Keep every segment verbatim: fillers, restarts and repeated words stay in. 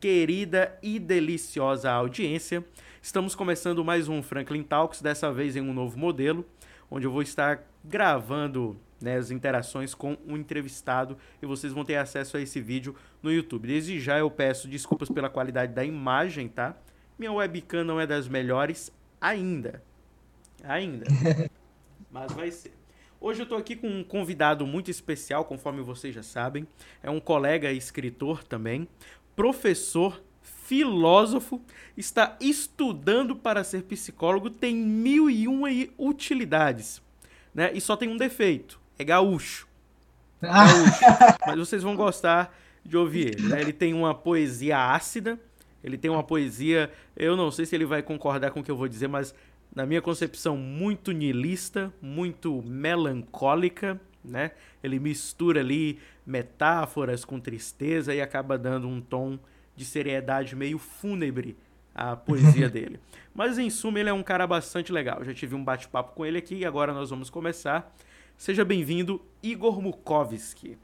querida e deliciosa audiência. Estamos começando mais um Franklin Talks, dessa vez em um novo modelo, onde eu vou estar gravando, né, as interações com um entrevistado e vocês vão ter acesso a esse vídeo no YouTube. Desde já eu peço desculpas pela qualidade da imagem, tá? Minha webcam não é das melhores ainda. Ainda. Mas vai ser. Hoje eu tô aqui com um convidado muito especial, conforme vocês já sabem. É um colega escritor também, professor, filósofo, está estudando para ser psicólogo, tem mil e uma utilidades, né? E só tem um defeito, é gaúcho. Gaúcho. Mas vocês vão gostar de ouvir ele, né? Ele tem uma poesia ácida, ele tem uma poesia, eu não sei se ele vai concordar com o que eu vou dizer, mas na minha concepção, muito niilista, muito melancólica, né? Ele mistura ali metáforas com tristeza e acaba dando um tom de seriedade meio fúnebre à poesia dele. Mas, em suma, ele é um cara bastante legal. Já tive um bate-papo com ele aqui e agora nós vamos começar. Seja bem-vindo, Igor Mukovski.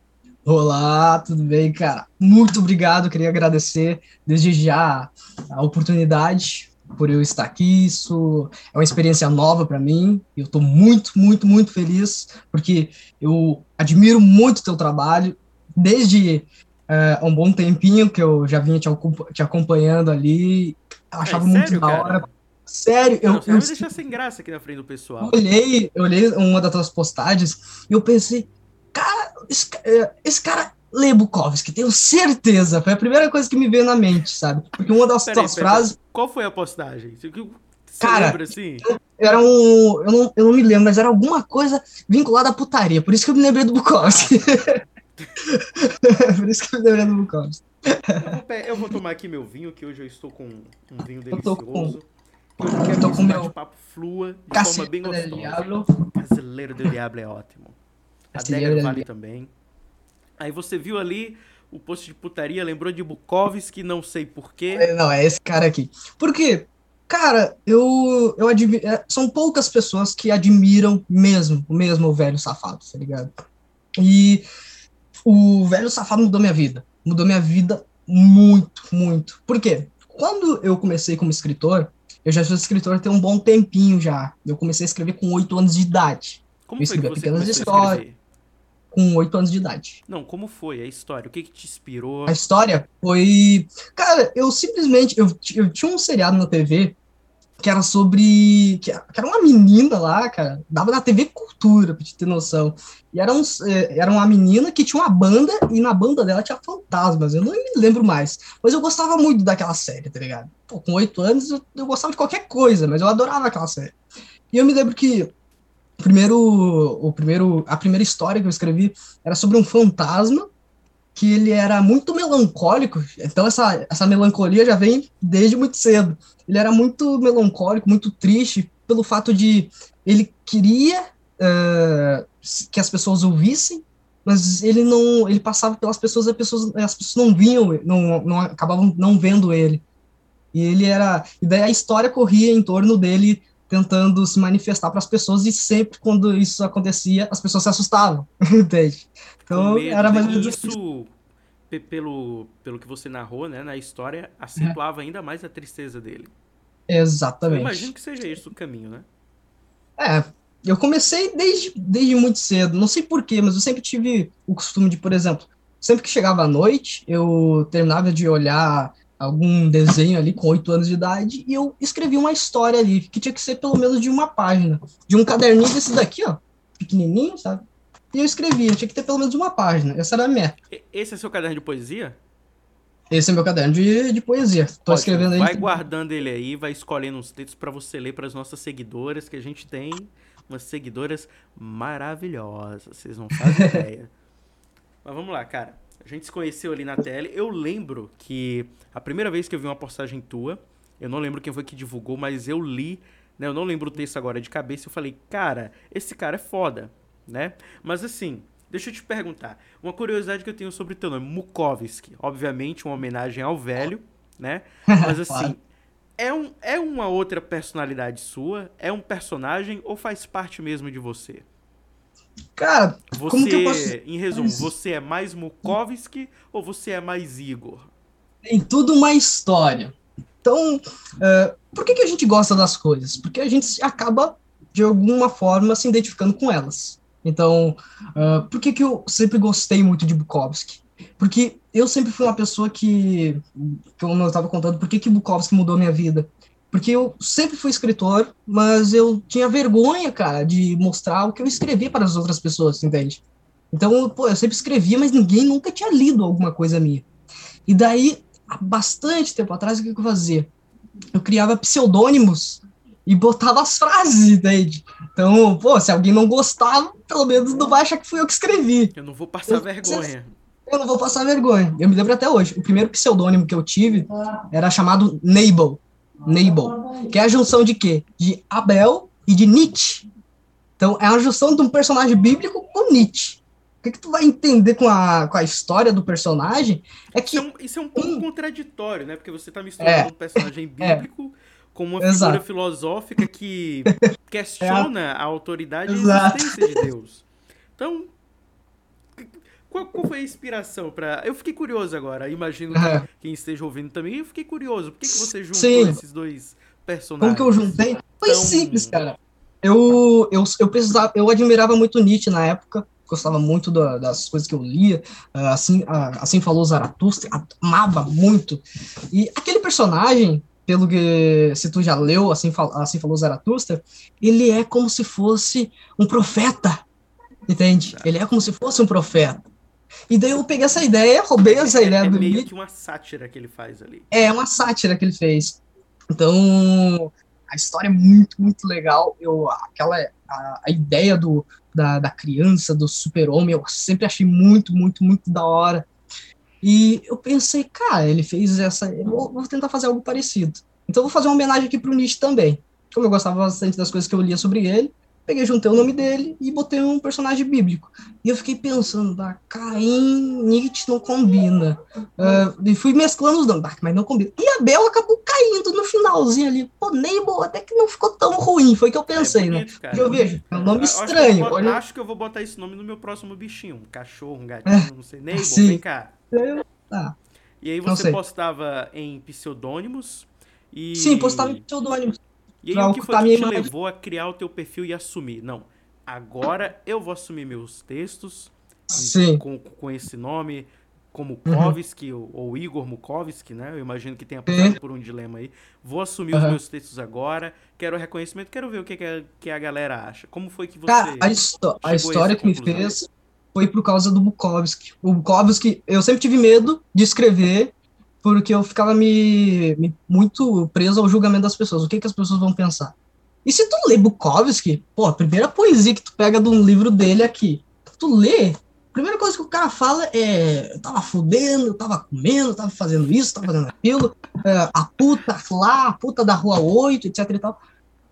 Olá, tudo bem, cara? Muito obrigado, queria agradecer desde já a oportunidade por eu estar aqui. Isso é uma experiência nova para mim. Eu estou muito, muito, muito feliz, porque eu admiro muito o teu trabalho, desde uh, um bom tempinho que eu já vinha te, te acompanhando ali. Eu achava é, muito sério, da cara? hora. Sério, Não, eu, você eu, vai me deixar sem graça aqui na frente do pessoal. eu olhei, eu olhei uma das tuas postagens e eu pensei, cara, esse, esse cara lê Bukowski, tenho certeza. Foi a primeira coisa que me veio na mente, sabe? Porque uma das Peraí, tuas peraí, frases... peraí. Qual foi a postagem? Você Cara, lembra assim? Era um... Eu não, eu não me lembro, mas era alguma coisa vinculada à putaria. Por isso que eu me lembrei do Bukowski. Ah. Por isso que eu me lembrei do Bukowski. Eu vou, eu vou tomar aqui meu vinho, que hoje eu estou com um vinho delicioso. Eu tô com, eu quero eu tô que com esse meu bate-papo flua de Cacilheiro forma bem gostosa. del Diablo. Cacilheiro del Diablo é ótimo. A Cacilheiro Dagger del vale Diablo. também. Aí você viu ali o post de putaria, lembrou de Bukowski, não sei porquê. Não, é esse cara aqui. Por quê? Cara, eu, eu admiro... São poucas pessoas que admiram mesmo, mesmo o velho safado, tá ligado? E o velho safado mudou minha vida. Mudou minha vida muito, muito. Por quê? Quando eu comecei como escritor, eu já sou escritor tem um bom tempinho já. Eu comecei a escrever com oito anos de idade. Como eu foi que escrevia você pequenas começou histórias a escrever? com oito anos de idade. Não, como foi a história? O que, que te inspirou? A história foi... Cara, eu simplesmente... Eu, eu tinha um seriado na T V que era sobre... Que era uma menina lá, cara. Dava na T V Cultura, pra te ter noção. E era, um, era uma menina que tinha uma banda, e na banda dela tinha fantasmas. Eu não me lembro mais. Mas eu gostava muito daquela série, tá ligado? Pô, com oito anos eu, eu gostava de qualquer coisa, mas eu adorava aquela série. E eu me lembro que o primeiro, o primeiro, a primeira história que eu escrevi era sobre um fantasma que ele era muito melancólico, então essa, essa melancolia já vem desde muito cedo. Ele era muito melancólico, muito triste, pelo fato de ele queria uh, que as pessoas ouvissem, mas ele não, ele passava pelas pessoas, as pessoas, as pessoas não vinham, não, não acabavam não vendo ele. E ele era, e daí a história corria em torno dele tentando se manifestar para as pessoas, e sempre quando isso acontecia, as pessoas se assustavam, entende? Então, era mais ou menos isso, pelo, pelo que você narrou, né, na história, acentuava é. ainda mais a tristeza dele. Exatamente. Eu imagino que seja esse o caminho, né? É, eu comecei desde, desde muito cedo, não sei porquê, mas eu sempre tive o costume de, por exemplo, sempre que chegava à noite, eu terminava de olhar algum desenho ali com oito anos de idade, e eu escrevi uma história ali, que tinha que ser pelo menos de uma página, de um caderninho desse daqui, ó, pequenininho, sabe? E eu escrevia, tinha que ter pelo menos uma página, essa era a meta. Esse é seu caderno de poesia? Esse é meu caderno de, de poesia. Tô Ótimo. escrevendo Vai ele. guardando ele aí, vai escolhendo uns textos para você ler para as nossas seguidoras, que a gente tem umas seguidoras maravilhosas, vocês não fazem ideia. Mas vamos lá, cara. A gente se conheceu ali na tela. Eu lembro que a primeira vez que eu vi uma postagem tua, eu não lembro quem foi que divulgou, mas eu li, né? Eu não lembro o texto agora de cabeça, eu falei, cara, esse cara é foda, né? Mas assim, deixa eu te perguntar, uma curiosidade que eu tenho sobre o teu nome, Mukovski, obviamente uma homenagem ao velho, né? Mas assim, claro. é, um, é uma outra personalidade sua? É um personagem ou faz parte mesmo de você? Cara, você, como que eu posso... em resumo, você é mais Mukovski ou você é mais Igor? Tem tudo uma história. Então, uh, por que, que a gente gosta das coisas? Porque a gente acaba, de alguma forma, se identificando com elas. Então, uh, por que, que eu sempre gostei muito de Bukowski? Porque eu sempre fui uma pessoa que, como eu estava contando, por que, que Bukowski mudou minha vida? Porque eu sempre fui escritor, mas eu tinha vergonha, cara, de mostrar o que eu escrevi para as outras pessoas, entende? Então, pô, eu sempre escrevia, mas ninguém nunca tinha lido alguma coisa minha. E daí, há bastante tempo atrás, o que eu fazia? Eu criava pseudônimos e botava as frases, entende? Então, pô, se alguém não gostava, pelo menos não vai achar que fui eu que escrevi. Eu não vou passar vergonha. Eu não vou passar vergonha. Eu me lembro até hoje. O primeiro pseudônimo que eu tive era chamado Nabal. Nabal. Que é a junção de quê? De Abel e de Nietzsche. Então, é a junção de um personagem bíblico com Nietzsche. O que, que tu vai entender com a, com a história do personagem é que... Isso é um, isso é um pouco hum, contraditório, né? Porque você está misturando é, um personagem bíblico é, com uma exato. figura filosófica que questiona é a, a autoridade exato. e a existência de Deus. Então, qual, qual foi a inspiração para... Eu fiquei curioso agora, imagino que é. quem esteja ouvindo também, eu fiquei curioso. Por que, que você juntou Sim. esses dois personagens? Como que eu juntei? Foi então... simples, cara. Eu, eu, eu, precisava, eu admirava muito Nietzsche na época, gostava muito da, das coisas que eu lia, assim, assim falou Zaratustra, amava muito. E aquele personagem, pelo que, se tu já leu, assim, assim falou Zaratustra, ele é como se fosse um profeta, entende? Ele é como se fosse um profeta. E daí eu peguei essa ideia, roubei essa é, ideia é do meio Nietzsche. que uma sátira que ele faz ali. É, uma sátira que ele fez. Então... A história é muito, muito legal. Eu, aquela, a, a ideia do, da, da criança, do super-homem, eu sempre achei muito, muito, muito da hora. E eu pensei, cara, ele fez essa... Eu vou, vou tentar fazer algo parecido. Então eu vou fazer uma homenagem aqui pro Nietzsche também. Como eu gostava bastante das coisas que eu lia sobre ele, peguei, juntei o nome dele e botei um personagem bíblico. E eu fiquei pensando, ah, Caim, Nietzsche não combina. Uh, e fui mesclando os nomes, ah, mas não combina. E Abel acabou caindo no finalzinho ali. Pô, Nabal até que não ficou tão ruim, foi o que eu pensei, é bonito, né? Cara, eu vejo, é um nome eu estranho. Acho que, boto, olha... acho que eu vou botar esse nome no meu próximo bichinho. Um cachorro, um gatinho, é, não sei. Nabal, sim. vem cá. Eu, ah, e aí você postava em pseudônimos e... Sim, postava em pseudônimos. E aí o que foi que te imagem... levou a criar o teu perfil e assumir? Não, agora eu vou assumir meus textos Sim. Com, com esse nome, como Mukovski, uhum. ou, ou Igor Mukovski, né? Eu imagino que tenha passado Sim. por um dilema aí. Vou assumir uhum. os meus textos agora, quero reconhecimento, quero ver o que, que, a, que a galera acha. Como foi que você... Cara, a, a história que conclusão? me fez foi por causa do Bukowski. O Bukowski, eu sempre tive medo de escrever, porque eu ficava me, me muito preso ao julgamento das pessoas. O que, que as pessoas vão pensar? E se tu lê Bukowski, pô, a primeira poesia que tu pega de um livro dele aqui, tu lê, a primeira coisa que o cara fala é, eu tava fudendo, eu tava comendo, eu tava fazendo isso, tava fazendo aquilo, é, a puta lá, a puta da rua oito, etc e tal.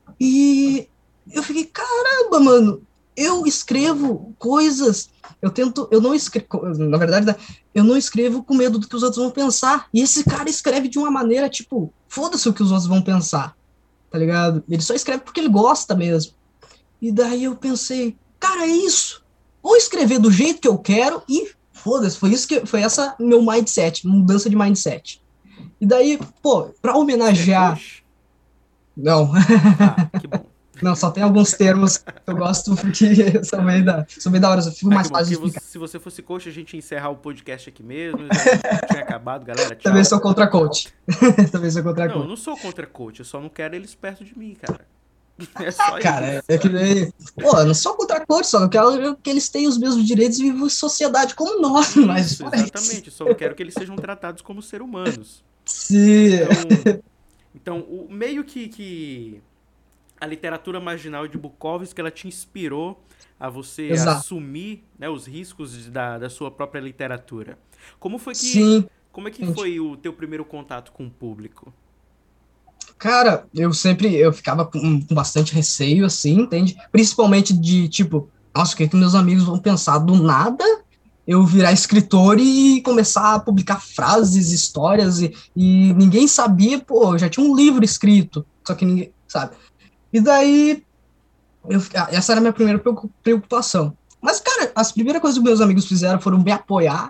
E eu fiquei, caramba, mano, eu escrevo coisas, eu tento, eu não escrevo, na verdade, eu não escrevo com medo do que os outros vão pensar. E esse cara escreve de uma maneira, tipo, foda-se o que os outros vão pensar, tá ligado? Ele só escreve porque ele gosta mesmo. E daí eu pensei, cara, é isso. Vou escrever do jeito que eu quero e foda-se, foi isso que, foi essa meu mindset, mudança de mindset. E daí, pô, pra homenagear... Não. Ah, que bom. Não, só tem alguns termos que eu gosto porque são bem da, são bem da hora, eu fico ah, mais fácil de explicar. Se você fosse coach, a gente ia encerrar o podcast aqui mesmo, já tinha acabado, galera, tchau. Também sou contra coach. Também sou contra não, coach. Não, eu não sou contra coach, eu só não quero eles perto de mim, cara. É só ah, cara, isso. É que nem... Pô, eu não sou contra coach, só não quero que eles tenham os mesmos direitos e vivam em sociedade como nós, isso, mas... Exatamente, eu só não quero que eles sejam tratados como seres humanos. Sim. Então, então o meio que... que... a literatura marginal de Bukowski, ela te inspirou a você Exato. assumir, né, os riscos da, da sua própria literatura. Como foi que, Sim. Como é que foi o teu primeiro contato com o público? Cara, eu sempre, eu ficava com, com bastante receio, assim, entende? Principalmente de, tipo, nossa, o que, que meus amigos vão pensar do nada? Eu virar escritor e começar a publicar frases, histórias, e, e ninguém sabia, pô, eu já tinha um livro escrito, só que ninguém, sabe? E daí, eu, essa era a minha primeira preocupação. Mas, cara, as primeiras coisas que meus amigos fizeram foram me apoiar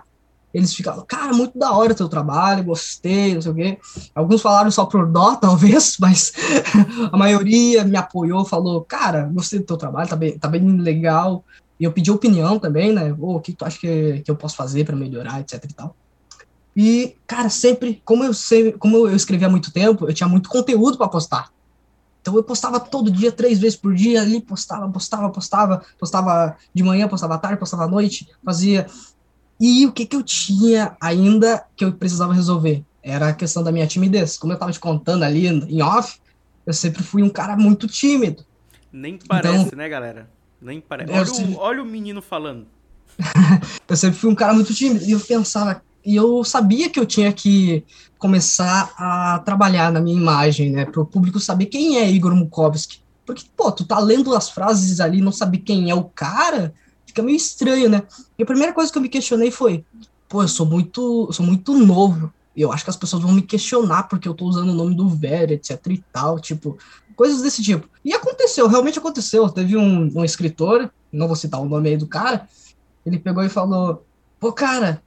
eles ficavam, cara, muito da hora o teu trabalho, gostei, não sei o quê. Alguns falaram só por dó, talvez, mas a maioria me apoiou, falou, cara, gostei do teu trabalho, tá bem, tá bem legal. E eu pedi opinião também, né? Ô, o que tu acha que, que eu posso fazer para melhorar, etc e tal. E, cara, sempre, como eu sei, como eu escrevi há muito tempo, eu tinha muito conteúdo para postar. Então eu postava todo dia, três vezes por dia, ali postava, postava, postava, postava de manhã, postava à tarde, postava à noite, fazia. E o que que eu tinha ainda que eu precisava resolver? Era a questão da minha timidez. Como eu estava te contando ali em off, eu sempre fui um cara muito tímido. Nem Então, parece, né, galera? Nem parece. eu Olha o, sempre, olha o menino falando. eu sempre fui um cara muito tímido. E eu pensava, e eu sabia que eu tinha que começar a trabalhar na minha imagem, né? Para o público saber quem é Igor Mukovski. Porque, pô, tu tá lendo as frases ali e não sabe quem é o cara, fica meio estranho, né? E a primeira coisa que eu me questionei foi, pô, eu sou muito, eu sou muito novo. Eu acho que as pessoas vão me questionar porque eu tô usando o nome do velho, etc e tal, tipo, coisas desse tipo. E aconteceu, realmente aconteceu. Teve um, um escritor, não vou citar o nome aí do cara, ele pegou e falou, pô, cara,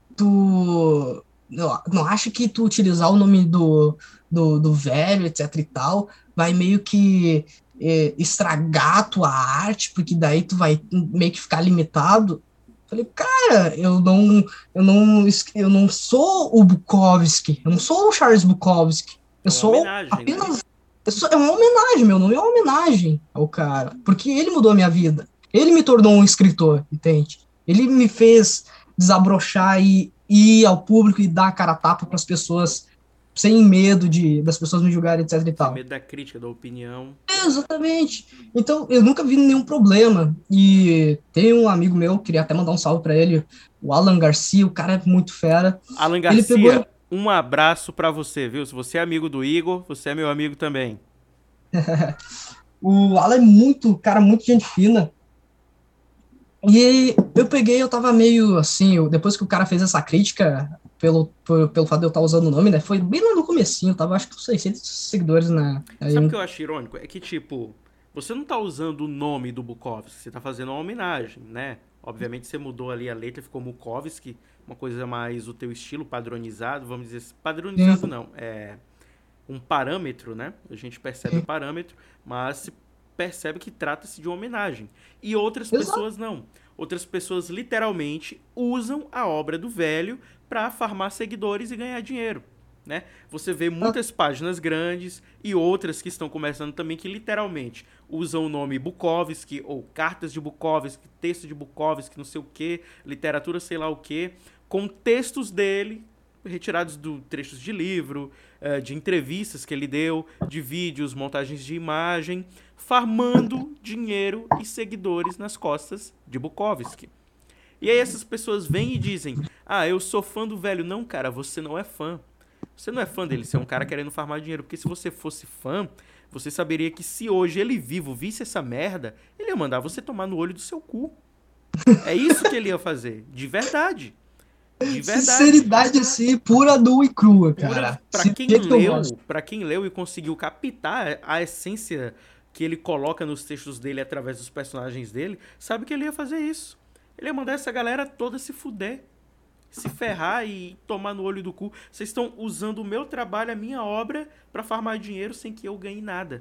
tu não, não acha que tu utilizar o nome do, do, do velho, etc e tal, vai meio que é, estragar a tua arte, porque daí tu vai meio que ficar limitado? Falei, cara, eu não, eu não, eu não sou o Bukowski, eu não sou o Charles Bukowski, É eu uma sou homenagem, né? apenas, eu sou, é uma homenagem, meu nome é uma homenagem ao cara, porque ele mudou a minha vida, ele me tornou um escritor, entende? Ele me fez desabrochar e ir ao público e dar a cara a tapa para as pessoas sem medo de das pessoas me julgarem, etc e Sem tal. medo da crítica, da opinião. É, exatamente. Então, eu nunca vi nenhum problema. E tem um amigo meu, queria até mandar um salve para ele, o Alan Garcia, o cara é muito fera. Alan Ele pegou. Garcia, um abraço pra você, viu? Se você é amigo do Igor, você é meu amigo também. O Alan é muito, cara, muito gente fina. E eu peguei, eu tava meio assim, eu- depois que o cara fez essa crítica, pelo, por- pelo fato de eu estar usando o nome, né? Foi bem lá no comecinho, tava acho que com seiscentos seguidores na. Sabe o Aí, que eu acho irônico? É que, tipo, você não tá usando o nome do Bukowski, você tá fazendo uma homenagem, né? Obviamente você mudou ali a letra, ficou Mukovski, uma coisa mais o teu estilo padronizado, vamos dizer assim. Padronizado sim, não, é um parâmetro, né? A gente percebe o sim, parâmetro, mas se percebe que trata-se de uma homenagem. E outras exato. pessoas não. Outras pessoas literalmente usam a obra do velho para farmar seguidores e ganhar dinheiro. Né? Você vê muitas páginas grandes e outras que estão começando também que literalmente usam o nome Bukowski ou cartas de Bukowski, texto de Bukowski, não sei o que, literatura sei lá o que, com textos dele retirados do trechos de livro, eh, de entrevistas que ele deu, de vídeos, montagens de imagem, farmando dinheiro e seguidores nas costas de Bukowski. E aí essas pessoas vêm e dizem: "Ah, eu sou fã do velho". Não, cara, você não é fã. Você não é fã dele, você é um cara querendo farmar dinheiro. Porque se você fosse fã, você saberia que se hoje ele vivo visse essa merda, ele ia mandar você tomar no olho do seu cu. É isso que ele ia fazer. De verdade. De verdade. Sinceridade assim, pura, nua e crua, Pura cara. para Se, do quem jeito que eu gosto. leu, para quem leu e conseguiu captar a essência que ele coloca nos textos dele através dos personagens dele, sabe que ele ia fazer isso. Ele ia mandar essa galera toda se fuder, se ferrar e tomar no olho do cu. Vocês estão usando o meu trabalho, a minha obra, pra farmar dinheiro sem que eu ganhe nada.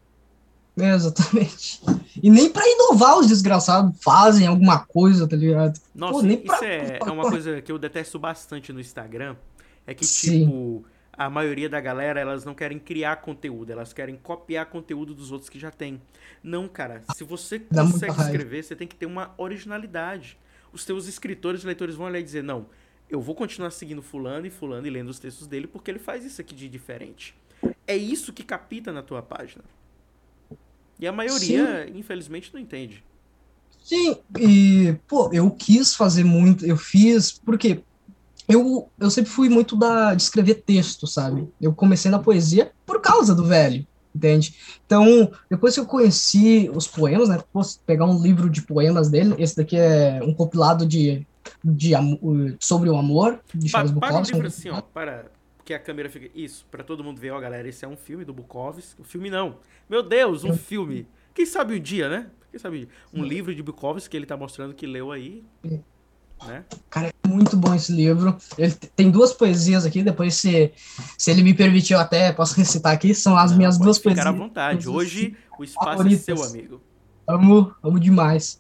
É, exatamente. E nem pra inovar os desgraçados fazem alguma coisa, tá ligado? Pô, Nossa, nem isso pra. é, é uma coisa que eu detesto bastante no Instagram. É que, Sim, tipo, a maioria da galera, elas não querem criar conteúdo, elas querem copiar conteúdo dos outros que já tem. Não, cara, se você dá muita consegue raiva. escrever, você tem que ter uma originalidade. Os teus escritores e leitores vão olhar e dizer: não, eu vou continuar seguindo fulano e fulano e lendo os textos dele porque ele faz isso aqui de diferente. É isso que capita na tua página. E a Sim, maioria, infelizmente, não entende. sim. E, pô, eu quis fazer muito, eu fiz, porque eu, eu sempre fui muito da, de escrever texto, sabe? Eu comecei na poesia por causa do velho, entende? Então, depois que eu conheci os poemas, né? Posso pegar um livro de poemas dele, esse daqui é um compilado de, de sobre o amor, de Pa- Charles para o Bukowski, um livro assim, ó. compilado. Para que a câmera fique. Isso, pra todo mundo ver, ó, galera. Esse é um filme do Bukowski. Um filme não. Meu Deus, um filme. Quem sabe um dia, né? Quem sabe um dia? Um livro de Bukowski que ele tá mostrando que leu aí. né? Cara, é muito bom esse livro. Ele tem duas poesias aqui, depois se, se ele me permitir, eu até posso recitar aqui. São as Não, minhas pode duas ficar à poesias vontade. Hoje o espaço é seu, favoritas. amigo. Amo, amo demais.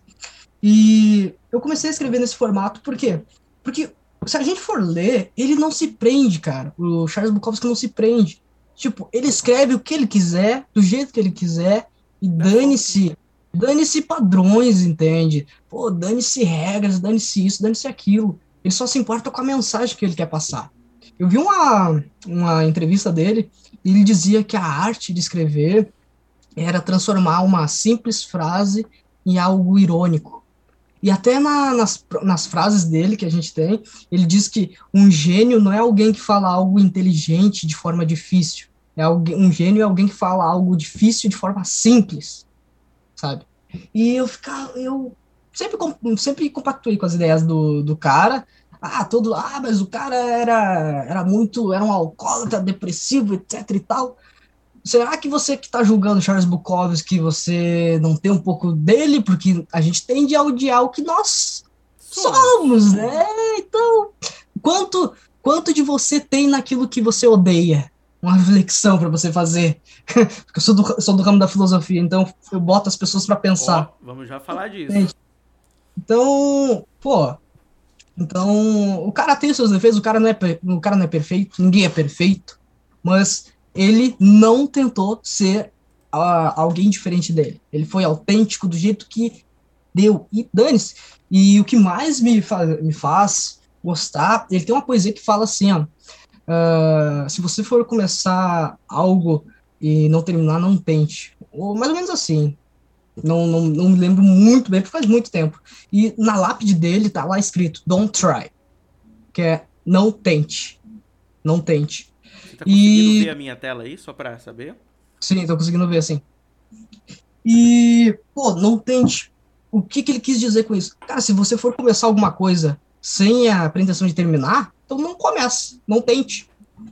E eu comecei a escrever nesse formato, por quê? Porque se a gente for ler, ele não se prende, cara. O Charles Bukowski não se prende. Tipo, ele escreve o que ele quiser, do jeito que ele quiser, e Da forma dane-se. Dane-se padrões, entende? Pô, dane-se regras, dane-se isso, dane-se aquilo. Ele só se importa com a mensagem que ele quer passar. Eu vi uma, uma entrevista dele, e ele dizia que a arte de escrever era transformar uma simples frase em algo irônico. E até na, nas, nas frases dele que a gente tem, ele diz que um gênio não é alguém que fala algo inteligente de forma difícil. É alguém, um gênio é alguém que fala algo difícil de forma simples, sabe? E eu ficava, eu sempre, sempre compactuei com as ideias do, do cara. Ah, todo, ah, mas o cara era, era muito, era um alcoólatra, depressivo, etc e tal. Será que você que está julgando Charles Bukowski, você não tem um pouco dele? Porque a gente tende a odiar o que nós somos. somos, né? Então, quanto, quanto de você tem naquilo que você odeia? Uma reflexão para você fazer. Porque eu sou do, sou do ramo da filosofia, então eu boto as pessoas para pensar. Ó, vamos já falar disso. Então, pô, então o cara tem seus defeitos, o cara não é, o cara não é perfeito, ninguém é perfeito, mas ele não tentou ser uh, alguém diferente dele. Ele foi autêntico do jeito que deu, e dane-se. E o que mais me, fa me faz gostar, ele tem uma poesia que fala assim, ó, uh, se você for começar algo e não terminar, não tente. Ou mais ou menos assim. Não, não, não me lembro muito bem, porque faz muito tempo. E na lápide dele tá lá escrito, don't try, que é não tente, não tente. Você tá conseguindo E ver a minha tela aí, só pra saber? sim, tô conseguindo ver assim. E, pô, não tente. O que que ele quis dizer com isso? Cara, se você for começar alguma coisa sem a pretensão de terminar, então não comece, não tente.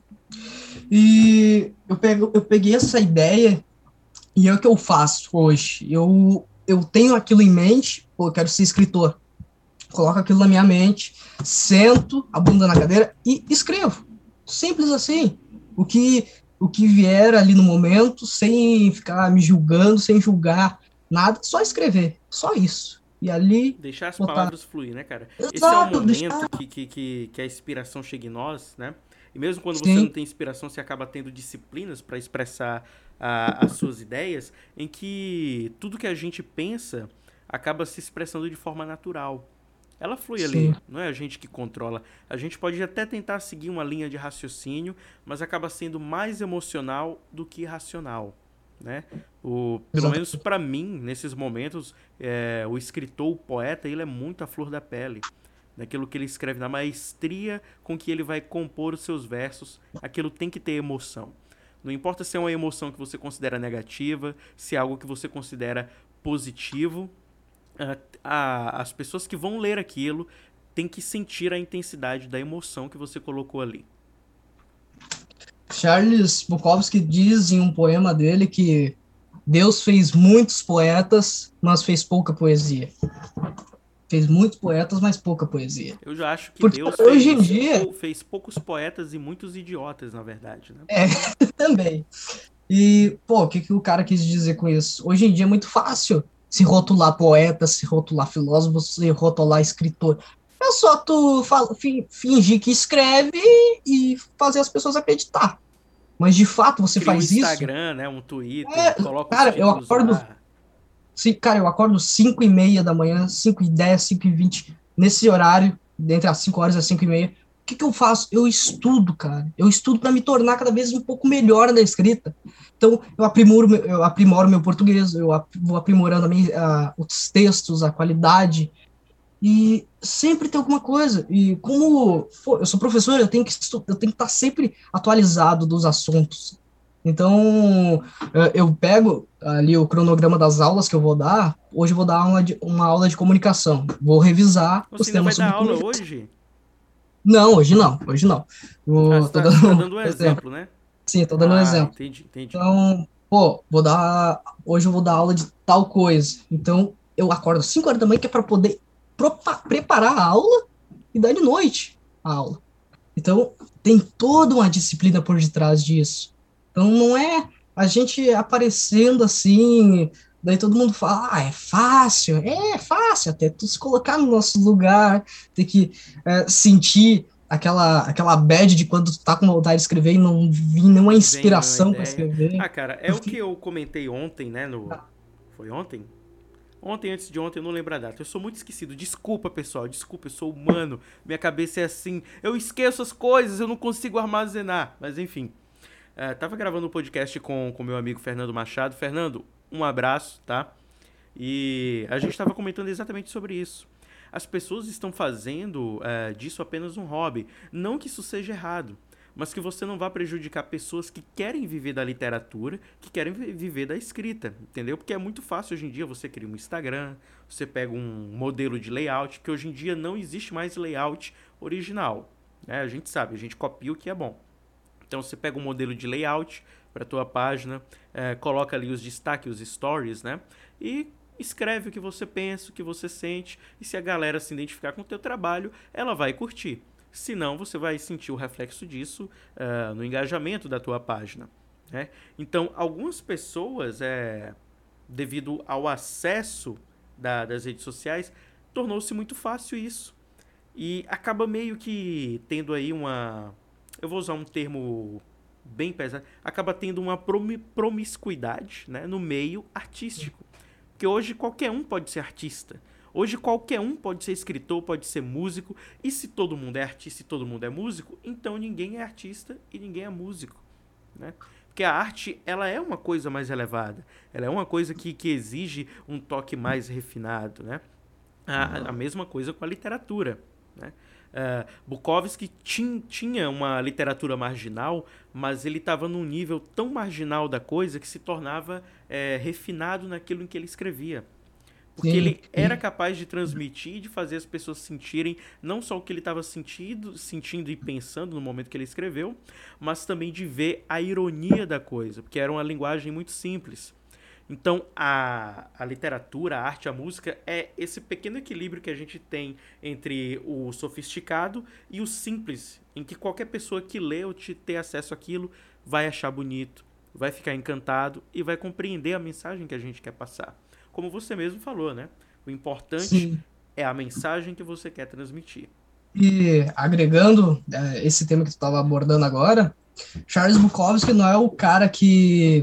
E eu, pego, eu peguei essa ideia e é o que eu faço hoje. Eu, eu tenho aquilo em mente, pô, eu quero ser escritor. Coloco aquilo na minha mente, sento a bunda na cadeira e escrevo. Simples assim. O que, o que vier ali no momento, sem ficar me julgando, sem julgar nada, só escrever. Só isso. E ali. Deixar as botar... palavras fluir, né, cara? Exato, Esse é o momento deixar... que, que, que, que a inspiração chega em nós, né? E mesmo quando Sim. você não tem inspiração, você acaba tendo disciplinas para expressar a, as suas ideias, em que tudo que a gente pensa acaba se expressando de forma natural. Ela flui ali, Sim. não é a gente que controla. A gente pode até tentar seguir uma linha de raciocínio, mas acaba sendo mais emocional do que racional, né? O, pelo Exato. menos para mim, nesses momentos, é, o escritor, o poeta, ele é muito à flor da pele. Daquilo que ele escreve, na maestria com que ele vai compor os seus versos, aquilo tem que ter emoção. Não importa se é uma emoção que você considera negativa, se é algo que você considera positivo, a, a, as pessoas que vão ler aquilo têm que sentir a intensidade da emoção que você colocou ali. Charles Bukowski diz em um poema dele que Deus fez muitos poetas, mas fez pouca poesia. Fez muitos poetas, mas pouca poesia. Eu já acho que Porque Deus hoje fez, em dia... pou, fez poucos poetas e muitos idiotas, na verdade, né? É, também. E, pô, o que, que o cara quis dizer com isso? Hoje em dia é muito fácil se rotular poeta, se rotular filósofo, se rotular escritor. É só tu fala, fi, fingir que escreve e fazer as pessoas acreditar. Mas, de fato, você Cria faz um isso... Instagram, né? Um Twitter, É, coloca cara, os eu títulos acordo... lá. Sim, cara, eu acordo cinco e meia da manhã, cinco e dez, cinco e vinte, nesse horário, entre as cinco horas e as cinco e meia. O que, que eu faço? Eu estudo, cara. Eu estudo para me tornar cada vez um pouco melhor na escrita. Então, eu aprimoro, eu aprimoro meu português, eu vou aprimorando a minha, a, os textos, a qualidade. E sempre tem alguma coisa. E como pô, eu sou professor, eu tenho que estu- eu tenho que estar sempre atualizado dos assuntos. Então, eu pego ali o cronograma das aulas que eu vou dar. Hoje eu vou dar uma, de, uma aula de comunicação. Vou revisar Você os ainda vai temas dar sobre aula comunicação. hoje? Não, hoje não. Hoje não. Ah, Eu você tô tá, você tá dando dando um um exemplo. exemplo, né? Sim, tô dando um Ah, exemplo. entendi, entendi. Então, pô, vou dar. Hoje eu vou dar aula de tal coisa. Então, eu acordo às cinco horas da manhã, que é para poder propa- preparar a aula e dar de noite a aula. Então, tem toda uma disciplina por detrás disso. Então, não é a gente aparecendo assim, daí todo mundo fala, ah, é fácil. É, é fácil, até tu se colocar no nosso lugar, ter que é, sentir aquela, aquela bad de quando tu tá com vontade de escrever e não vir nenhuma Não vem uma inspiração para ideia. escrever. Ah, cara, é Eu o que fiquei, eu comentei ontem, né? No... Foi ontem? Ontem, antes de ontem, eu não lembro a data. Eu sou muito esquecido. Desculpa, pessoal. Desculpa, eu sou humano. Minha cabeça é assim. Eu esqueço as coisas, eu não consigo armazenar. Mas, enfim. Uh, tava gravando um podcast com o meu amigo Fernando Machado. Fernando, um abraço, tá? E a gente tava comentando exatamente sobre isso. As pessoas estão fazendo uh, disso apenas um hobby. Não que isso seja errado, mas que você não vá prejudicar pessoas que querem viver da literatura, que querem viver da escrita, entendeu? Porque é muito fácil hoje em dia você criar um Instagram, você pega um modelo de layout, que hoje em dia não existe mais layout original, né? A gente sabe, a gente copia o que é bom. Então você pega um modelo de layout para a tua página, é, coloca ali os destaques, os stories, né? E escreve o que você pensa, o que você sente, e se a galera se identificar com o teu trabalho, ela vai curtir. Senão, você vai sentir o reflexo disso uh, no engajamento da tua página, né? Então, algumas pessoas, é, devido ao acesso da, das redes sociais, tornou-se muito fácil isso. E acaba meio que tendo aí uma... Eu vou usar um termo bem pesado. Acaba tendo uma promiscuidade, né, no meio artístico. Porque hoje qualquer um pode ser artista. Hoje qualquer um pode ser escritor, pode ser músico, e se todo mundo é artista e todo mundo é músico, então ninguém é artista e ninguém é músico, né? Porque a arte, ela é uma coisa mais elevada, ela é uma coisa que, que exige um toque mais refinado, né? A, a mesma coisa com a literatura, né? Uh, Bukowski tin, tinha uma literatura marginal, mas ele estava num nível tão marginal da coisa que se tornava é, refinado naquilo em que ele escrevia. Porque sim, ele era sim. capaz de transmitir e de fazer as pessoas sentirem não só o que ele estava sentindo, sentindo e pensando no momento que ele escreveu, mas também de ver a ironia da coisa, porque era uma linguagem muito simples. Então, a, a literatura, a arte, a música é esse pequeno equilíbrio que a gente tem entre o sofisticado e o simples, em que qualquer pessoa que lê ou te ter acesso àquilo vai achar bonito, vai ficar encantado e vai compreender a mensagem que a gente quer passar. Como você mesmo falou, né? O importante Sim. é a mensagem que você quer transmitir. E agregando é, esse tema que tu estava abordando agora, Charles Bukowski não é o cara que,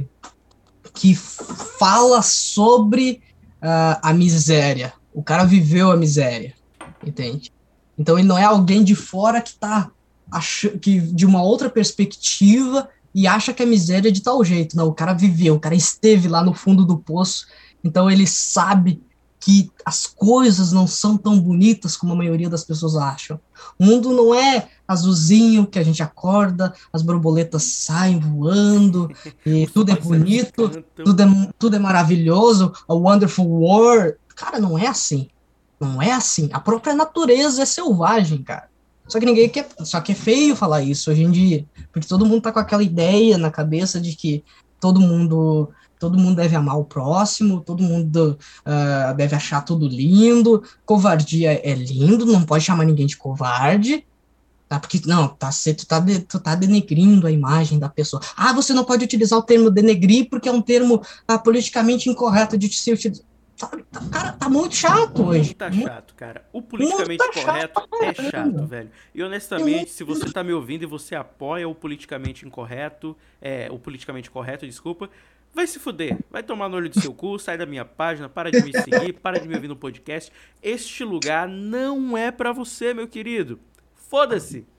que fala sobre uh, a miséria. O cara viveu a miséria, entende? Então ele não é alguém de fora que tá ach- que, de uma outra perspectiva e acha que a miséria é de tal jeito. Não, o cara viveu, o cara esteve lá no fundo do poço, então ele sabe que as coisas não são tão bonitas como a maioria das pessoas acham. O mundo não é azulzinho que a gente acorda, as borboletas saem voando e Os tudo é pássaros bonito, cantam. tudo é, tudo é maravilhoso, a wonderful world. Cara, não é assim. Não é assim. A própria natureza é selvagem, cara. Só que ninguém quer. Só que é feio falar isso hoje em dia. Porque todo mundo tá com aquela ideia na cabeça de que todo mundo. Todo mundo deve amar o próximo, todo mundo uh, deve achar tudo lindo. Covardia é lindo, não pode chamar ninguém de covarde. Tá? Porque, não, tá, tu, tá de, tu tá denegrindo a imagem da pessoa. Ah, você não pode utilizar o termo denegrir porque é um termo ah, politicamente incorreto de se utilizar. Sabe? Tá, cara, tá muito chato O mundo hoje. tá Muito, chato, cara. O muito politicamente tá chato correto pra é chato, caramba. velho. E É honestamente, muito- se você tá me ouvindo e você apoia o politicamente incorreto, é, o politicamente correto, desculpa, vai se fuder. Vai tomar no olho do seu cu, sai da minha página, para de me seguir, para de me ouvir no podcast. Este lugar não é pra você, meu querido. Foda-se.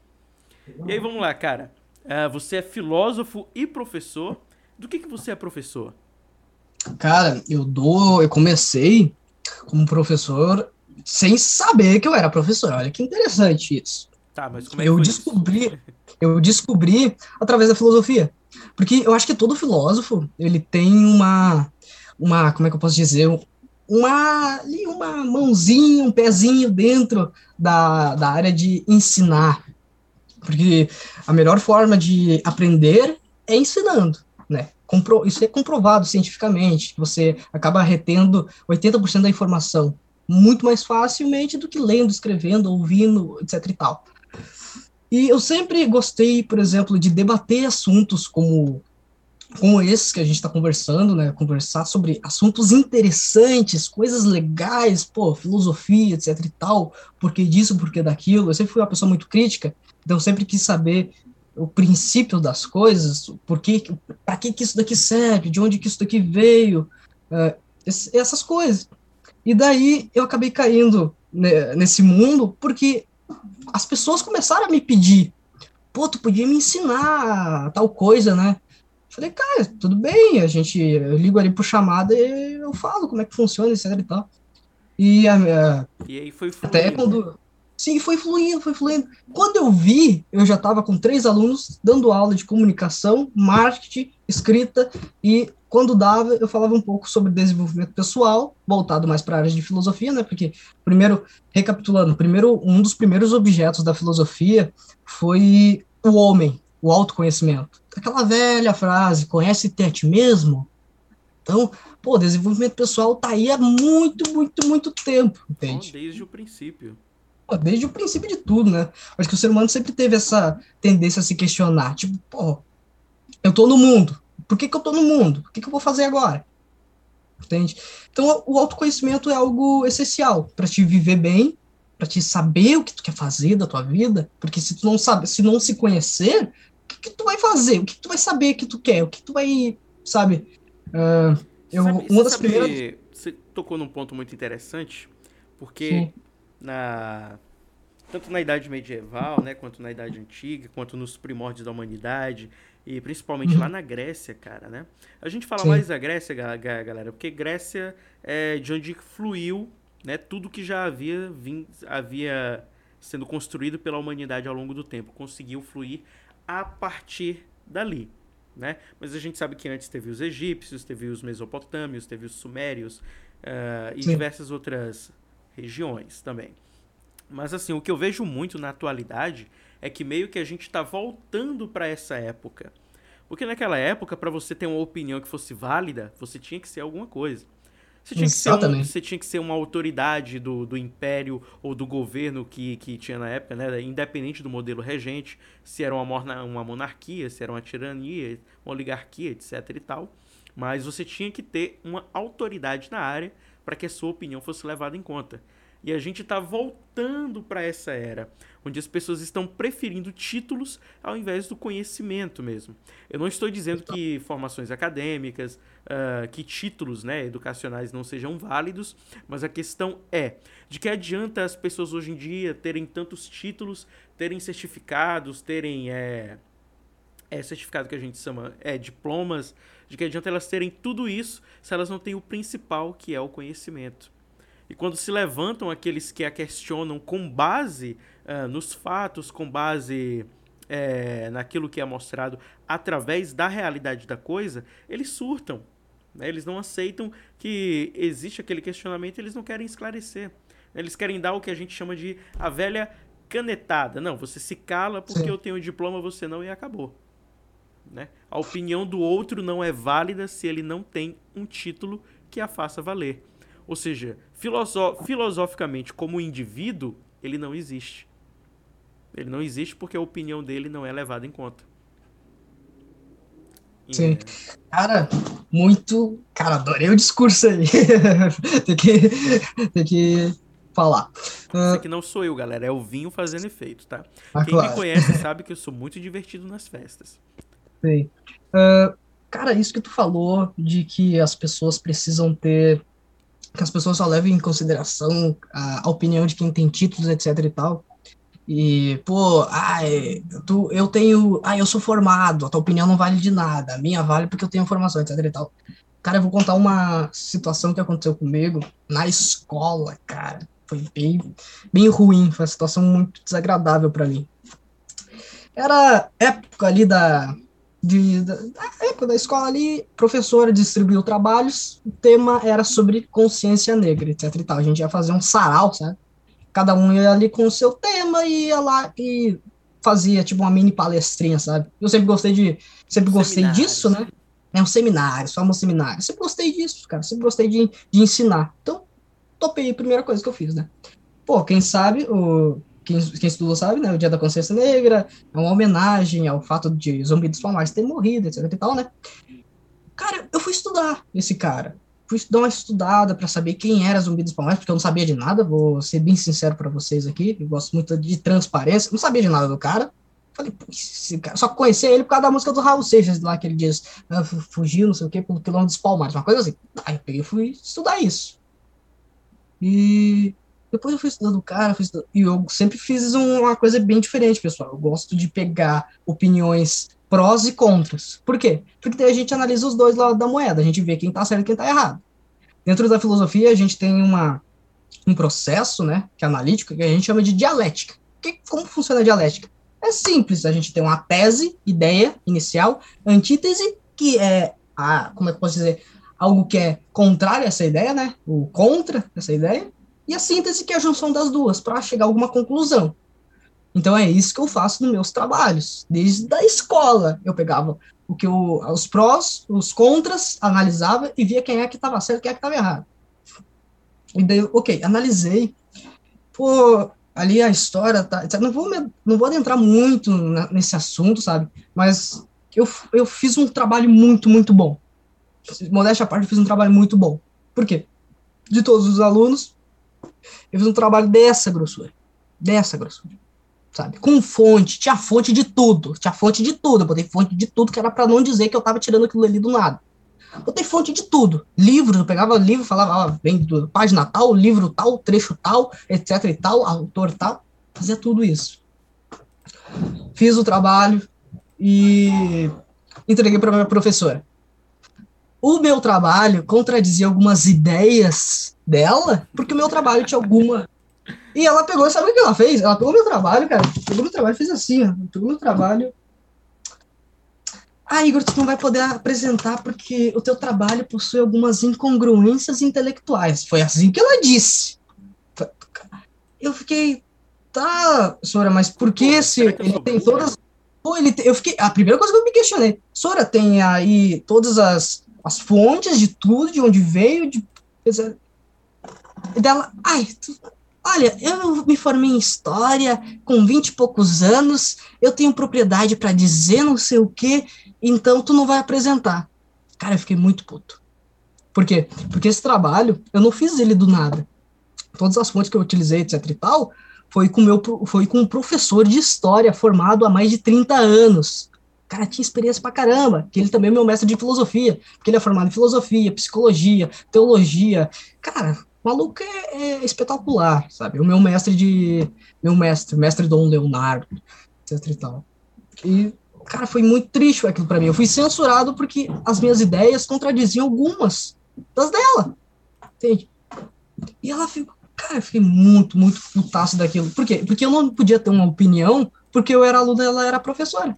E aí, vamos lá, cara. Ah, você é filósofo e professor. Do que que você é professor? Cara, eu dou. Eu comecei como professor sem saber que eu era professor. Olha que interessante isso. Tá, mas como é que Eu foi isso? descobri, eu descobri através da filosofia. Porque eu acho que todo filósofo, ele tem uma, uma, como é que eu posso dizer, uma, ali uma mãozinha, um pezinho dentro da, da área de ensinar. Porque a melhor forma de aprender é ensinando, né? Compro, isso é comprovado cientificamente, que você acaba retendo oitenta por cento da informação. muito mais facilmente do que lendo, escrevendo, ouvindo, etc e tal. E eu sempre gostei, por exemplo, de debater assuntos como, como esses que a gente está conversando, né? Conversar sobre assuntos interessantes, coisas legais, pô, filosofia, etc e tal, porquê disso, porquê daquilo. Eu sempre fui uma pessoa muito crítica, então eu sempre quis saber o princípio das coisas, porque, para que que isso daqui serve, de onde que isso daqui veio, uh, esse, essas coisas. E daí eu acabei caindo né, nesse mundo porque as pessoas começaram a me pedir, pô, tu podia me ensinar tal coisa, né? Falei, cara, tudo bem, a gente, eu ligo ali pro chamada e eu falo como é que funciona, etc e tal. E a, a, E aí foi até fluindo. quando... Sim, foi fluindo, foi fluindo. Quando eu vi, eu já estava com três alunos dando aula de comunicação, marketing, escrita, e quando dava, eu falava um pouco sobre desenvolvimento pessoal, voltado mais para a área de filosofia, né? Porque, primeiro, recapitulando, primeiro, um dos primeiros objetos da filosofia foi o homem, o autoconhecimento. Aquela velha frase, conhece-te a ti mesmo? Então, pô, desenvolvimento pessoal tá aí há muito, muito, muito tempo, Oh, entende? desde o princípio. Desde o princípio de tudo, né? Acho que o ser humano sempre teve essa tendência a se questionar. Tipo, pô, eu tô no mundo. Por que que eu tô no mundo? O que que eu vou fazer agora? Entende? Então, o autoconhecimento é algo essencial para te viver bem, para te saber o que tu quer fazer da tua vida. Porque se tu não sabe, se não se conhecer, o que que tu vai fazer? O que que tu vai saber que tu quer? O que que tu vai, sabe? Uh, eu, Sabe, uma você das primeiras... sabe, você tocou num ponto muito interessante, porque Sim. na tanto na idade medieval, né, quanto na idade antiga, quanto nos primórdios da humanidade e principalmente lá Uhum. na Grécia, cara, né? A gente fala Sim. mais da Grécia, ga- ga- galera, porque Grécia é de onde fluiu, né, tudo que já havia vim, havia sendo construído pela humanidade ao longo do tempo, conseguiu fluir a partir dali. Né? Mas a gente sabe que antes teve os egípcios, teve os mesopotâmios, teve os sumérios uh, e Sim. diversas outras regiões também. Mas assim, o que eu vejo muito na atualidade é que meio que a gente está voltando para essa época. Porque naquela época, para você ter uma opinião que fosse válida, você tinha que ser alguma coisa. Você tinha que ser, um, Exatamente. você tinha que ser uma autoridade do, do império ou do governo que, que tinha na época, né? Independente do modelo regente, se era uma, morna, uma monarquia, se era uma tirania, uma oligarquia, etc e tal. Mas você tinha que ter uma autoridade na área para que a sua opinião fosse levada em conta. E a gente está voltando para essa era, onde as pessoas estão preferindo títulos ao invés do conhecimento mesmo. Eu não estou dizendo que formações acadêmicas, uh, que títulos né, educacionais não sejam válidos, mas a questão é de que adianta as pessoas hoje em dia terem tantos títulos, terem certificados, terem é, é certificado que a gente chama é diplomas, de que adianta elas terem tudo isso se elas não têm o principal, que é o conhecimento. E quando se levantam aqueles que a questionam com base uh, nos fatos, com base é, naquilo que é mostrado através da realidade da coisa, eles surtam. Né? Eles não aceitam que existe aquele questionamento e eles não querem esclarecer. Eles querem dar o que a gente chama de a velha canetada. Não, você se cala porque Sim. eu tenho diploma, você não, e acabou. Né? A opinião do outro não é válida se ele não tem um título que a faça valer. Ou seja, filoso- filosoficamente, como indivíduo, ele não existe. Ele não existe porque a opinião dele não é levada em conta. E, Sim. é, Cara, muito. Cara, adorei o discurso aí. tem que, tem que falar. isso Ah, aqui não sou eu, galera. É o vinho fazendo efeito, tá? ah, Quem me claro. conhece sabe que eu sou muito divertido nas festas. Sim. Ah, cara, isso que tu falou de que as pessoas precisam ter. Que as pessoas só levem em consideração a, a opinião de quem tem títulos, etc e tal. E, pô, ai, tu, eu tenho. Ah, eu sou formado, a tua opinião não vale de nada. A minha vale porque eu tenho formação, etc e tal. Cara, eu vou contar uma situação que aconteceu comigo na escola, cara. Foi bem, bem ruim, foi uma situação muito desagradável para mim. Era época ali da, de, da, da época da escola ali, professora distribuiu trabalhos, o tema era sobre consciência negra, etc e tal. A gente ia fazer um sarau, sabe? Cada um ia ali com o seu tema e ia lá e fazia tipo uma mini palestrinha, sabe? Eu sempre gostei de, Um sempre gostei seminário, disso, assim. né? É um seminário, só um seminário. Sempre gostei disso, cara. Sempre gostei de, de ensinar. Então, topei a primeira coisa que eu fiz, né? Pô, quem sabe, o, quem, quem estudou sabe, né? O Dia da Consciência Negra é uma homenagem ao fato de Zumbi dos Palmares ter morrido, etc e tal, né? Cara, eu fui estudar esse cara. Fui dar uma estudada para saber quem era Zumbi dos Palmares, porque eu não sabia de nada, vou ser bem sincero para vocês aqui, eu gosto muito de transparência, não sabia de nada do cara. Falei, esse cara, só conhecia ele por causa da música do Raul Seixas, lá que ele diz, ah, fugiu, não sei o quê, pelo quilômetro dos Palmares, uma coisa assim. Aí eu peguei e fui estudar isso. E depois eu fui estudando o cara, fui estudando, e eu sempre fiz uma coisa bem diferente, pessoal. Eu gosto de pegar opiniões prós e contras. Por quê? Porque daí a gente analisa os dois lados da moeda, a gente vê quem tá certo e quem tá errado. Dentro da filosofia, a gente tem uma, um processo, né, que é analítico, que a gente chama de dialética. Que, como funciona a dialética? É simples, a gente tem uma tese, ideia inicial, antítese, que é, a, como é que eu posso dizer, algo que é contrário a essa ideia, né, o contra essa ideia, e a síntese, que é a junção das duas, para chegar a alguma conclusão. Então é isso que eu faço nos meus trabalhos. Desde a escola, eu pegava o que eu, os prós, os contras, analisava e via quem é que estava certo e quem é que estava errado. E daí, ok, analisei. Pô, ali a história, tá, não vou, não vou adentrar muito nesse assunto, sabe? Mas eu, eu fiz um trabalho muito, muito bom. Modéstia à parte, eu fiz um trabalho muito bom. Por quê? De todos os alunos, eu fiz um trabalho dessa grossura. Dessa grossura. Sabe? Com fonte, tinha fonte de tudo. Tinha fonte de tudo. Eu botei fonte de tudo, que era pra não dizer que eu tava tirando aquilo ali do nada. Botei fonte de tudo. Livro, eu pegava livro, falava, ó, vem do página tal, livro tal, trecho tal, etc e tal, autor tal. Fazia tudo isso. Fiz o trabalho e entreguei pra minha professora. O meu trabalho contradizia algumas ideias dela, porque o meu trabalho tinha alguma... E ela pegou, sabe o que ela fez? Ela pegou meu trabalho, cara, pegou meu trabalho e fez assim, ó, pegou meu trabalho... Ah, Igor, tu não vai poder apresentar porque o teu trabalho possui algumas incongruências intelectuais. Foi assim que ela disse. Eu fiquei, tá, Sora, mas por que se ele tem todas... Pô, ele tem... Eu fiquei... A primeira coisa que eu me questionei, Sora, tem aí todas as, as fontes de tudo, de onde veio, de... E dela, ai, tu... Olha, eu me formei em História com vinte e poucos anos, eu tenho propriedade para dizer não sei o quê, então tu não vai apresentar. Cara, eu fiquei muito puto. Por quê? Porque esse trabalho, eu não fiz ele do nada. Todas as fontes que eu utilizei, etc e tal, foi com, meu, foi com um professor de História formado há mais de trinta anos. O cara tinha experiência pra caramba, que ele também é meu mestre de Filosofia, porque ele é formado em Filosofia, Psicologia, Teologia. Cara... O maluco é, é espetacular, sabe? O meu mestre de... Meu mestre, mestre Dom Leonardo, etc e tal. E, cara, foi muito triste aquilo pra mim. Eu fui censurado porque as minhas ideias contradiziam algumas das dela. Entende? E ela ficou... Cara, eu fiquei muito, muito putaço daquilo. Por quê? Porque eu não podia ter uma opinião porque eu era aluno e ela era professora.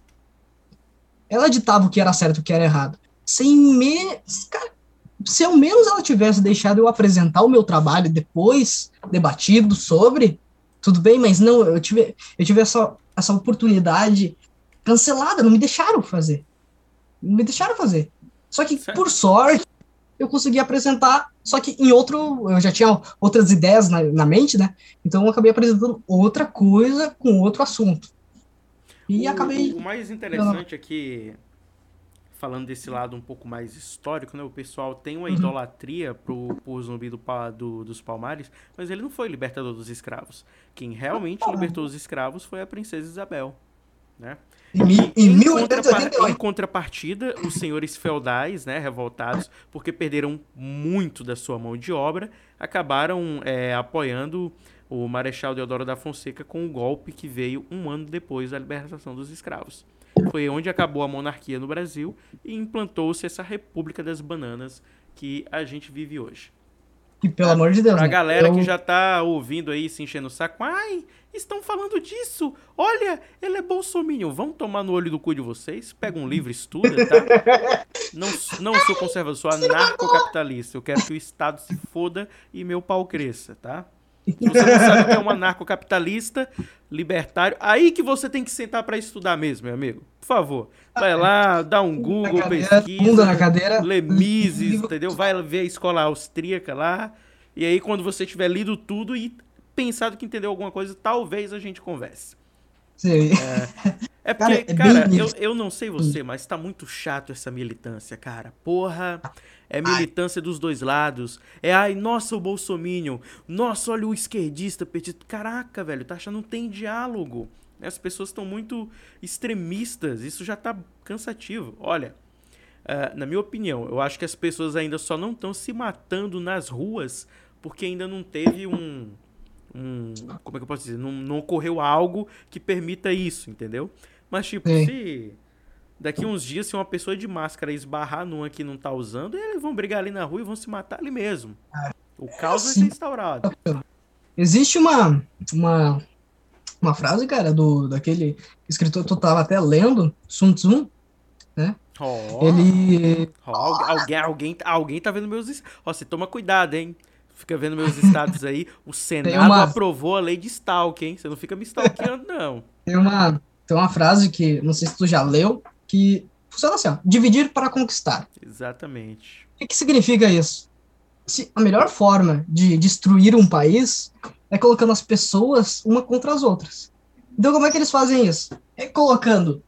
Ela ditava o que era certo e o que era errado. Sem me... Cara, se ao menos ela tivesse deixado eu apresentar o meu trabalho depois, debatido sobre, tudo bem, mas não, eu tive, eu tive essa, essa oportunidade cancelada, não me deixaram fazer. Não me deixaram fazer. Só que, certo. Por sorte, eu consegui apresentar, só que em outro, eu já tinha outras ideias na, na mente, né? Então eu acabei apresentando outra coisa com outro assunto. E o, acabei... O mais interessante é que... Falando desse lado um pouco mais histórico, né? O pessoal tem uma uhum. idolatria pro, pro Zumbi do, do, dos Palmares, mas ele não foi libertador dos escravos. Quem realmente ah, libertou os escravos foi a princesa Isabel, né? Em, em, em, mil oitocentos e oitenta e oito. Em contrapartida, os senhores feudais, né, revoltados, porque perderam muito da sua mão de obra, acabaram é, apoiando o Marechal Deodoro da Fonseca com o golpe que veio um ano depois da libertação dos escravos. Foi onde acabou a monarquia no Brasil e implantou-se essa República das Bananas que a gente vive hoje. E pelo a, amor de Deus, pra né? galera eu... que já tá ouvindo aí, se enchendo o saco, ai, estão falando disso, olha, ele é bolsominion, vão tomar no olho do cu de vocês, pega um livro, estuda, tá? Não, não sou conservador, sou anarcocapitalista, eu quero que o Estado se foda e meu pau cresça, tá? Se você não sabe o que é um anarcocapitalista, libertário, aí que você tem que sentar para estudar mesmo, meu amigo. Por favor, vai lá, dá um Google, cadeira, pesquisa, na cadeira, lê Mises, entendeu? Vai ver a escola austríaca lá E aí, quando você tiver lido tudo e pensado que entendeu alguma coisa, talvez a gente converse. Sim. É Cara, porque, é bem cara, eu, isso. eu não sei você, mas tá muito chato essa militância, cara. Porra, é militância dos dois lados. É, ai, nossa, o bolsominion. Nossa, olha o esquerdista, petista. Caraca, velho, tá achando que não tem diálogo. As pessoas estão muito extremistas. Isso já tá cansativo. Olha, uh, na minha opinião, eu acho que as pessoas ainda só não estão se matando nas ruas porque ainda não teve um... um como é que eu posso dizer? Não, não ocorreu algo que permita isso, entendeu? Mas, tipo, Sim. se daqui uns dias, se uma pessoa de máscara esbarrar numa que não tá usando, eles vão brigar ali na rua e vão se matar ali mesmo. O É caos vai ser assim. instaurado. Existe uma, uma, uma frase, cara, do, daquele escritor que eu tava até lendo, Sun Tzu, né? Ó, Ele. ó, algu- alguém, alguém, alguém tá vendo meus... Ó, você toma cuidado, hein? Fica vendo meus status aí. O Tem Senado uma, aprovou a lei de stalk, hein? Você não fica me stalkeando, não. tem uma, tem uma frase que, não sei se tu já leu, que funciona assim, ó, dividir para conquistar. Exatamente. O que, que significa isso? Se a melhor forma de destruir um país é colocando as pessoas uma contra as outras. Então, como é que eles fazem isso? É colocando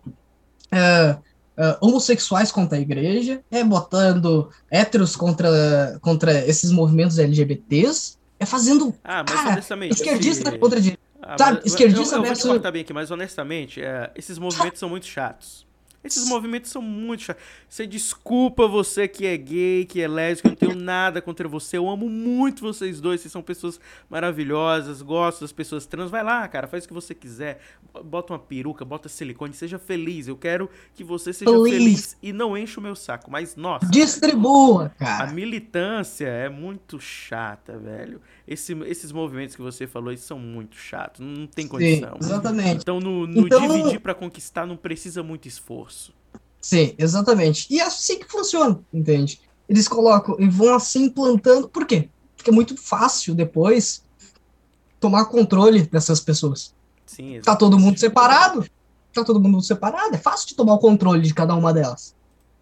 é, é, homossexuais contra a igreja, é botando héteros contra, contra esses movimentos L G B Ts, é fazendo, Ah, mas cara, honestamente, esquerdista se... contra direita, Ah, mas sabe? eu, Esquerdista eu vou te versus. cortar bem aqui, mas honestamente, é, esses movimentos são muito chatos. Esses movimentos são muito chatos. Você desculpa você que é gay, que é lésbico, eu não tenho nada contra você. Eu amo muito vocês dois, vocês são pessoas maravilhosas, gosto das pessoas trans. Vai lá, cara, faz o que você quiser. Bota uma peruca, bota silicone, seja feliz. Eu quero que você seja Feliz. feliz e não encha o meu saco. Mas, nossa, velho, Distribua, a cara. militância é muito chata, velho. Esse, esses movimentos que você falou aí são muito chatos, não, não tem Sim, condição. exatamente. Então, no, no Então, dividir pra conquistar não precisa muito esforço. sim, exatamente. E é assim que funciona, entende? Eles colocam e vão assim implantando. Por quê? Porque é muito fácil depois tomar controle dessas pessoas. Sim, Tá todo mundo exatamente. separado, tá todo mundo separado, é fácil de tomar o controle de cada uma delas.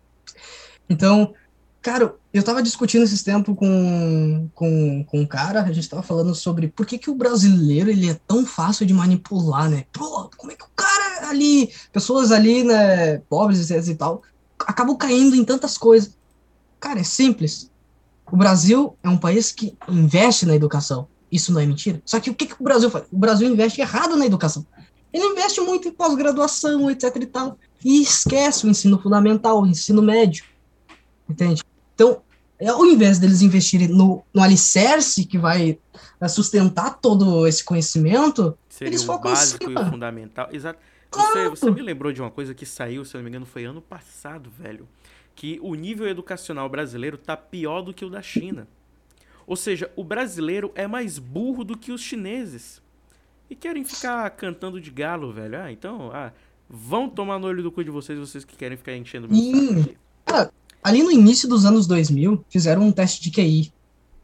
Então, cara, eu tava discutindo esses tempos com, com, com um cara, a gente tava falando sobre por que que o brasileiro, ele é tão fácil de manipular, né? Pô, como é que o cara ali, pessoas ali, né, pobres e tal, acabam caindo em tantas coisas. Cara, é simples. O Brasil é um país que investe na educação. Isso não é mentira? Só que o que, que o Brasil faz? O Brasil investe errado na educação. Ele investe muito em pós-graduação, etc e tal, e esquece o ensino fundamental, o ensino médio, entende? Então, ao invés deles investirem no, no alicerce que vai sustentar todo esse conhecimento, Seria eles o focam em básico e o cima. fundamental. Exato. Você, você me Claro. lembrou de uma coisa que saiu, se eu não me engano, foi ano passado, velho. Que o nível educacional brasileiro tá pior do que o da China. Ou seja, o brasileiro é mais burro do que os chineses. E querem ficar cantando de galo, velho. Ah, então, ah, vão tomar no olho do cu de vocês, vocês que querem ficar enchendo meu saco E, aqui. cara, ali no início dos anos dois mil, fizeram um teste de Q I,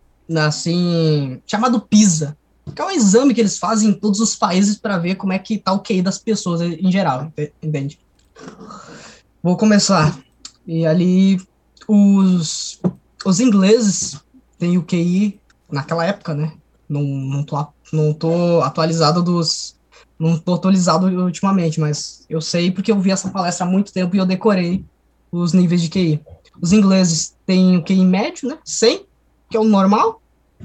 assim, chamado PISA, que é um exame que eles fazem em todos os países para ver como é que tá o Q I das pessoas em geral, entende? Vou começar. E ali os, os ingleses têm o Q I naquela época, né? Não, não, tô, não tô atualizado dos. Não tô atualizado ultimamente, mas eu sei porque eu vi essa palestra há muito tempo e eu decorei os níveis de Q I. Os ingleses têm o Q I médio, né? cem, que é o normal.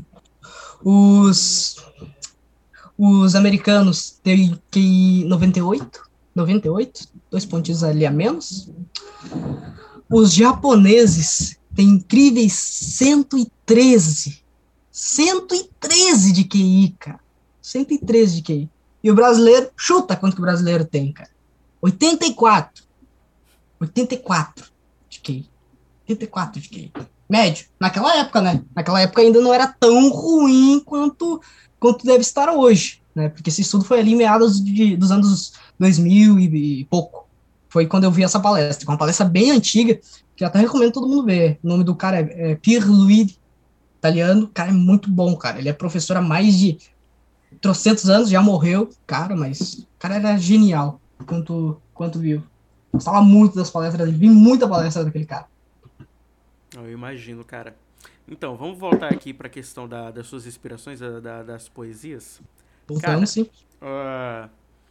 Os, os americanos têm Q I noventa e oito, noventa e oito, dois pontinhos ali a menos. Os japoneses têm incríveis cento e treze. cento e treze de Q I, cara. cento e treze de Q I. E o brasileiro, chuta quanto que o brasileiro tem, cara. oitenta e quatro. oitenta e quatro de Q I. oitenta e quatro de Q I. Médio. Naquela época, né? Naquela época ainda não era tão ruim quanto, quanto deve estar hoje, né? Porque esse estudo foi ali em meados de, dos anos dois mil e, e pouco. Foi quando eu vi essa palestra. Uma palestra bem antiga, que eu até recomendo todo mundo ver. O nome do cara é, é Pierluigi, italiano. O cara é muito bom, cara. Ele é professor há mais de trocentos anos, já morreu, cara, mas o cara era genial quanto, quanto viu. Gostava muito das palestras, vi muita palestra daquele cara. Eu imagino, cara. Então, vamos voltar aqui para a questão da, das suas inspirações, da, da- das poesias. Voltamos, Cara, sim. ah,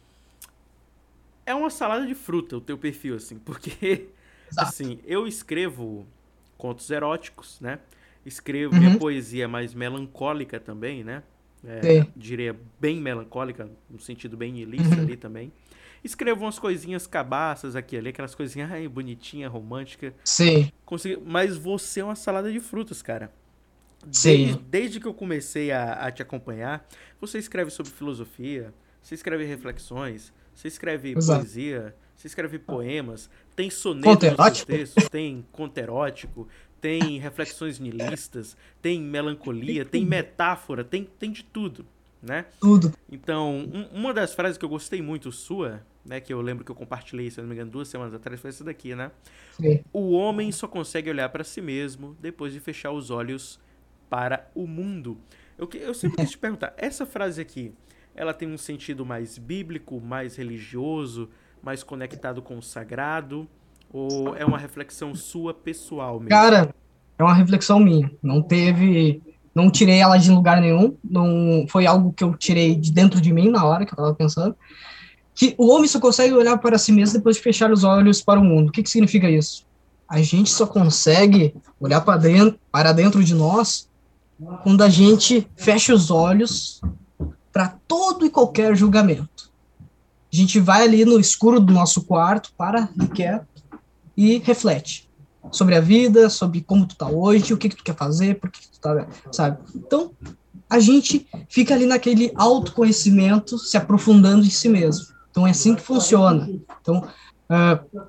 é uma salada de fruta o teu perfil, assim, porque, Exato. assim, eu escrevo contos eróticos, né? Escrevo minha Uhum. poesia mais melancólica também, né? É, Sei. diria bem melancólica, no sentido bem niilista Uhum. ali também. Escrevo umas coisinhas cabaças aqui e ali, aquelas coisinhas ai, bonitinha, romântica. Sei. Consegui... Mas você é uma salada de frutas, cara. Desde, Sei. desde que eu comecei a, a te acompanhar, você escreve sobre filosofia, você escreve reflexões, você escreve Exato. poesia, você escreve poemas, tem Conto soneto nos seus erótico? textos, tem conto erótico, tem reflexões nihilistas, tem melancolia, tem metáfora, tem, tem de tudo, né? Tudo. Então, um- uma das frases que eu gostei muito sua, né, que eu lembro que eu compartilhei, se eu não me engano, duas semanas atrás, foi essa daqui, né? Sei. O homem só consegue olhar para si mesmo depois de fechar os olhos para o mundo. Eu, que- eu sempre quis te perguntar, essa frase aqui, ela tem um sentido mais bíblico, mais religioso, mais conectado com o sagrado, ou é uma reflexão sua pessoal mesmo? Cara, é uma reflexão minha. Não teve. Não tirei ela de lugar nenhum. Não foi algo que eu tirei de dentro de mim na hora que eu tava pensando. Que o homem só consegue olhar para si mesmo depois de fechar os olhos para o mundo. O que que significa isso? A gente só consegue olhar para dentro, para dentro de nós quando a gente fecha os olhos para todo e qualquer julgamento. A gente vai ali no escuro do nosso quarto, para quieto e reflete sobre a vida, sobre como tu tá hoje, o que que tu quer fazer, por que que tu tá, sabe? Então, a gente fica ali naquele autoconhecimento, se aprofundando em si mesmo. Então, é assim que funciona. Então, uh,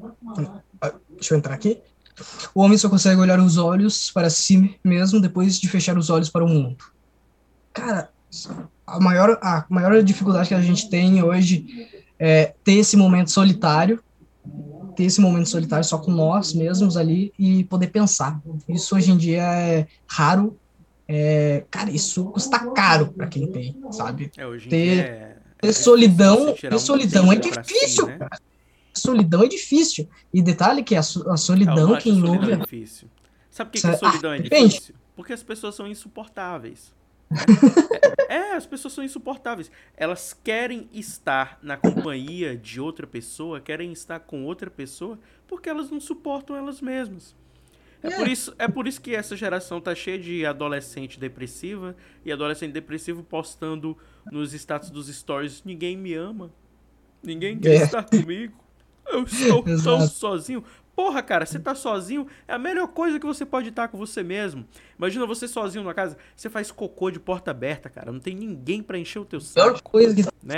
deixa eu entrar aqui. O homem só consegue olhar os olhos para si mesmo depois de fechar os olhos para o mundo. Cara, a maior, a maior dificuldade que a gente tem hoje é ter esse momento solitário, ter esse momento solitário só com nós mesmos ali e poder pensar. Isso hoje em dia é raro. É, cara, isso custa caro para quem tem, sabe? É, hoje em dia Ter, é, ter é difícil você solidão, tirar ter um solidão é tempo para si, difícil, né? cara. Solidão é difícil. E detalhe que a, a Ah, eu não solidão, acho a quem solidão ouve. difícil. Sabe por que, que a Ah, solidão é depende. difícil? Porque as pessoas são insuportáveis, né? É, é, as pessoas são insuportáveis. Elas querem estar na companhia de outra pessoa, querem estar com outra pessoa, porque elas não suportam elas mesmas. É por É, isso, é por isso que essa geração tá cheia de adolescente depressiva e adolescente depressivo postando nos status dos stories: ninguém me ama, ninguém quer é, estar comigo, eu estou tão exato. sozinho. Porra, cara, você tá sozinho, é a melhor coisa que você pode estar com você mesmo. Imagina você sozinho numa casa, você faz cocô de porta aberta, cara, não tem ninguém pra encher o teu Pior saco, coisa que né?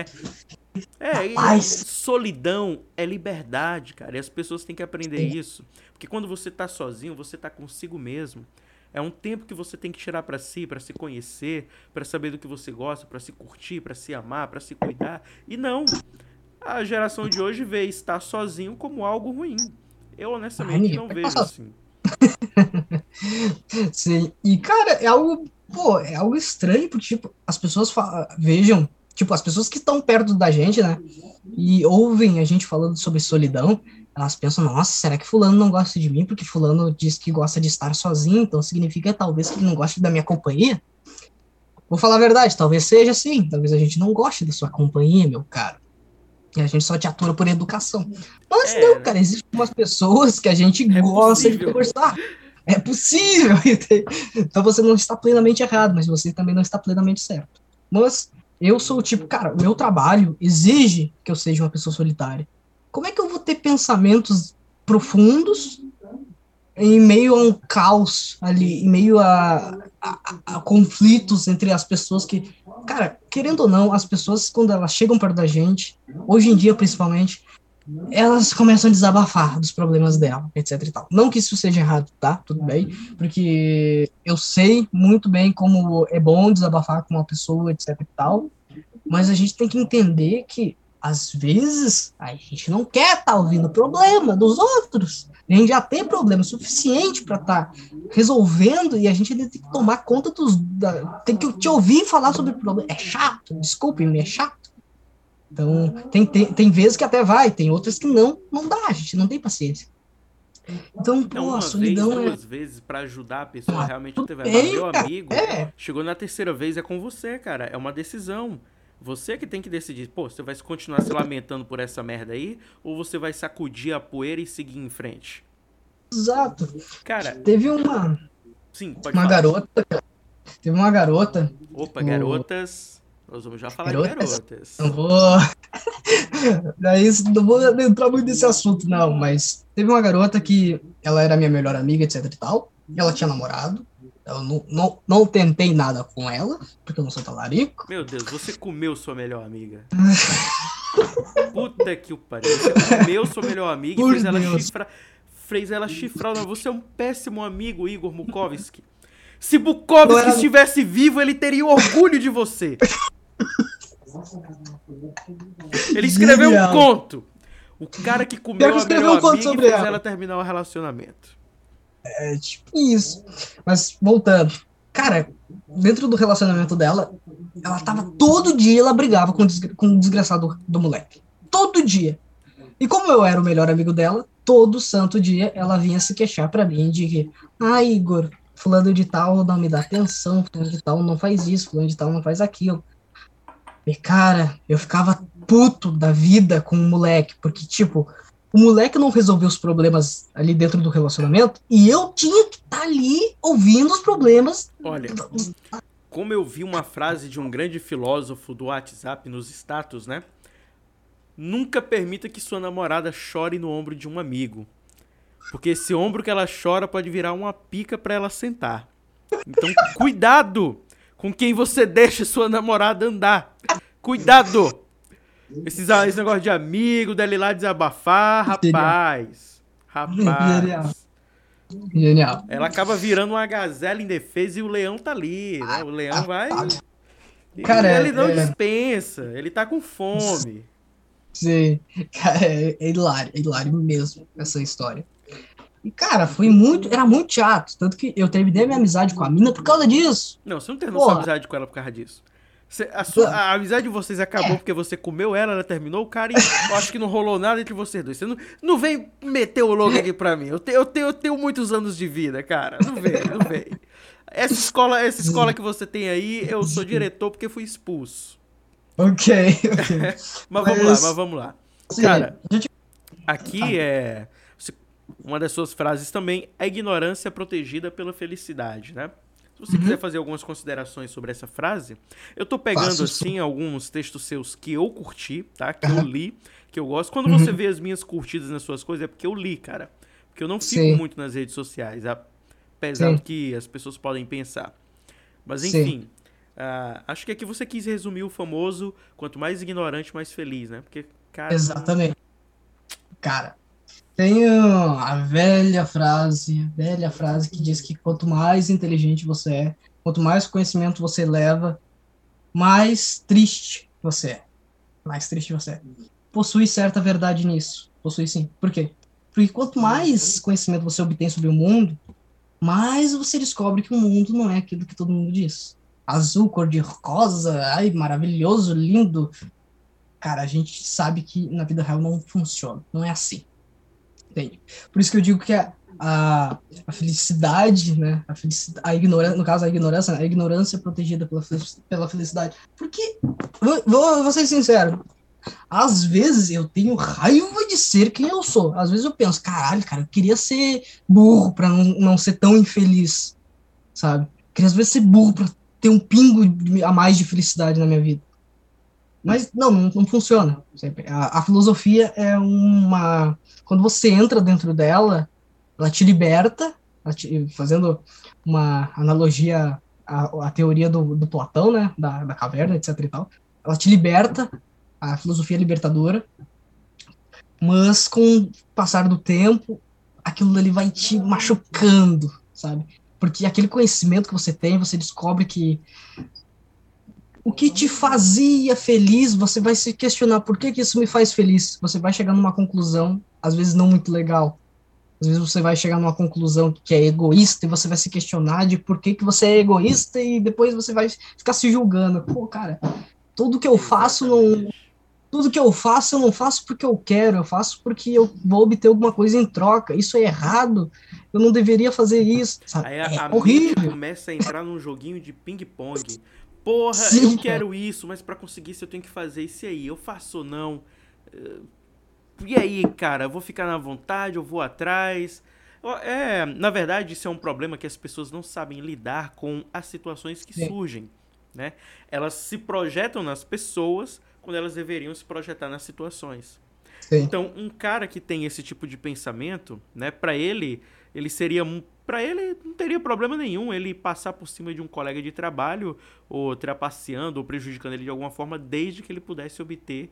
É, e, e capaz. solidão é liberdade, cara, e as pessoas têm que aprender isso. Porque quando você tá sozinho, você tá consigo mesmo. É um tempo que você tem que tirar pra si, pra se conhecer, pra saber do que você gosta, pra se curtir, pra se amar, pra se cuidar. E não, a geração de hoje vê estar sozinho como algo ruim. Eu Ai, honestamente ninguém não vai vejo passar. assim. Sim. E, cara, é algo, pô, é algo estranho, porque, tipo, as pessoas fa- vejam, tipo, as pessoas que estão perto da gente, né, e ouvem a gente falando sobre solidão, elas pensam, nossa, será que fulano não gosta de mim porque fulano diz que gosta de estar sozinho, então significa talvez que ele não goste da minha companhia? Vou falar a verdade, talvez seja assim, talvez a gente não goste da sua companhia, meu caro, e a gente só te atura por educação. Mas É, não, né? cara, existem umas pessoas que a gente É gosta de possível. conversar. É possível. Então você não está plenamente errado, mas você também não está plenamente certo. Mas eu sou o tipo, cara, o meu trabalho exige que eu seja uma pessoa solitária. Como é que eu vou ter pensamentos profundos em meio a um caos ali, em meio a, a, a conflitos entre as pessoas que, cara, querendo ou não, as pessoas, quando elas chegam perto da gente, hoje em dia principalmente, elas começam a desabafar dos problemas dela, etc e tal. Não que isso seja errado, tá? Tudo bem, porque eu sei muito bem como é bom desabafar com uma pessoa, etc e tal, mas a gente tem que entender que, às vezes, a gente não quer estar tá ouvindo o problema dos outros. A gente já tem problema suficiente para estar tá resolvendo e a gente tem que tomar conta dos. Da, tem que te ouvir falar sobre o problema. É chato, desculpe-me, é chato. Então, tem, tem, tem vezes que até vai, tem outras que não, não dá, a gente não tem paciência. Então, Não, pô, a uma vez, solidão é. duas vezes, pra ajudar a pessoa Ah, realmente tudo teve. Mas bem, meu cara. amigo, É, chegou na terceira vez, é com você, cara. É uma decisão. Você que tem que decidir. Pô, você vai continuar se lamentando por essa merda aí? Ou você vai sacudir a poeira e seguir em frente? exato. Cara, Teve uma, sim, pode uma falar. garota, teve uma garota, Opa, o, garotas. Nós vamos já falar de garotas, garotas. não vou, daí não vou entrar muito nesse assunto, não, mas teve uma garota que ela era minha melhor amiga, etc e tal, ela tinha namorado, eu não, não, não tentei nada com ela, porque eu não sou talarico. Meu Deus, você comeu sua melhor amiga. Puta que o pariu. Você comeu sua melhor amiga e Por fez ela Deus. chifrar. Fez ela chifrar. Não, você é um péssimo amigo, Igor Mukovski. Se Bukovski Era... estivesse vivo, ele teria orgulho de você. Ele escreveu um Genial. conto. O cara que comeu a escreveu melhor um conto amiga e sobre fez ela. ela terminar o relacionamento. É tipo isso. Mas voltando. Cara, dentro do relacionamento dela, ela tava todo dia, ela brigava com, desgra com o desgraçado do moleque. Todo dia. E como eu era o melhor amigo dela, todo santo dia ela vinha se queixar pra mim de que, ah, Igor, fulano de tal não me dá atenção, fulano de tal não faz isso, fulano de tal não faz aquilo. E, cara, eu ficava puto da vida com o moleque, porque, tipo, o moleque não resolveu os problemas ali dentro do relacionamento e eu tinha que estar tá ali ouvindo os problemas. Olha, como eu vi uma frase de um grande filósofo do WhatsApp nos status, né? Nunca permita que sua namorada chore no ombro de um amigo. Porque esse ombro que ela chora pode virar uma pica pra ela sentar. Então, cuidado com quem você deixa sua namorada andar. Cuidado! Esse, esse negócio de amigo, dela ir lá desabafar, rapaz. Rapaz. Genial. Genial. Ela acaba virando uma gazela indefesa e o leão tá ali, né? O leão vai... Cara, ele não é... dispensa, ele tá com fome. Sim, cara, é, é hilário, é hilário mesmo essa história. E, cara, foi muito, era muito chato, tanto que eu terminei minha amizade com a mina por causa disso. Não, você não terminou sua amizade com ela por causa disso. Você, a, sua, a amizade de vocês acabou é. porque você comeu ela, ela terminou o cara e eu acho que não rolou nada entre vocês dois. Você não, não vem meter o louco aqui pra mim. Eu, te, eu, te, eu tenho muitos anos de vida, cara. Não vem, não vem. Essa escola, essa escola que você tem aí, eu sou diretor porque fui expulso. Ok, ok. mas, mas vamos lá, mas vamos lá. Sim, cara, gente... aqui é... Uma das suas frases também, a ignorância protegida pela felicidade, né? Se você uhum. quiser fazer algumas considerações sobre essa frase, eu tô pegando, Faço assim, isso. alguns textos seus que eu curti, tá? Que uhum. eu li, que eu gosto. Quando uhum. você vê as minhas curtidas nas suas coisas, é porque eu li, cara. Porque eu não fico Sim. muito nas redes sociais, apesar Sim. do que as pessoas podem pensar. Mas, enfim, uh, acho que aqui você quis resumir o famoso quanto mais ignorante, mais feliz, né? Porque, cara... Exatamente. Cara... Tem a velha frase, a velha frase que diz que quanto mais inteligente você é, quanto mais conhecimento você leva, mais triste você é. Mais triste você é. Possui certa verdade nisso. Possui sim. Por quê? Porque quanto mais conhecimento você obtém sobre o mundo, mais você descobre que o mundo não é aquilo que todo mundo diz. Azul, cor-de-rosa, ai, maravilhoso, lindo. Cara, a gente sabe que na vida real não funciona. Não é assim. Entende? Por isso que eu digo que a, a, a felicidade, né, a, felicidade, a ignorância, no caso a ignorância, a ignorância é protegida pela, pela felicidade. Porque, vou, vou ser sincero, às vezes eu tenho raiva de ser quem eu sou. Às vezes eu penso, caralho, cara, eu queria ser burro pra não, não ser tão infeliz, sabe? Eu queria às vezes ser burro pra ter um pingo a mais de felicidade na minha vida. Mas não, não, não funciona. A, a filosofia é uma... Quando você entra dentro dela, ela te liberta, ela te, fazendo uma analogia à, à teoria do, do Platão, né, da, da caverna, etc e tal. Ela te liberta, a filosofia é libertadora, mas com o passar do tempo, aquilo ali vai te machucando, sabe? Porque aquele conhecimento que você tem, você descobre que o que te fazia feliz, você vai se questionar por que, que isso me faz feliz. Você vai chegar numa conclusão, às vezes não muito legal. Às vezes você vai chegar numa conclusão que é egoísta e você vai se questionar de por que, que você é egoísta e depois você vai ficar se julgando. Pô, cara, tudo que eu faço não, Tudo que eu faço, eu não faço porque eu quero, eu faço porque eu vou obter alguma coisa em troca. Isso é errado, eu não deveria fazer isso, sabe? Aí a, É a mente horrível. começa a entrar num joguinho de ping-pong. Porra, eu Sim, cara. quero isso, mas pra conseguir isso eu tenho que fazer isso aí. Eu faço ou não? Eh, E aí, cara, eu vou ficar na vontade, eu vou atrás? Ó, É, na verdade, isso é um problema que as pessoas não sabem lidar com as situações que Sim, surgem, né? Elas se projetam nas pessoas quando elas deveriam se projetar nas situações. sim. Então, um cara que tem esse tipo de pensamento, né, para ele, ele seria para ele não teria problema nenhum ele passar por cima de um colega de trabalho ou trapaceando ou prejudicando ele de alguma forma, desde que ele pudesse obter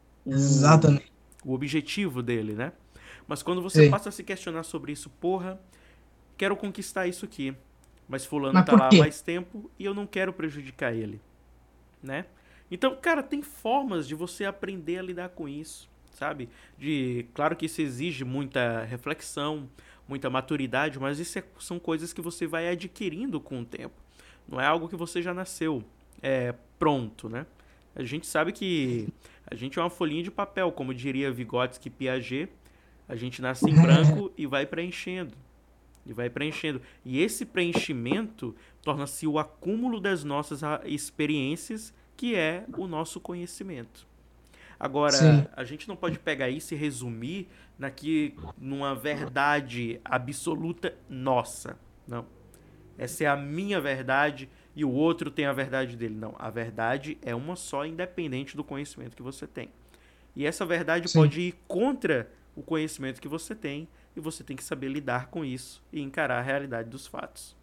o, Exatamente. o objetivo dele, né? Mas quando você Sim. passa a se questionar sobre isso, porra, quero conquistar isso aqui, mas fulano Mas tá por lá há quê? mais tempo e eu não quero prejudicar ele, né? Então, cara, tem formas de você aprender a lidar com isso, sabe? De, claro que isso exige muita reflexão, muita maturidade, mas isso é- são coisas que você vai adquirindo com o tempo. Não é algo que você já nasceu é, pronto, né? A gente sabe que a gente é uma folhinha de papel, como diria Vygotsky e Piaget. A gente nasce em branco e vai preenchendo. E vai preenchendo. E esse preenchimento torna-se o acúmulo das nossas ah, experiências, que é o nosso conhecimento. Sim, Agora, a gente não pode pegar isso e resumir naqui, numa verdade absoluta nossa. Não. Essa é a minha verdade e o outro tem a verdade dele. Não. A verdade é uma só, independente do conhecimento que você tem. E essa verdade sim. pode ir contra o conhecimento que você tem e você tem que saber lidar com isso e encarar a realidade dos fatos.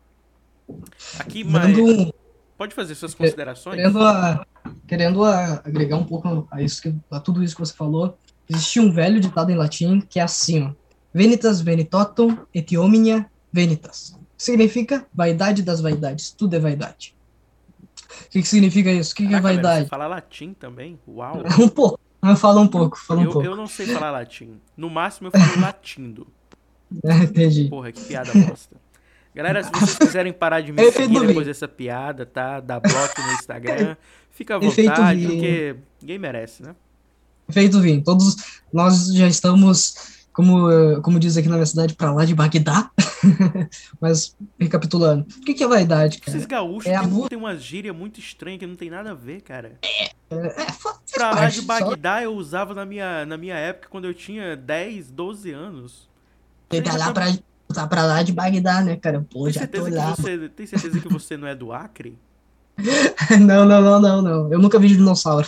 Aqui, Dando mas um, pode fazer suas que- considerações? querendo, a, querendo a, agregar um pouco a, isso que, a tudo isso que você falou, existia um velho ditado em latim que é assim, ó, Venitas venitotum et omnia venitas. Significa vaidade das vaidades, tudo é vaidade. O que, que significa isso? O que, que é Caraca, velho, você vaidade? fala latim também? Uau! Um pouco, fala um pouco, fala um Eu, eu pouco. não sei falar latim. No máximo eu falo latindo. Entendi. Porra, que piada bosta. Galera, se vocês quiserem parar de me É efeito seguir do depois vinho. dessa piada, tá? Dá bloco no Instagram. Fica à Efeito vontade, vinho. porque ninguém merece, né? Efeito vinho. Todos nós já estamos, como, eh, como diz aqui na minha cidade, para lá de Bagdá. Mas, recapitulando, o que que é vaidade, Vocês cara? gaúchos É a tem, um, busca. tem uma gíria muito estranha que não tem nada a ver, cara. É, fa- faz Pra lá de parte. Só Bagdá eu usava na minha, na minha época quando eu tinha dez, doze anos. ele Você tá já lá tá. pra, tá pra lá de Bagdá, né, cara? Pô, Tem já tô certeza que lá. você. Tem certeza que você não é do Acre? Não, não, não, não, não. Eu nunca vi dinossauro.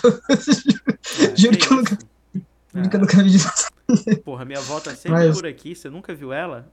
Ah, que Juro que eu nunca, isso? juro que eu Ah, nunca vi dinossauro. porra, minha avó tá sempre Mas, por aqui. Você nunca viu ela?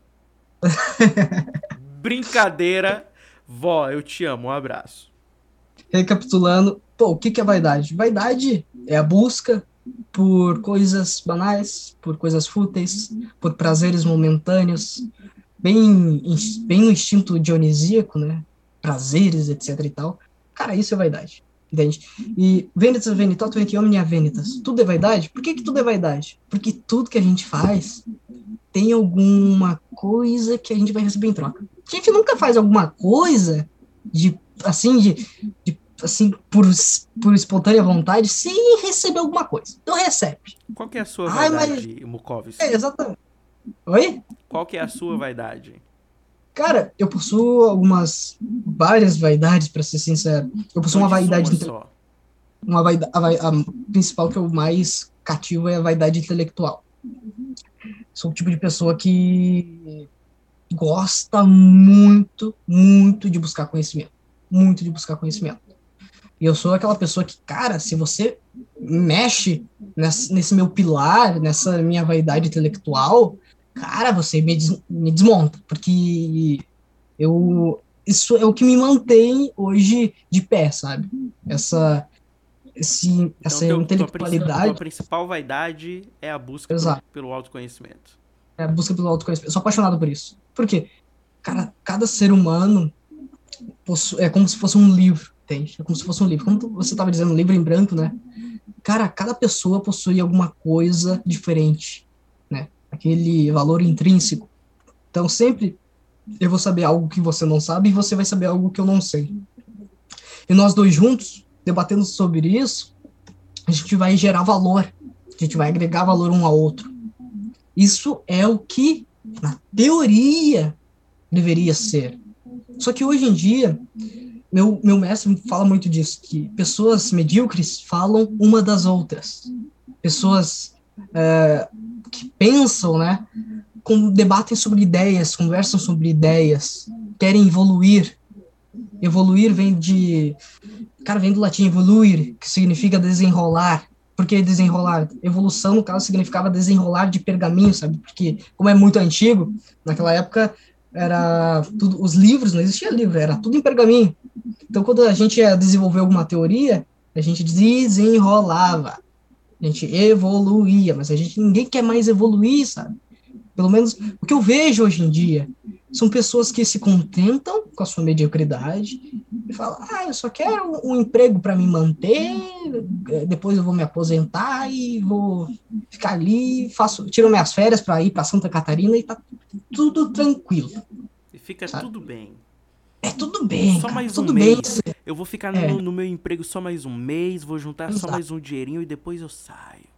Brincadeira. Vó, eu te amo. Um abraço. recapitulando, pô, o que que é vaidade? Vaidade é a busca por coisas banais, por coisas fúteis, por prazeres momentâneos, bem, bem no instinto dionisíaco, né? Prazeres, etc e tal. Cara, isso é vaidade, entende? E venitas venitotum et omnia venitas. Tudo é vaidade? Por que que tudo é vaidade? Porque tudo que a gente faz tem alguma coisa que a gente vai receber em troca. A gente nunca faz alguma coisa de assim de, de assim por, por espontânea vontade sem receber alguma coisa. Então recebe. Qual que é a sua Ai, mas vaidade, é Mukovski? exatamente. Oi? Qual que é a sua vaidade? Cara, eu possuo algumas várias vaidades, para ser sincero. Eu possuo Então uma diz vaidade uma só. uma vaidade, a, vai- a principal que eu mais cativo é a vaidade intelectual. Sou o tipo de pessoa que gosta muito, muito de buscar conhecimento. Muito de buscar conhecimento. E eu sou aquela pessoa que, cara, se você mexe nesse, nesse meu pilar, nessa minha vaidade intelectual, cara, você me, des, me desmonta. Porque eu. Isso é o que me mantém hoje de pé, sabe? Essa, esse, Então essa teu, tua, princi- tua intelectualidade. principal vaidade é a busca pelo, Exato. pelo autoconhecimento. É a busca pelo autoconhecimento. Eu sou apaixonado por isso. Por quê? Cara, cada ser humano possu- é como se fosse um livro, entende? É como se fosse um livro. Como você estava dizendo, um livro em branco, né? Cara, cada pessoa possui alguma coisa diferente, né? Aquele valor intrínseco. Então, sempre eu vou saber algo que você não sabe e você vai saber algo que eu não sei. E nós dois juntos, debatendo sobre isso, a gente vai gerar valor, a gente vai agregar valor um ao outro. Isso é o que, na teoria, deveria ser. Só que hoje em dia, meu, meu mestre fala muito disso, que pessoas medíocres falam uma das outras. Pessoas é, que pensam, né, com, debatem sobre ideias, conversam sobre ideias, querem evoluir. Evoluir vem de... Cara, vem do latim evoluir, que significa desenrolar. Por que desenrolar? Evolução, no caso, significava desenrolar de pergaminho, sabe? Porque, como é muito antigo, naquela época, era tudo, os livros, não existia livro, era tudo em pergaminho. Então, quando a gente ia desenvolver alguma teoria, a gente desenrolava, a gente evoluía, mas a gente, ninguém quer mais evoluir, sabe? Pelo menos, o que eu vejo hoje em dia são pessoas que se contentam com a sua mediocridade e falam, ah, eu só quero um, um emprego para me manter, depois eu vou me aposentar e vou ficar ali, faço, tiro minhas férias para ir para Santa Catarina e tá tudo tranquilo. E fica sabe? Tudo bem. É tudo bem, Só cara, mais tudo um bem. mês. Eu vou ficar É. no, no meu emprego só mais um mês, vou juntar Exato. só mais um dinheirinho e depois eu saio.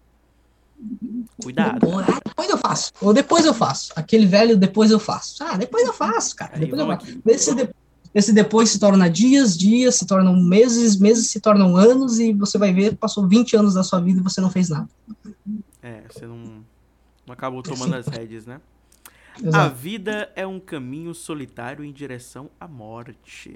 Cuidado. Depois, ah, depois eu faço. Ou depois eu faço. Aquele velho depois eu faço. Ah, depois eu faço, cara. Aí, Depois eu vamos faço. aqui. Esse, de, esse depois se torna dias, dias se tornam meses, meses se tornam anos e você vai ver, passou vinte anos da sua vida e você não fez nada. É, você não, não acabou tomando as rédeas, né? A Exato. vida é um caminho solitário em direção à morte.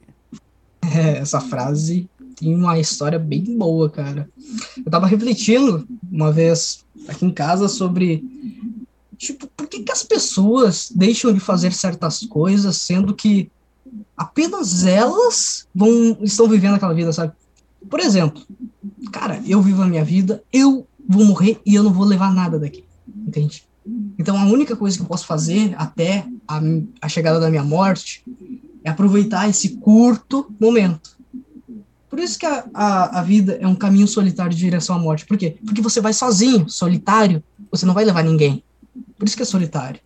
É, essa frase tem uma história bem boa, cara. Eu tava refletindo uma vez aqui em casa sobre, tipo, por que que as pessoas deixam de fazer certas coisas, sendo que apenas elas vão, estão vivendo aquela vida, sabe? Por exemplo, cara, eu vivo a minha vida, eu vou morrer e eu não vou levar nada daqui, entende? Então a única coisa que eu posso fazer até a, a chegada da minha morte é aproveitar esse curto momento. Por isso que a, a, a vida é um caminho solitário de direção à morte. Por quê? Porque você vai sozinho, solitário, você não vai levar ninguém. Por isso que é solitário.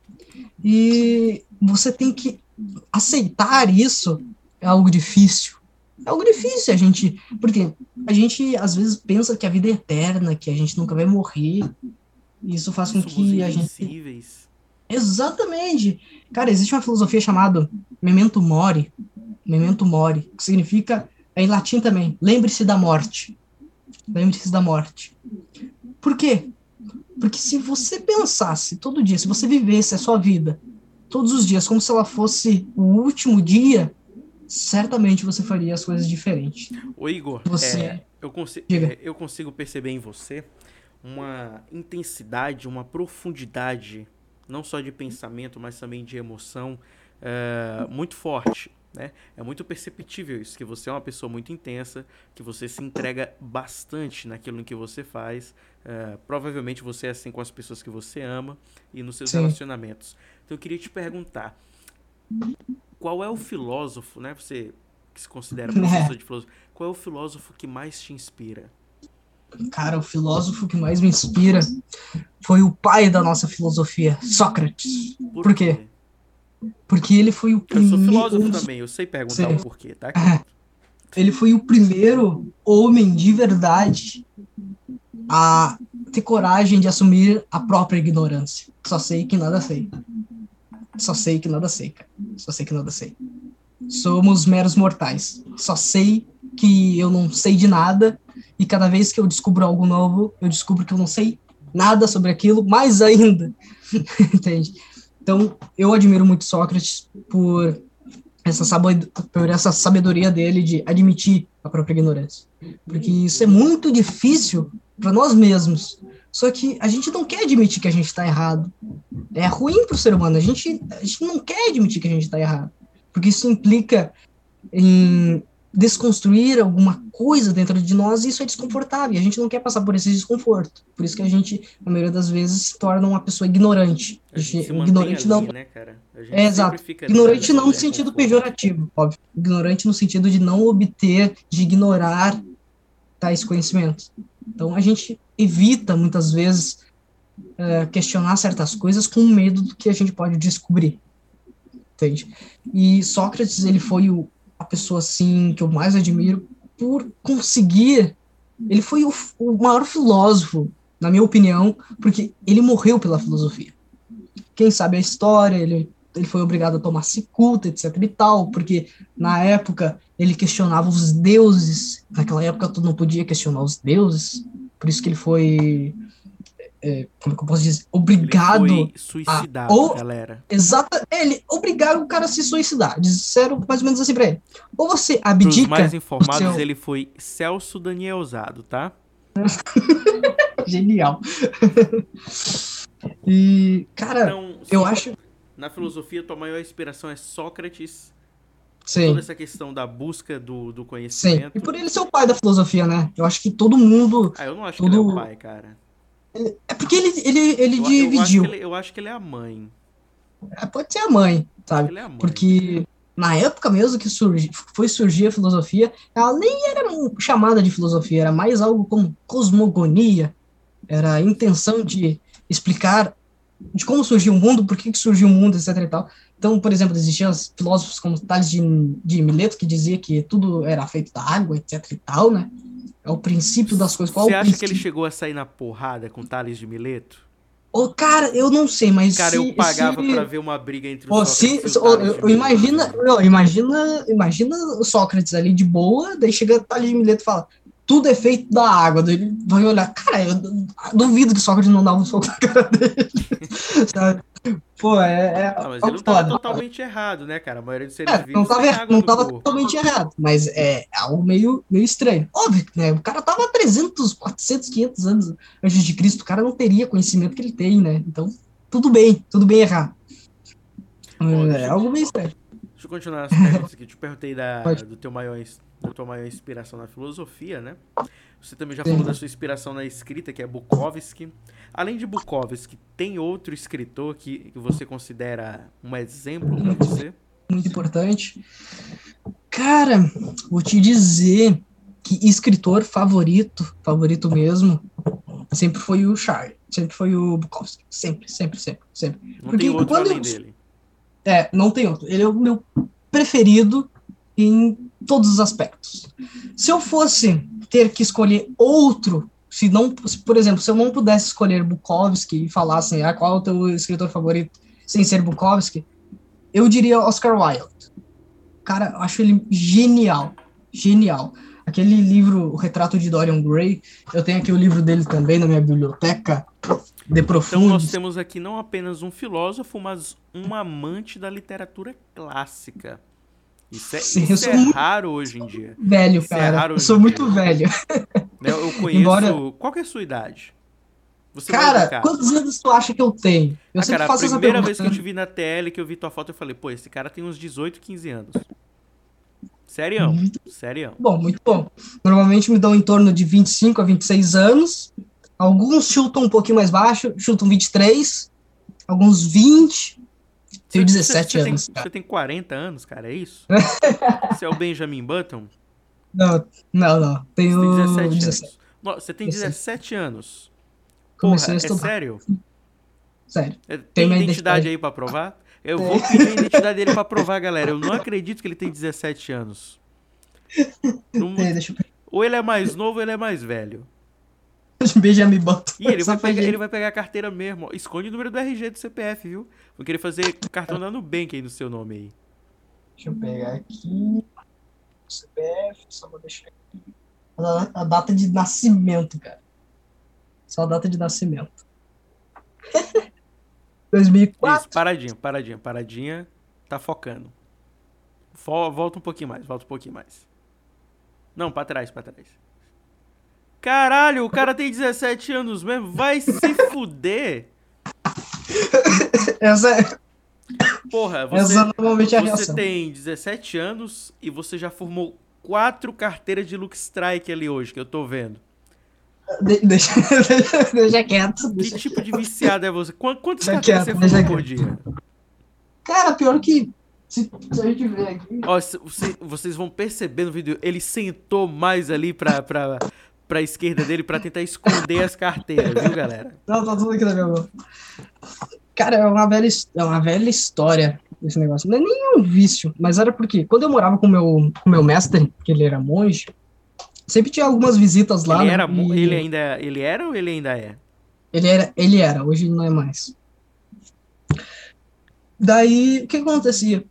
E você tem que aceitar isso, é algo difícil. É algo difícil a gente... Porque a gente, às vezes, pensa que a vida é eterna, que a gente nunca vai morrer. E isso faz com Somos que a gente... invencíveis. Exatamente. Cara, existe uma filosofia chamada Memento Mori, Memento Mori, que significa, é em latim também, lembre-se da morte. Lembre-se da morte. Por quê? Porque se você pensasse todo dia, se você vivesse a sua vida todos os dias como se ela fosse o último dia, certamente você faria as coisas diferentes. Ô Igor, Você... é, eu, consigo, Diga. é, eu consigo perceber em você uma intensidade, uma profundidade, não só de pensamento, mas também de emoção, é, muito forte, né? É muito perceptível isso, que você é uma pessoa muito intensa, que você se entrega bastante naquilo em que você faz. É, provavelmente você é assim com as pessoas que você ama e nos seus Sim. relacionamentos. Então eu queria te perguntar, qual é o filósofo, né? Você que se considera professor de filosofia, qual é o filósofo que mais te inspira? Cara, o filósofo que mais me inspira foi o pai da nossa filosofia, Sócrates. Por, Por quê? Porque ele foi o Eu primeiro... sou filósofo também, eu sei perguntar Sim. o porquê, tá? Ele foi o primeiro homem de verdade a ter coragem de assumir a própria ignorância. Só sei que nada sei. Só sei que nada sei, cara. Só sei que nada sei. Somos meros mortais. Só sei que eu não sei de nada e cada vez que eu descubro algo novo, eu descubro que eu não sei nada sobre aquilo, mais ainda. Entende? Então, eu admiro muito Sócrates por essa, por essa sabedoria dele de admitir a própria ignorância. Porque isso é muito difícil para nós mesmos. Só que a gente não quer admitir que a gente está errado. É ruim para o ser humano. A gente, a gente não quer admitir que a gente está errado. Porque isso implica em desconstruir alguma coisa dentro de nós e isso é desconfortável. E a gente não quer passar por esse desconforto. Por isso que a gente, na maioria das vezes, se torna uma pessoa ignorante. A gente se ignorante mantém ali, não... né, cara? A gente É, exato. fica Ignorante não no no sentido conforto. pejorativo, óbvio. Ignorante no sentido de não obter, de ignorar tais conhecimentos. Então, a gente evita, muitas vezes, uh, questionar certas coisas com medo do que a gente pode descobrir. Entende? E Sócrates, ele foi o, a pessoa, assim, que eu mais admiro por conseguir ele foi o, o maior filósofo, na minha opinião, porque ele morreu pela filosofia. Quem sabe a história, ele, ele foi obrigado a tomar cicuta, etc e tal, porque na época ele questionava os deuses, naquela época tu não podia questionar os deuses, por isso que ele foi, é, como é que eu posso dizer, obrigado ele foi suicidado, a... Ou, galera. Exato, ele obrigaram o cara a se suicidar, disseram mais ou menos assim pra ele, ou você abdica... Para os mais informados, seu... ele foi Celso Danielzado, tá? Genial. E, cara, então, eu sim, acho... Na filosofia, tua maior inspiração é Sócrates. Sim. Toda essa questão da busca do, do conhecimento. Sim, e por ele ser o pai da filosofia, né? Eu acho que todo mundo... Ah, eu não acho todo... que ele é o pai, cara. Ele... É porque ele, ele, ele eu, dividiu. Eu acho, ele, eu acho que ele é a mãe. É, pode ser a mãe, sabe? Ele é a mãe. Porque na época mesmo que surgi, foi surgir a filosofia, ela nem era chamada de filosofia, era mais algo como cosmogonia. Era a intenção de explicar de como surgiu o mundo, por que, que surgiu o mundo, etc e tal. Então, por exemplo, existiam filósofos como Tales de, de Mileto, que dizia que tudo era feito da água, etc e tal, né? É o princípio das coisas. Qual Você o acha princípio? que ele chegou a sair na porrada com Tales de Mileto? Ô, oh, cara, eu não sei, mas cara, se... eu pagava se... pra ver uma briga entre os oh, Sócrates se, e o Tales oh, de Mileto. Imagina, não, imagina, imagina o Sócrates ali de boa, daí chega o Tales de Mileto e fala, tudo é feito da água. Daí ele vai olhar, cara, eu duvido que Sócrates não dava um soco na cara dele. Sabe? Pô, é... é não, mas ele não tava totalmente errado, né, cara? A maioria dos seres é, vivos não tava, tem água não no tava corpo. totalmente errado, mas é algo meio, meio estranho. Óbvio, né? O cara tava trezentos, quatrocentos, quinhentos anos antes de Cristo, o cara não teria conhecimento que ele tem, né? Então, tudo bem, tudo bem errar. Bom, é algo meio estranho. Deixa eu continuar as perguntas aqui. Te perguntei da, do teu maior, da tua maior inspiração na filosofia, né? Você também já Sim. falou da sua inspiração na escrita, que é Bukowski. Além de Bukowski, tem outro escritor que, que você considera um exemplo para você? Muito importante. Cara, vou te dizer que escritor favorito, favorito mesmo, sempre foi o Charlie. Sempre foi o Bukowski. Sempre, sempre, sempre, sempre. Não Porque tem outro além eu... dele? É, não tem outro. Ele é o meu preferido em todos os aspectos. Se eu fosse ter que escolher outro, se não, por exemplo, se eu não pudesse escolher Bukowski e falar assim, ah, qual é o teu escritor favorito sem ser Bukowski, eu diria Oscar Wilde. Cara, eu acho ele genial, genial. Aquele livro, O Retrato de Dorian Gray, eu tenho aqui o livro dele também na minha biblioteca, de profundo. Então nós temos aqui não apenas um filósofo, mas um amante da literatura clássica. Isso é, Sim, isso é muito... raro hoje em dia. Velho, isso cara. É eu sou muito dia. velho. Eu conheço... Embora... Qual que é a sua idade? Você cara, quantos anos tu acha que eu tenho? Eu ah, sempre cara, faço essa pergunta. A primeira pergunta. vez que eu te vi na T L, que eu vi tua foto, eu falei, pô, esse cara tem uns dezoito, quinze anos. Serião, muito... serião. Bom, muito bom. Normalmente me dão em torno de vinte e cinco a vinte e seis anos. Alguns chutam um pouquinho mais baixo, chutam vinte e três. Alguns vinte. Tenho você, dezessete você anos. Tem, você tem quarenta anos, cara, é isso? Você é o Benjamin Button? Não, não, não. Tenho você tem dezessete dezessete. anos. Você tem dezessete anos. Comecei Porra, é sério? Sério. É, tem identidade, identidade aí pra provar? Eu é. vou pedir a identidade dele pra provar, galera. Eu não acredito que ele tem dezessete anos. Não... É, deixa eu... Ou ele é mais novo ou ele é mais velho. Benjamin Button. E ele vai, pegar, ele vai pegar a carteira mesmo. Esconde o número do R G do C P F, viu? Vou querer fazer cartão da Nubank aí no seu nome aí. Deixa eu pegar aqui. C P F, só vou deixar aqui. A, a data de nascimento, cara. Só a data de nascimento. dois mil e quatro. Isso, paradinha, paradinha, paradinha. Tá focando. Volta um pouquinho mais, volta um pouquinho mais. Não, pra trás, pra trás. Caralho, o cara tem dezessete anos mesmo. Vai se fuder. Essa é... Porra, você, Essa normalmente é a você reação. tem dezessete anos e você já formou quatro carteiras de Luke Strike ali hoje, que eu tô vendo. De, deixa, deixa, deixa quieto. Que Deixa tipo quieto. de viciado é você? Quantas deixa carteiras quieto, você formou por quieto. dia? Cara, pior que... Se, se a gente ver aqui... Ó, se, se, vocês vão perceber no vídeo, ele sentou mais ali pra, pra, pra esquerda dele pra tentar esconder as carteiras, viu, galera? Não, tá tudo aqui na minha mão. Cara, é uma velha, é uma velha história esse negócio. Não é nem um vício, mas era porque quando eu morava com meu, o meu mestre, que ele era monge, Sempre tinha algumas visitas lá, Ele né? era, mu- E ele ainda, ele era ou ele ainda é? ele era, ele era, hoje ele não é mais. Daí, o que acontecia?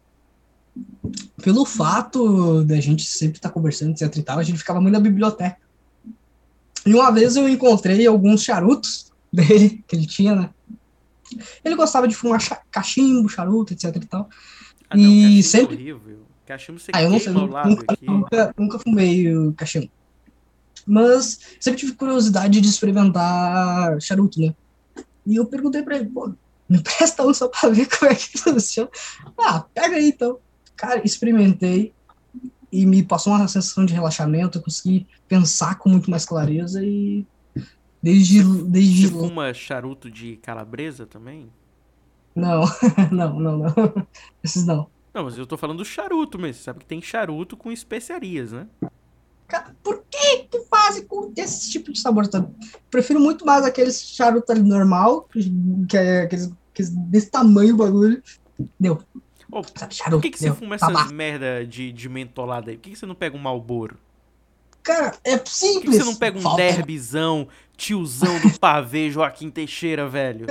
Pelo fato da gente sempre estar conversando, etc e tal, a gente ficava muito na biblioteca. E uma vez eu encontrei alguns charutos dele, que ele tinha, né? Ele gostava de fumar cha- cachimbo, charuto, etc e tal. Ah, não, E cachimbo é sempre... horrível. Cachimbo você Ah, eu não sei, queima o nunca, lábio aqui. nunca, nunca fumei o cachimbo. Mas sempre tive curiosidade de experimentar charuto, né? E eu perguntei pra ele, pô, me presta um só pra ver como é que funciona. Ah, pega aí então. Cara, experimentei e me passou uma sensação de relaxamento, eu consegui pensar com muito mais clareza e desde... Você, desde... você fuma charuto de calabresa também? Não, não, não, não. Esses não. Não, mas eu tô falando do charuto mesmo. Você sabe que tem charuto com especiarias, né? Cara, por que que fazem com esse tipo de sabor? Tá? Prefiro muito mais aqueles charuto ali normal, que é aqueles, aqueles desse tamanho o bagulho. Deu. Ô, Sabe, por charuto, que, que você deu. fuma essas Tabaco. merda de, de mentolada aí? Por que, que você não pega um Marlboro? Cara, é Por que, que você não simples. pega um Falta. derbizão, tiozão do pavê, Joaquim Teixeira, velho?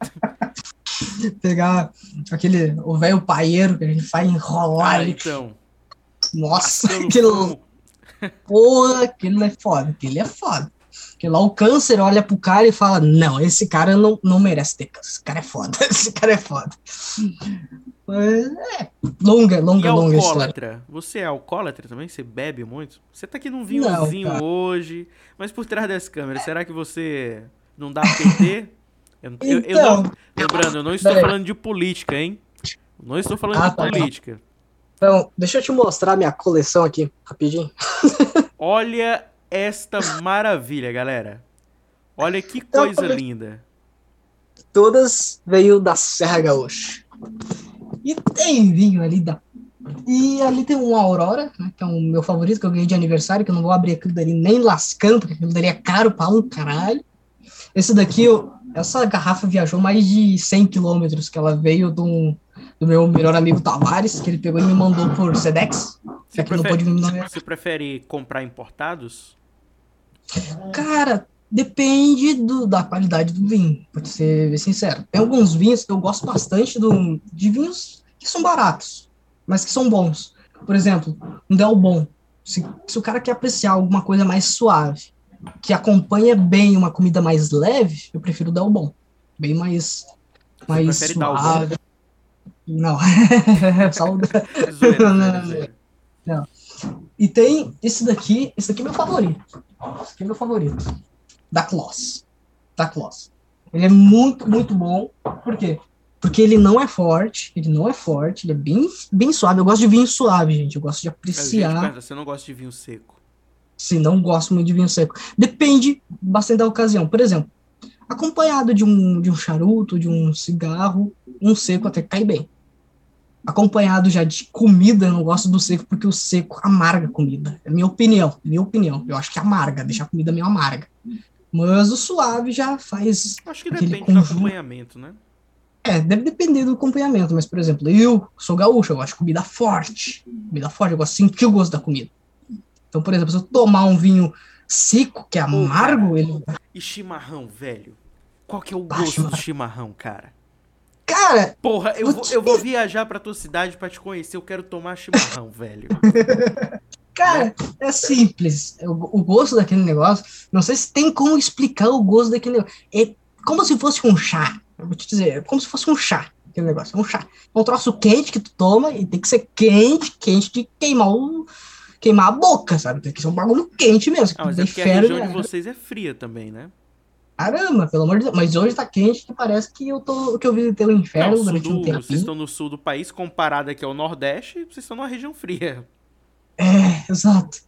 Pegar aquele, o velho paieiro que a gente faz enrolar Ah, ele. então. Nossa, Mascando aquele, fumo. porra, aquele é foda, aquele é foda. Porque lá o câncer olha pro cara e fala, não, esse cara não, não merece ter câncer, esse cara é foda, esse cara é foda. Mas, é, longa, E longa, longa história. alcoólatra? Você é alcoólatra também? Você bebe muito? Você tá aqui num Não, vinhozinho cara. hoje, mas por trás das câmeras, será que você não dá P T? Eu, eu, eu Então, não. Lembrando, eu não estou peraí. falando de política, hein? Não estou falando Ah, de tá. política. Então, deixa eu te mostrar minha coleção aqui, rapidinho. Olha esta maravilha, galera. Olha que Então, coisa linda. todas veio da Serra Gaúcha. E tem vinho ali da... E ali tem um Aurora, né, que é o meu favorito, que eu ganhei de aniversário, que eu não vou abrir aquilo dali nem lascando, porque aquilo dali é caro pra um caralho. Esse daqui, eu... essa garrafa viajou mais de cem quilômetros, que ela veio do, do meu melhor amigo Tavares, que ele pegou e me mandou por Sedex. Você Aqui não pode prefere, vir não. você prefere comprar importados? Cara, depende do, da qualidade do vinho, pra ser sincero. Tem alguns vinhos que eu gosto bastante do, de vinhos que são baratos, mas que são bons. Por exemplo, um Del Bon. Se, se o cara quer apreciar alguma coisa mais suave, que acompanha bem uma comida mais leve, eu prefiro o Del Bon. Bem mais, Você mais prefere Dalbon? suave. Não. Só o... Zoeira, não, zoeira, não, zoeira. não. E tem esse daqui, esse daqui é meu favorito. Esse aqui é meu favorito. Da Kloss. Da Kloss. Ele é muito, muito bom. Por quê? Porque ele não é forte, ele não é forte, ele é bem, bem suave. Eu gosto de vinho suave, gente. Eu gosto de A gente apreciar. pergunta, você não gosta de vinho seco? Sim, não gosto muito de vinho seco. Depende bastante da ocasião. Por exemplo, acompanhado de um, de um charuto, de um cigarro, um seco até cai bem. Acompanhado já de comida, eu não gosto do seco, porque o seco amarga a comida. É minha opinião, minha opinião. Eu acho que amarga, deixa a comida meio amarga. Mas o suave já faz Acho que aquele depende do conjunto. acompanhamento, né? É, deve depender do acompanhamento, mas, por exemplo, eu sou gaúcho, eu gosto de comida forte. Comida forte, eu gosto de sentir o gosto da comida. Então, por exemplo, se eu tomar um vinho seco, que é amargo, cara. ele... E chimarrão, velho? Qual que é o Ah, gosto chimarrão. do chimarrão, cara? Cara, Porra, eu vou vou, te eu vou viajar pra tua cidade pra te conhecer, eu quero tomar chimarrão, velho. cara, é simples. O, o gosto daquele negócio, não sei se tem como explicar o gosto daquele negócio. É como se fosse um chá. Eu vou te dizer, é como se fosse um chá, aquele negócio. É um chá. É um troço quente que tu toma e tem que ser quente, quente de queimar o... queimar a boca, sabe? Tem que ser um bagulho quente mesmo. Ah, mas daí é porque a ferve, região de né? vocês é fria também, né? Caramba, pelo amor de Deus. Mas hoje tá quente que parece que eu tô que eu visitei o Não, inferno sul durante um do, vocês tempinho. estão no sul do país, comparado aqui ao Nordeste, vocês estão numa região fria. É, exato.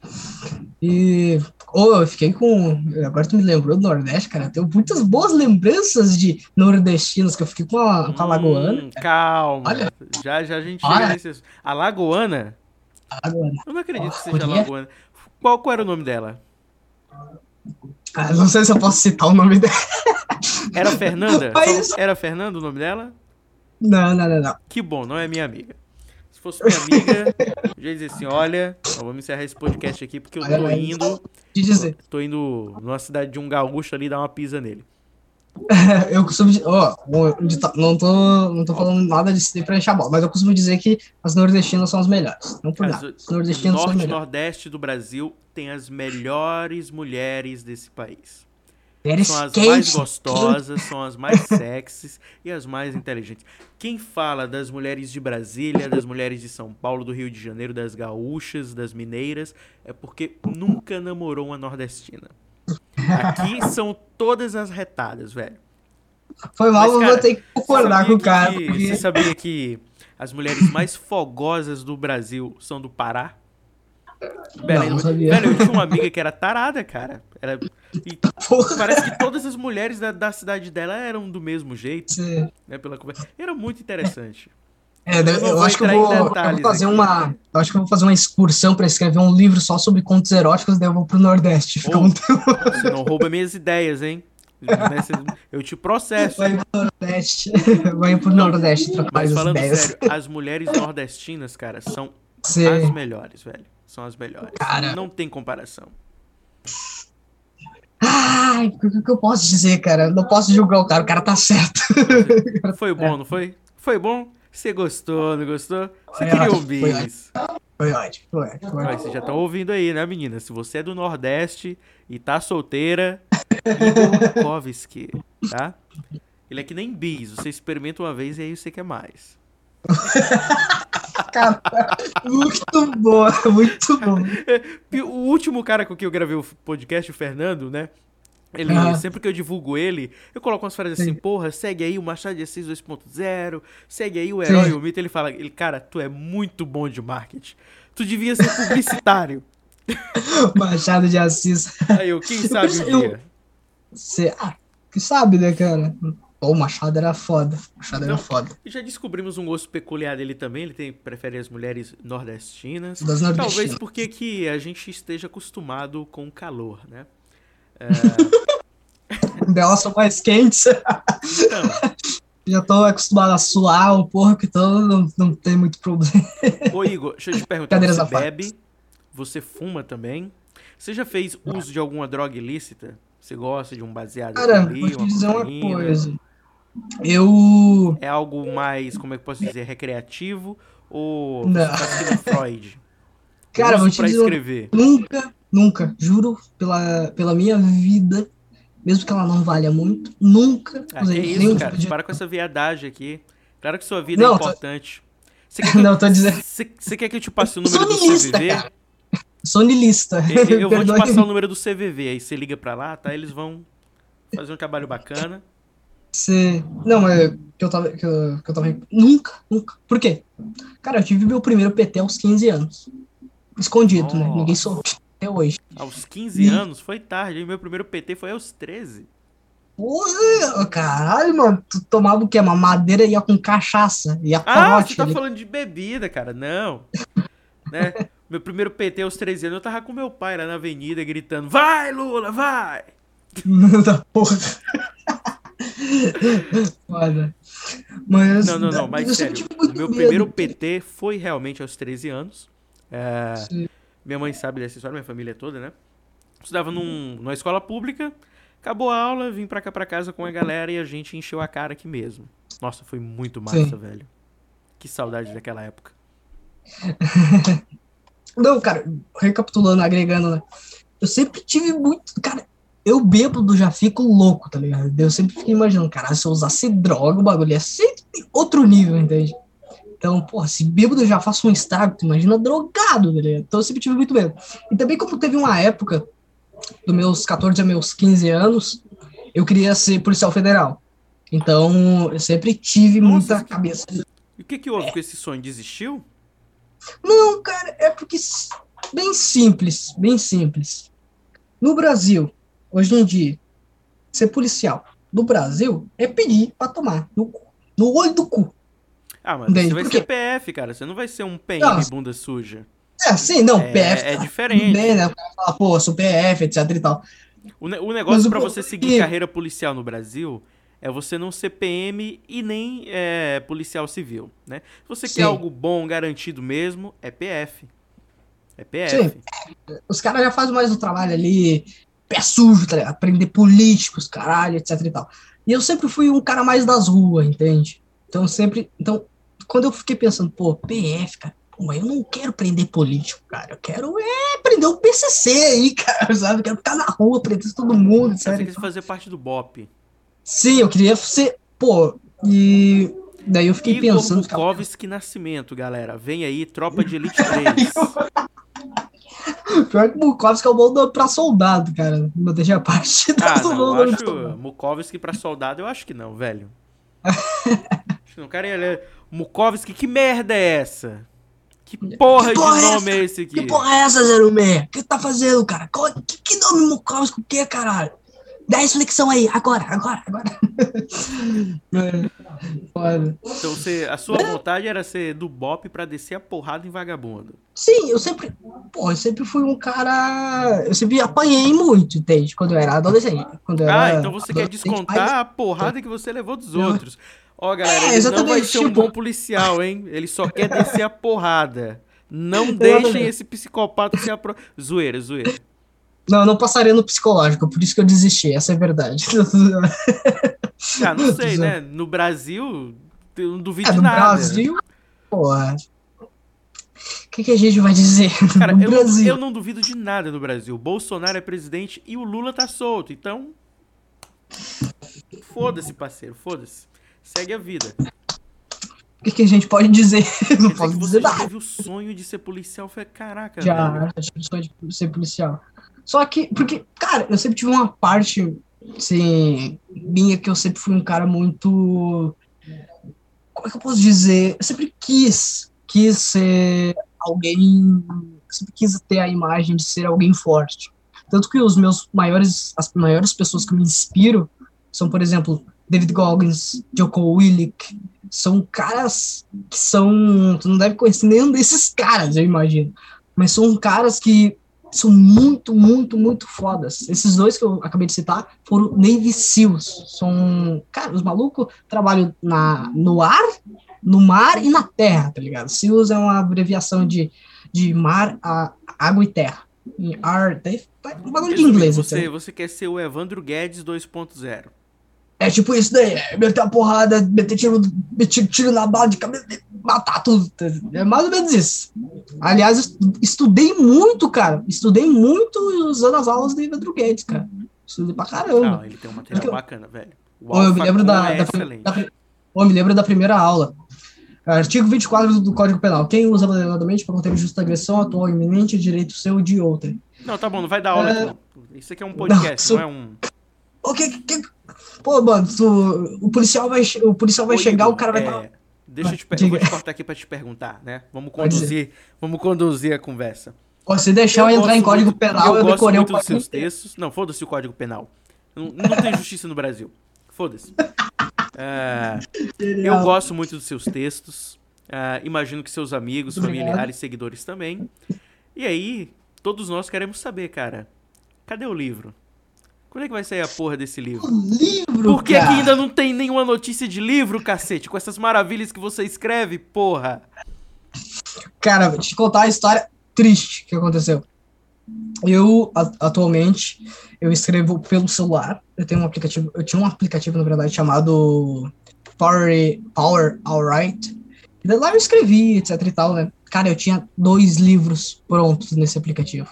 E oh, eu fiquei com. Agora tu me lembrou do Nordeste, cara. Eu tenho muitas boas lembranças de nordestinos que eu fiquei com a, com a Lagoana. Hum, calma. Olha. Já, já a gente Olha. chega nesse assunto. A Lagoana? A Lagoana. Eu não acredito Oh, que seja a podia? Lagoana. Qual, qual era o nome dela? Ah, não sei se eu posso citar o nome dela. Era Fernanda? Mas- Só- Era Fernanda o nome dela? Não, não, não, não. Que bom, não é minha amiga. Se fosse minha amiga, eu já ia dizer assim, olha, ó, vamos encerrar esse podcast aqui, porque eu tô Olha, indo... de dizer. Tô indo numa cidade de um gaúcho ali dar uma pisa nele. Eu costumo dizer, ó, não tô, não tô falando nada disso daí pra encher a bola, mas eu costumo dizer que as nordestinas são as melhores. Não por As- nada. As nordestinas são as Norte e melhores. Nordeste do Brasil tem as melhores mulheres desse país. Mulheres São as quentes, mais gostosas, são as mais sexys e as mais inteligentes. Quem fala das mulheres de Brasília, das mulheres de São Paulo, do Rio de Janeiro, das gaúchas, das mineiras, é porque nunca namorou uma nordestina. Aqui são todas as retadas, velho. Foi mal, Mas, eu cara, vou ter que concordar com o cara. que- Porque... Você sabia que as mulheres mais fogosas do Brasil são do Pará? Belém não do- sabia. Velho, eu tinha uma amiga que era tarada, cara. Era... E Porra. parece que todas as mulheres da, da cidade dela eram do mesmo jeito, Você- né? Pela conversa. Era muito interessante. É, Eu eu, não vou acho que eu entrar em vou, eu vou detalhes fazer aqui. uma. Eu acho que eu vou fazer uma excursão para escrever um livro só sobre contos eróticos, daí eu vou pro Nordeste. Fica Ou- um tempo. Você não rouba minhas ideias, hein? Né, você- Eu te processo. Vai pro Nordeste. Vai pro Não, Nordeste trocar Mas as falando ideias. sério, as mulheres nordestinas, cara, são Você- as melhores, velho. São as melhores. Cara. Não tem comparação. Ai, o que, que eu posso dizer, cara? Não posso julgar o cara, o cara tá certo. Foi bom, não foi? Foi bom? Você gostou, não gostou? Você Foi queria um ótimo, foi bis. Foi ótimo, foi ótimo. Foi Olha, ótimo. vocês já estão ouvindo aí, né, menina? Se você é do Nordeste e tá solteira, Igor Makovski, tá? Ele é que nem bis. Você experimenta uma vez e aí você quer mais. Cara, muito bom, muito bom. E o último cara com quem eu gravei o podcast, o Fernando, né? Ele, Ah. sempre que eu divulgo ele, eu coloco umas frases assim, Sim. porra, segue aí o Machado de Assis dois ponto zero, segue aí o Herói Sim. e o Mito. Ele fala, ele, cara, tu é muito bom de marketing. Tu devia ser publicitário. Machado de Assis. Aí eu, quem sabe um Eu- dia. Você, ah, que sabe, né, cara? Pô, o Machado era foda. O Machado era Então, foda. E já descobrimos um gosto peculiar dele também, ele tem, prefere as mulheres nordestinas. Das nordestinas. Talvez porque que a gente esteja acostumado com o calor, né? Delas são mais quentes. Então, Já tô acostumado a suar um pouco, então não, não tem muito problema. ô Igor, deixa eu te perguntar, Cadeiras você à parte. bebe, você fuma também? Você já fez uso de alguma droga ilícita? Você gosta de um baseado Cara, ali, vou te uma dizer uma cocaína? coisa. Eu. É algo mais, como é que eu posso dizer, recreativo? Ou você Não. faz que nem Freud? Cara, Uso vou te pra dizer uma- escrever. Nunca, nunca, juro pela, pela minha vida, mesmo que ela não valha muito, nunca Ah, que usei é isso, nenhum cara? tipo de. Para com essa viadagem aqui. Claro que sua vida Não, é tô- importante. Você quer que eu, Não, tô dizendo. você, você quer que eu te passe o Eu sou número do niilista, C V V? cara. Sou niilista. Eu, eu vou te Perdoe. passar o número do C V V, aí você liga pra lá, tá? Eles vão fazer um trabalho bacana. Você... Não, mas que eu tava. Que eu, que eu tava. Nunca, nunca. Por quê? Cara, eu tive meu primeiro P T aos quinze anos. Escondido, né? Nossa. Ninguém soube até hoje. Aos quinze anos, foi tarde, hein? Meu primeiro P T foi aos treze. Porra, caralho, mano. Tu tomava o quê? Uma madeira e ia com cachaça. Ia Ah, corote você tá ali. falando de bebida, cara. Não. Né? Meu primeiro P T aos treze anos, eu tava com meu pai lá na avenida gritando: vai, Lula, vai! Da porra. Foda. Mas, Não, não, não, mas eu sério, sempre tive muito o meu medo. primeiro P T foi realmente aos treze anos. É, Sim. minha mãe sabe dessa história, minha família toda, né? Estudava num, numa escola pública, acabou a aula, vim pra cá pra casa com a galera e a gente encheu a cara aqui mesmo. Nossa, foi muito massa, Sim. velho. Que saudade daquela época. Não, cara, recapitulando, agregando, né? Eu sempre tive muito. Cara, eu bêbado já fico louco, tá ligado? Eu sempre fiquei imaginando, cara, se eu usasse droga, o bagulho ia ser outro nível, entende? Então, porra, se bêbado eu já faço um estrago, tu imagina drogado, tá ligado? Então eu sempre tive muito medo. E também, como teve uma época, dos meus catorze a meus quinze anos, eu queria ser policial federal. Então, eu sempre tive Nossa, muita que- cabeça. E o que que houve com esse sonho? Desistiu? Não, cara, é porque s- bem simples, bem simples. No Brasil, hoje em dia, ser policial no Brasil é pedir pra tomar no, cu, no olho do cu. Ah, mas Entende? você vai Por ser quê? P F, cara. Você não vai ser um P M Não. bunda suja. É, sim, não, É- P F. é tá diferente. tudo bem, né? O cara fala, pô, eu sou P F, etc e tal. O, ne- o Mas negócio o pra pro- você seguir e- carreira policial no Brasil é você não ser P M e nem é, policial civil, né? Se você Sim. quer algo bom, garantido mesmo, é P F. É P F. Sim. Os caras já fazem mais o trabalho ali, pé sujo, tá ligado? Aprender políticos, caralho, etc e tal. E eu sempre fui um cara mais das ruas, entende? Então sempre. Então, quando eu fiquei pensando, pô, P F, cara, pô, mas eu não quero prender político, cara. Eu quero é prender o P C C aí, cara, sabe? Eu quero ficar na rua, prender todo mundo, Você etc. quer fazer parte do B O P. Sim, eu queria ser. Pô, e. Daí eu fiquei Igor pensando. Bukovski Nascimento, galera. Vem aí, Tropa de Elite três. Pior que o Bukowski é o bom do- pra soldado, cara. Não deixa a parte. Ah, do não, bom eu do acho soldado. Mukovski pra soldado, eu acho que não, velho. Acho que não, cara, ele é... Mukovski, que merda é essa? Que porra, Que porra de é nome essa? é esse Que aqui? porra é essa, zero seis? O que tá fazendo, cara? Qual- Que, que nome Bukowski? O que, caralho? Dá essa flexão aí, agora, agora, agora. É, foda. Então, você, a sua vontade era ser do B O P pra descer a porrada em vagabundo. Sim, eu sempre. Pô, eu sempre fui um cara. Eu sempre apanhei muito, entende? Quando eu era adolescente. Quando eu Ah, então era você quer adolescente, mas. descontar a porrada que você levou dos outros. Ó, galera, É, ele não vai exatamente, ser um tipo. bom policial, hein? Ele só quer descer a porrada. Não deixem Exatamente. esse psicopata se apro... Zoeira, zoeira. Não, eu não passaria no psicológico, por isso que eu desisti, essa é a verdade. Ah, não sei, né? No Brasil, eu não duvido É, de no nada. Brasil, porra. O que, que a gente vai dizer Cara, no eu não, du- eu Brasil? não duvido de nada no Brasil. O Bolsonaro é presidente e o Lula tá solto. Então, foda-se, parceiro, foda-se. Segue a vida. O que, que a gente pode dizer? Não Quer dizer posso que dizer você já nada. teve o sonho de ser policial? Foi, caraca, velho. Já, já tive sonho de ser policial. Só que, porque, cara, eu sempre tive uma parte, assim, minha, que eu sempre fui um cara muito. Como é que eu posso dizer? Eu sempre quis, quis ser alguém. Eu sempre quis ter a imagem de ser alguém forte. Tanto que os meus maiores, as maiores pessoas que eu me inspiro são, por exemplo, David Goggins, Jocko Willink. São caras que são. Tu não deve conhecer nenhum desses caras, eu imagino. Mas são caras que são muito, muito, muito fodas. Esses dois que eu acabei de citar foram Navy SEALs. São. Cara, os malucos trabalham na, no ar, no mar e na terra, tá ligado? SEALs é uma abreviação de, de mar, a, água e terra. Em ar, um bagulho de Resumindo, inglês, você, entendeu? você quer ser o Evandro Guedes dois ponto zero. É tipo isso daí, é meter a porrada, meter tiro, meter tiro na bala de cabeça, matar tudo. É mais ou menos isso. Aliás, estudei muito, cara. Estudei muito usando as aulas do Evandro Guedes, cara. Estudei pra caramba. Não, ele tem um material Porque, bacana, velho. O ó, eu me lembro AlphaCon da, é da, excelente. da, ó, eu me lembro da primeira aula. Artigo vinte e quatro do Código Penal. Quem usa moderadamente para conter justa agressão atual iminente é direito seu ou de outra. Não, tá bom, não vai dar aula aqui É, não. Isso aqui é um podcast, não, não é um... O que, que, pô, mano, tu, o policial vai, o policial vai Ô, chegar, Igor, o cara vai estar. é, deixa eu te... per- Eu vou Diga, te cortar aqui pra te perguntar, né? Vamos pode dizer. conduzir, vamos conduzir a conversa. Ó, se deixar Eu eu entrar em gosto Código muito, Penal, eu eu gosto decorei o muito dos código seus inteiro. textos. Não, foda-se o Código Penal. Não, não tem justiça no Brasil. Foda-se. É, eu gosto muito dos seus textos. É, imagino que seus amigos, Muito obrigado. familiares, seguidores também. E aí, todos nós queremos saber, cara. Cadê o livro? Quando é que vai sair a porra desse livro? Livro, Por que, que cara. ainda não tem nenhuma notícia de livro, cacete? Com essas maravilhas que você escreve, porra. Cara, vou te contar uma história triste que aconteceu. Eu, a- atualmente, eu escrevo pelo celular. Eu tenho um aplicativo, eu tinha um aplicativo, na verdade, chamado Power, Power Alright. E daí lá eu escrevi, etc e tal, né? Cara, eu tinha dois livros prontos nesse aplicativo.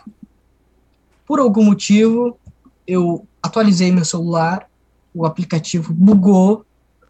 Por algum motivo, eu atualizei meu celular, o aplicativo bugou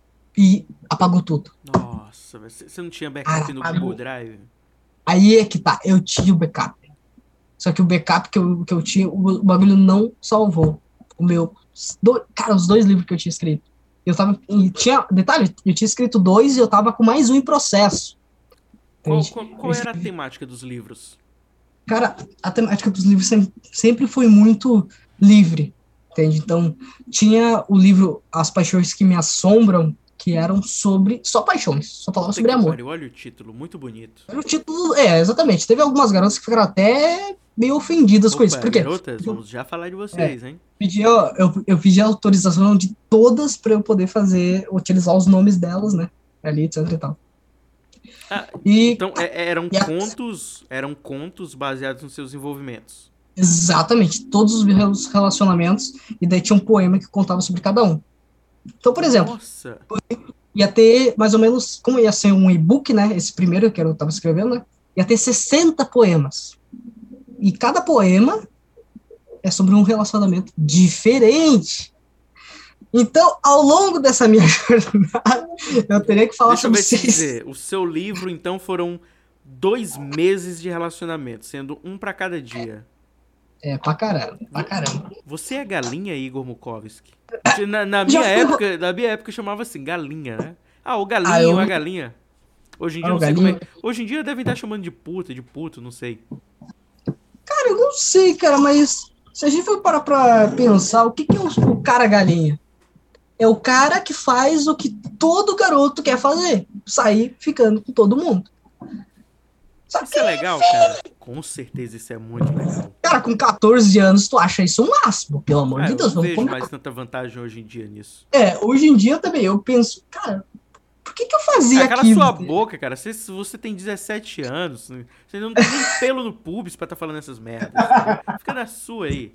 e apagou tudo. Nossa, velho, você não tinha backup Cara, no apagou. Google Drive? Aí é que tá, eu tinha o backup. Só que o backup que eu, que eu tinha, o, o bagulho não salvou. O meu. Do, cara, os dois livros que eu tinha escrito. Eu tava. E tinha, detalhe, eu tinha escrito dois e eu tava com mais um em processo. Qual, Entende? qual, qual era a temática dos livros? Cara, a temática dos livros sempre, sempre foi muito livre. Entende? Então, tinha o livro As Paixões que Me Assombram, que eram sobre só paixões, só falavam Puta sobre que amor. pariu, olha o título, muito bonito. O título, é, exatamente. Teve algumas garotas que ficaram até meio ofendidas com isso. Opa, Por quê? garotas, vamos já falar de É, vocês, hein? pedi, ó, eu, eu pedi a autorização de todas para eu poder fazer, utilizar os nomes delas, né? Ali, etc e tal. Ah, E, então é- eram e a- contos, eram contos baseados nos seus envolvimentos. exatamente, todos os relacionamentos, e daí tinha um poema que contava sobre cada um. Então, por exemplo, Nossa, ia ter mais ou menos, como ia ser um e-book, né? Esse primeiro que eu estava escrevendo, né? Ia ter sessenta poemas. E cada poema é sobre um relacionamento diferente. Então, ao longo dessa minha jornada, eu teria que falar deixa eu sobre ver se seis. dizer. O seu livro, então, foram dois meses de relacionamento, sendo um pra cada dia. É, pra caramba, pra caramba. Você é galinha, Igor Mukovski? Na, na Já minha fui- época, na minha época chamava assim, galinha, né? Ah, o galinho, Ah, eu- a galinha. Hoje em dia Ah, eu o não sei como é. galinho. Hoje em dia devem estar chamando de puta, de puto, não sei. Cara, eu não sei, cara, mas se a gente for parar pra pensar, o que, que é o, o cara galinha? É o cara que faz o que todo garoto quer fazer, sair ficando com todo mundo. Só Isso que, é legal, cara? Com certeza isso é muito legal. cara, com catorze anos, tu acha isso o máximo, pelo amor Ah, de eu Deus. não Vamos vejo combinar. mais tanta vantagem hoje em dia nisso. É, hoje em dia também, eu penso, cara, por que que eu fazia Ah, cala aquilo? sua boca, cara. Se se você tem dezessete anos, você não tem nem pelo no pubis pra tá falando essas merdas. Entendeu? Fica na sua aí.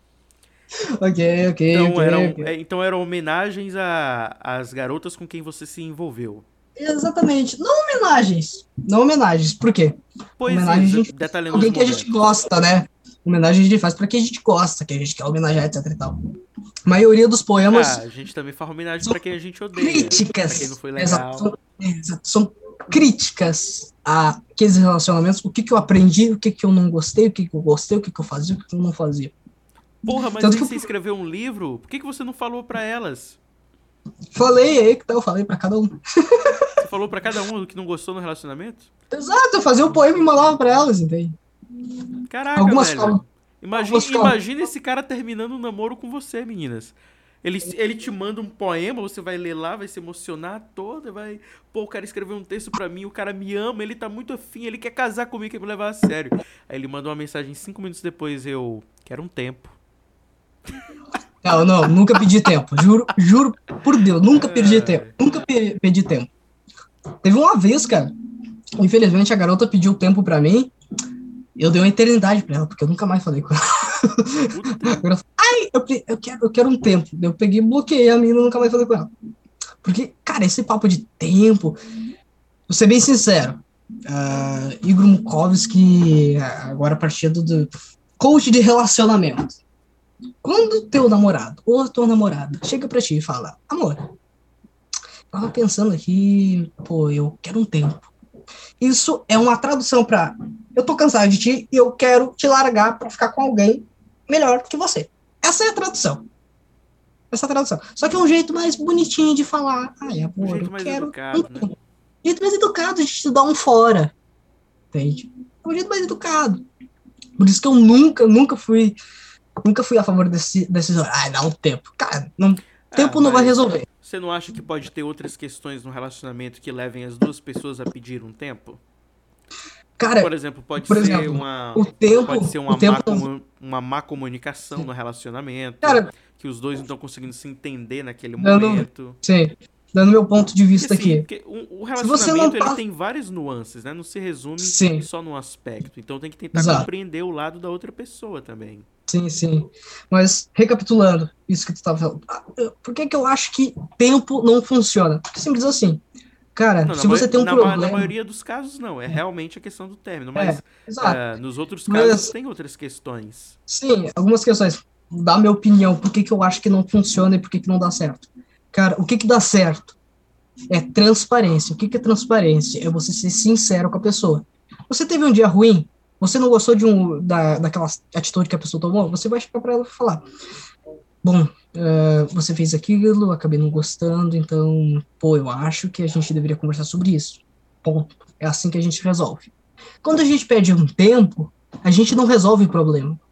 Ok, ok, Então, ok, eram, ok. é, então eram homenagens a- às garotas com quem você se envolveu. Exatamente. Não homenagens. Não homenagens. Por quê? Homenagem a Poesias, gente detalhando os alguém que a momentos. gente gosta, né? Homenagem a gente faz pra quem a gente gosta, que a gente quer homenagear, etc e tal. A maioria dos Ah, poemas a gente também faz homenagem são pra quem a gente odeia. críticas. Pra quem não foi Exato, legal. são, exato, são críticas a aqueles relacionamentos, o que, que eu aprendi, o que, que eu não gostei, o que, que eu gostei, o que, que eu fazia, o que, que eu não fazia. Porra, mas Tanto aí que eu- você escreveu um livro? Por que, que você não falou pra elas? Falei aí que tal, eu falei pra cada um. Você falou pra cada um do que não gostou no relacionamento? Exato, eu fazia o poema e mandava pra elas, entende? Caraca, Algumas velho. falam- Imagina, algumas falam- imagina esse cara terminando um namoro com você, meninas. Ele, ele te manda um poema, você vai ler lá, vai se emocionar toda, vai... Pô, o cara escreveu um texto pra mim, o cara me ama, ele tá muito afim, ele quer casar comigo, quer me levar a sério. Aí ele manda uma mensagem cinco minutos depois, eu... Quero um tempo. Não, não, nunca pedi tempo. Juro, juro por Deus, nunca perdi tempo. Nunca pe- perdi tempo. Teve uma vez, cara. Infelizmente, a garota pediu tempo pra mim. Eu dei uma eternidade pra ela, porque eu nunca mais falei com ela. Puta. A garota falou, ai, eu, pe- eu, quero, eu quero um tempo. Eu peguei e bloqueei a menina e nunca mais falei com ela. Porque, cara, esse papo de tempo. Vou ser bem sincero. Uh, Igor Mukovski, agora a partir do, do coach de relacionamento. Quando teu namorado ou a tua namorada chega pra ti e fala, amor, tava pensando aqui, pô, eu quero um tempo. Isso é uma tradução pra, eu tô cansado de ti e eu quero te largar pra ficar com alguém melhor que você. Essa é a tradução. Essa é a tradução. Só que é um jeito mais bonitinho de falar, ai, amor, Um jeito eu mais quero educado, um né? tempo. Um jeito mais educado de te dar um fora. Entende? É um jeito mais educado. Por isso que eu nunca, nunca fui Nunca fui a favor desse, desses. Ah, dá um tempo. Cara, não, tempo Ah, não vai mas resolver. Você não acha que pode ter outras questões no relacionamento que levem as duas pessoas a pedir um tempo? Cara, Por exemplo, pode por ser exemplo, uma... o tempo. Pode ser o uma, tempo má, comu- uma má comunicação no relacionamento, Cara, que os dois não estão conseguindo se entender naquele Dando- momento. sim, dando meu ponto de Porque, vista assim, aqui. porque o, o Se você não relacionamento ele tá- tem várias nuances, né? Não se resume Sim. só num aspecto. Então tem que tentar Exato. compreender o lado da outra pessoa também. Sim, sim. Mas, recapitulando, isso que tu tava falando. ah, eu- Por que que eu acho que tempo não funciona? Porque simples assim. Cara, Não, se na, você ma- tem um na, ma- problema. na maioria dos casos, não. É realmente a questão do término. Mas Exato. ah, nos outros Mas- casos tem outras questões. Sim, algumas questões. Dá minha opinião, por que que eu acho que não funciona e por que que não dá certo. Cara, o que que dá certo? É transparência. O que que é transparência? É você ser sincero com a pessoa. Você teve um dia ruim? Você não gostou de um, da, daquela atitude que a pessoa tomou? Você vai chegar pra ela e falar, bom, eh, você fez aquilo, acabei não gostando, então, pô, eu acho que a gente deveria conversar sobre isso. Ponto. É assim que a gente resolve. Quando a gente pede um tempo, a gente não resolve o problema.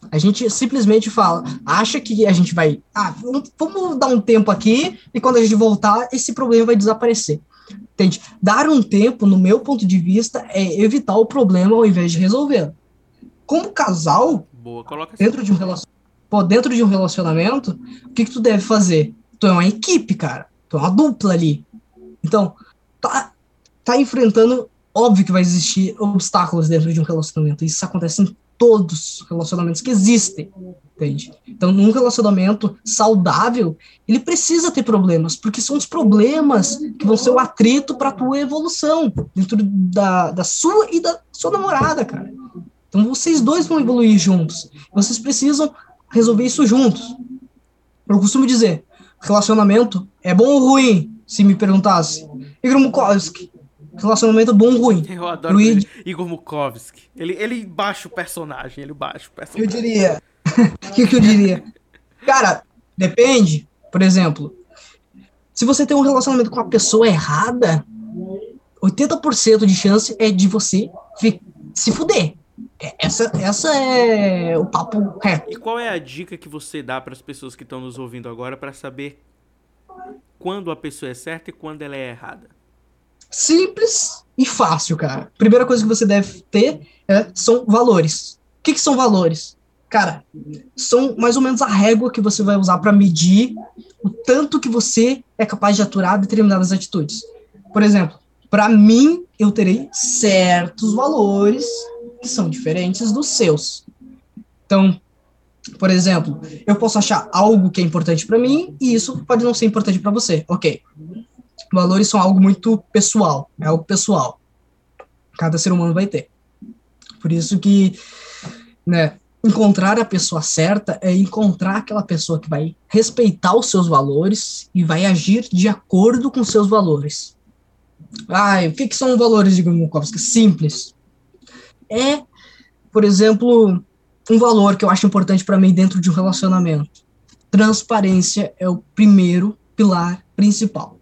A gente simplesmente fala, acha que a gente vai, ah, vamos dar um tempo aqui e quando a gente voltar, esse problema vai desaparecer. Entende? Dar um tempo, no meu ponto de vista, é evitar o problema ao invés de resolvê-lo. Como casal, Boa colocação. dentro de um relacionamento, pô, dentro de um relacionamento, o que, que tu deve fazer? Tu é uma equipe, cara. Tu é uma dupla ali. Então, tá, tá enfrentando, óbvio que vai existir obstáculos dentro de um relacionamento. Isso acontece em todos os relacionamentos que existem, entende? Então, num relacionamento saudável, ele precisa ter problemas, porque são os problemas que vão ser o atrito para a tua evolução, dentro da, da sua e da sua namorada, cara. Então, vocês dois vão evoluir juntos. Vocês precisam resolver isso juntos. Eu costumo dizer, relacionamento é bom ou ruim? Se me perguntasse. Igor Mukovski, relacionamento bom ou ruim? Eu adoro Luigi... Igor Mukovski. Ele, ele baixa o personagem, ele baixa o personagem. Eu diria. O que, que eu diria? Cara, depende. Por exemplo, se você tem um relacionamento com a pessoa errada, oitenta por cento de chance é de você se fuder. Essa, essa é o papo reto. E qual é a dica que você dá para as pessoas que estão nos ouvindo agora para saber quando a pessoa é certa e quando ela é errada? Simples e fácil, cara. Primeira coisa que você deve ter é, são valores. O que, que são valores? Cara, são mais ou menos a régua que você vai usar para medir o tanto que você é capaz de aturar determinadas atitudes. Por exemplo, para mim, eu terei certos valores que são diferentes dos seus. Então, por exemplo, eu posso achar algo que é importante para mim e isso pode não ser importante para você. Ok. Valores são algo muito pessoal, é algo pessoal. Cada ser humano vai ter. Por isso que, né, encontrar a pessoa certa é encontrar aquela pessoa que vai respeitar os seus valores e vai agir de acordo com seus valores. Ah, o que, que são valores de Mukovski? Simples. É, por exemplo, um valor que eu acho importante para mim dentro de um relacionamento. Transparência é o primeiro pilar principal.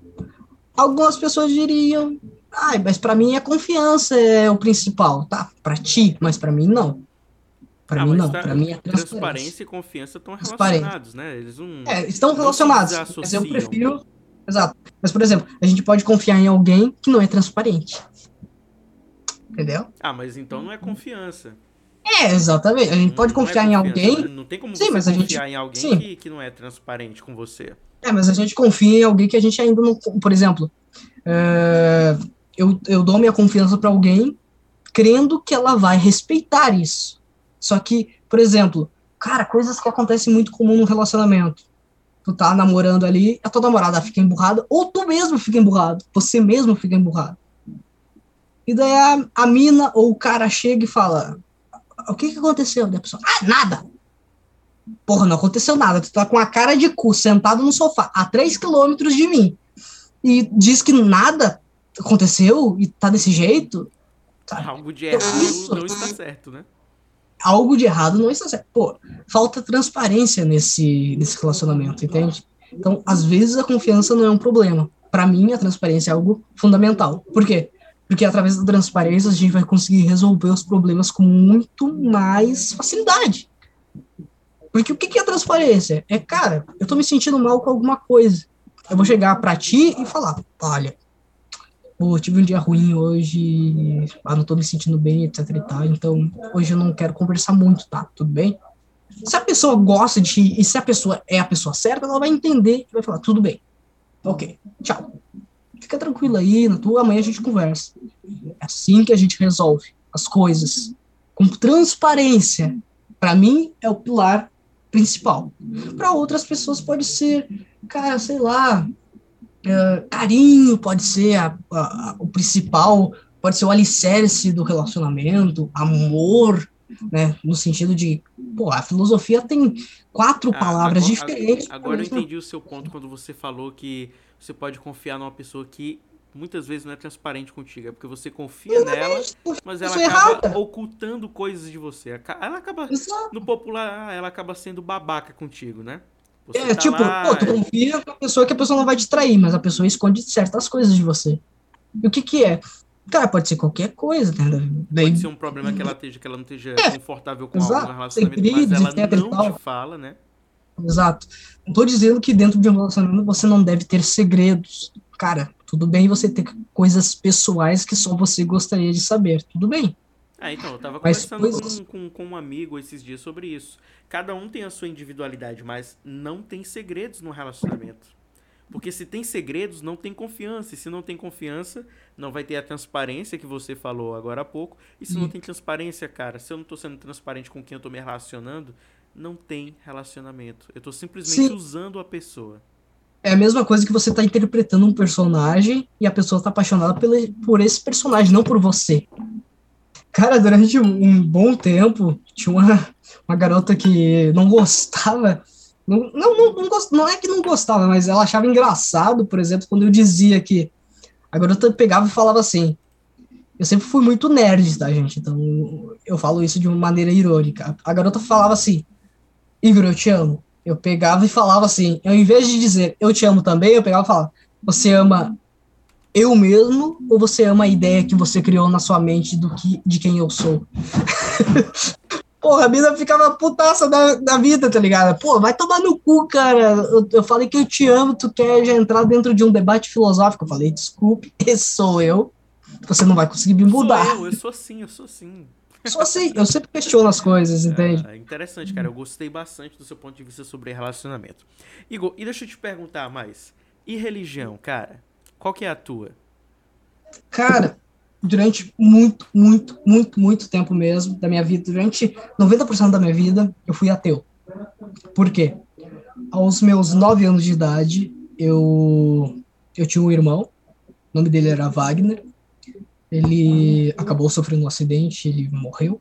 Algumas pessoas diriam, ah, mas para mim a confiança é o principal, tá? Para ti, mas para mim não. Para ah, mim não, tá, para mim é transparência. Transparência e confiança estão relacionados, né? Eles não, é, estão não relacionados, mas eu prefiro... Exato. Mas, por exemplo, a gente pode confiar em alguém que não é transparente. Entendeu? Ah, mas então não é confiança. É, exatamente. A gente não, pode confiar é em alguém... Não tem como sim, você mas confiar a gente... em alguém que, que não é transparente com você. É, mas a gente confia em alguém que a gente ainda não... Por exemplo, é, eu, eu dou minha confiança para alguém crendo que ela vai respeitar isso. Só que, por exemplo, cara, coisas que acontecem muito comum no relacionamento. Tu tá namorando ali, a tua namorada fica emburrada, ou tu mesmo fica emburrado, você mesmo fica emburrado. E daí a, a mina ou o cara chega e fala, o que que aconteceu? Daí a pessoa, ah, nada. Porra, não aconteceu nada, tu tá com a cara de cu, sentado no sofá, a três quilômetros de mim, e diz que nada aconteceu, e tá desse jeito. Sabe? Algo de errado Isso. não está certo, né? Algo de errado não está certo. Pô, falta transparência nesse, nesse relacionamento, entende? Então, às vezes a confiança não é um problema. Para mim, a transparência é algo fundamental. Por quê? Porque através da transparência a gente vai conseguir resolver os problemas com muito mais facilidade. Porque o que é transparência? É, cara, eu tô me sentindo mal com alguma coisa. Eu vou chegar pra ti e falar, olha, pô, tive um dia ruim hoje, ah, não tô me sentindo bem, etc e tal, então hoje eu não quero conversar muito, tá? Tudo bem? Se a pessoa gosta de ti, e se a pessoa é a pessoa certa, ela vai entender e vai falar, tudo bem. Ok, tchau. Fica tranquilo aí, na tua, amanhã a gente conversa. É assim que a gente resolve as coisas. Com transparência. Pra mim, é o pilar principal. Para outras pessoas pode ser, cara, sei lá, uh, carinho pode ser a, a, a, o principal, pode ser o alicerce do relacionamento, amor, né, no sentido de, pô, a filosofia tem quatro ah, palavras agora, diferentes. Agora eu entendi o seu ponto quando você falou que você pode confiar numa pessoa que muitas vezes não é transparente contigo, é porque você confia não, nela, mas ela acaba errada. ocultando coisas de você. Ela acaba, Exato. no popular, ela acaba sendo babaca contigo, né? Você é, tá tipo, lá, pô, tu confia com a pessoa que a pessoa não vai te trair, mas a pessoa esconde certas coisas de você. E o que que é? Cara, pode ser qualquer coisa, entendeu? Pode Daí, ser um problema que ela esteja, que ela não esteja confortável com algo no exato, relacionamento, mas segredos, ela etc e não te tal. fala, né? Exato. Não tô dizendo que dentro de um relacionamento você não deve ter segredos. Cara, tudo bem você ter coisas pessoais que só você gostaria de saber. Tudo bem. Ah, então, eu tava Mas conversando coisas. com, com, com um amigo esses dias sobre isso. Cada um tem a sua individualidade, mas não tem segredos no relacionamento. Porque se tem segredos, não tem confiança. E se não tem confiança, não vai ter a transparência que você falou agora há pouco. E se não tem transparência, cara, se eu não tô sendo transparente com quem eu tô me relacionando, não tem relacionamento. Eu tô simplesmente Sim, usando a pessoa. é a mesma coisa que você tá interpretando um personagem e a pessoa tá apaixonada pelo, por esse personagem, não por você. Cara, durante um, um bom tempo, tinha uma, uma garota que não gostava. Não, não, não, não, gost, não é que não gostava, mas ela achava engraçado, por exemplo, quando eu dizia que a garota pegava e falava assim. Eu sempre fui muito nerd, tá, gente? Então eu falo isso de uma maneira irônica. A garota falava assim: Igor, eu te amo. Eu pegava e falava assim, ao invés de dizer eu te amo também, eu pegava e falava: você ama eu mesmo ou você ama a ideia que você criou na sua mente do que, de quem eu sou? Porra, a mina ficava putaça da, da vida, tá ligado? Pô, vai tomar no cu, cara. Eu, eu falei que eu te amo, tu quer já entrar dentro de um debate filosófico. Eu falei, desculpe, esse sou eu. Você não vai conseguir me Sou mudar. eu, eu sou assim, eu sou assim. Só assim, eu sempre questiono as coisas, entende? Ah, interessante, cara. Eu gostei bastante do seu ponto de vista sobre relacionamento. Igor, e deixa eu te perguntar mais. E religião, cara? Qual que é a tua? Cara, durante muito, muito, muito, muito tempo mesmo da minha vida, durante noventa por cento da minha vida, eu fui ateu. Por quê? Aos meus nove anos de idade, eu, eu tinha um irmão, o nome dele era Wagner, ele acabou sofrendo um acidente, ele morreu.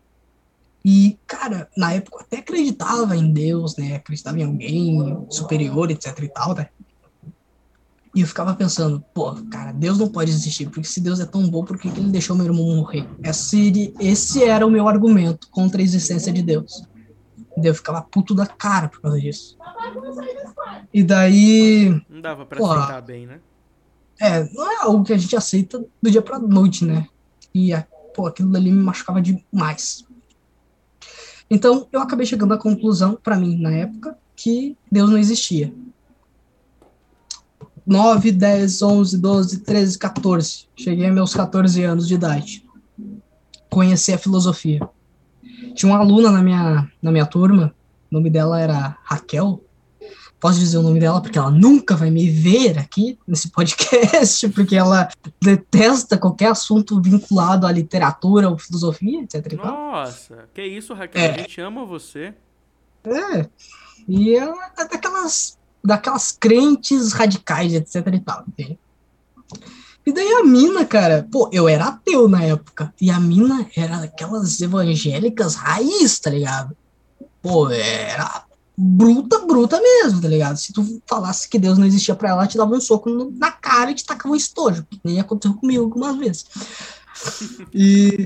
E, cara, na época eu até acreditava em Deus, né? Acreditava em alguém superior, etc e tal, né? E eu ficava pensando, pô, cara, Deus não pode existir, porque se Deus é tão bom, por que, que ele deixou meu irmão morrer? Esse, esse era o meu argumento contra a existência de Deus. E daí eu ficava puto da cara por causa disso. E daí, Não dava pra pô, aceitar bem, né? é, não é algo que a gente aceita do dia pra noite, né? E, pô, aquilo ali me machucava demais. Então, eu acabei chegando à conclusão, para mim, na época, que Deus não existia. Nove, dez, onze, doze, treze, quatorze. Cheguei aos meus quatorze anos de idade. Conheci a filosofia. Tinha uma aluna na minha, na minha turma, o nome dela era Raquel. Posso dizer o nome dela porque ela nunca vai me ver aqui nesse podcast, porque ela detesta qualquer assunto vinculado à literatura ou filosofia, etc e tal. Nossa, que isso, Raquel? A É, gente ama você. é. E ela é daquelas, daquelas crentes radicais, etc e tal, entende? E daí a mina, cara, pô, eu era ateu na época, e a mina era daquelas evangélicas raiz, tá ligado? Pô, era bruta, bruta mesmo, tá ligado? Se tu falasse que Deus não existia pra ela, ela te dava um soco no- na cara e te tacava um estojo, que nem aconteceu comigo algumas vezes. E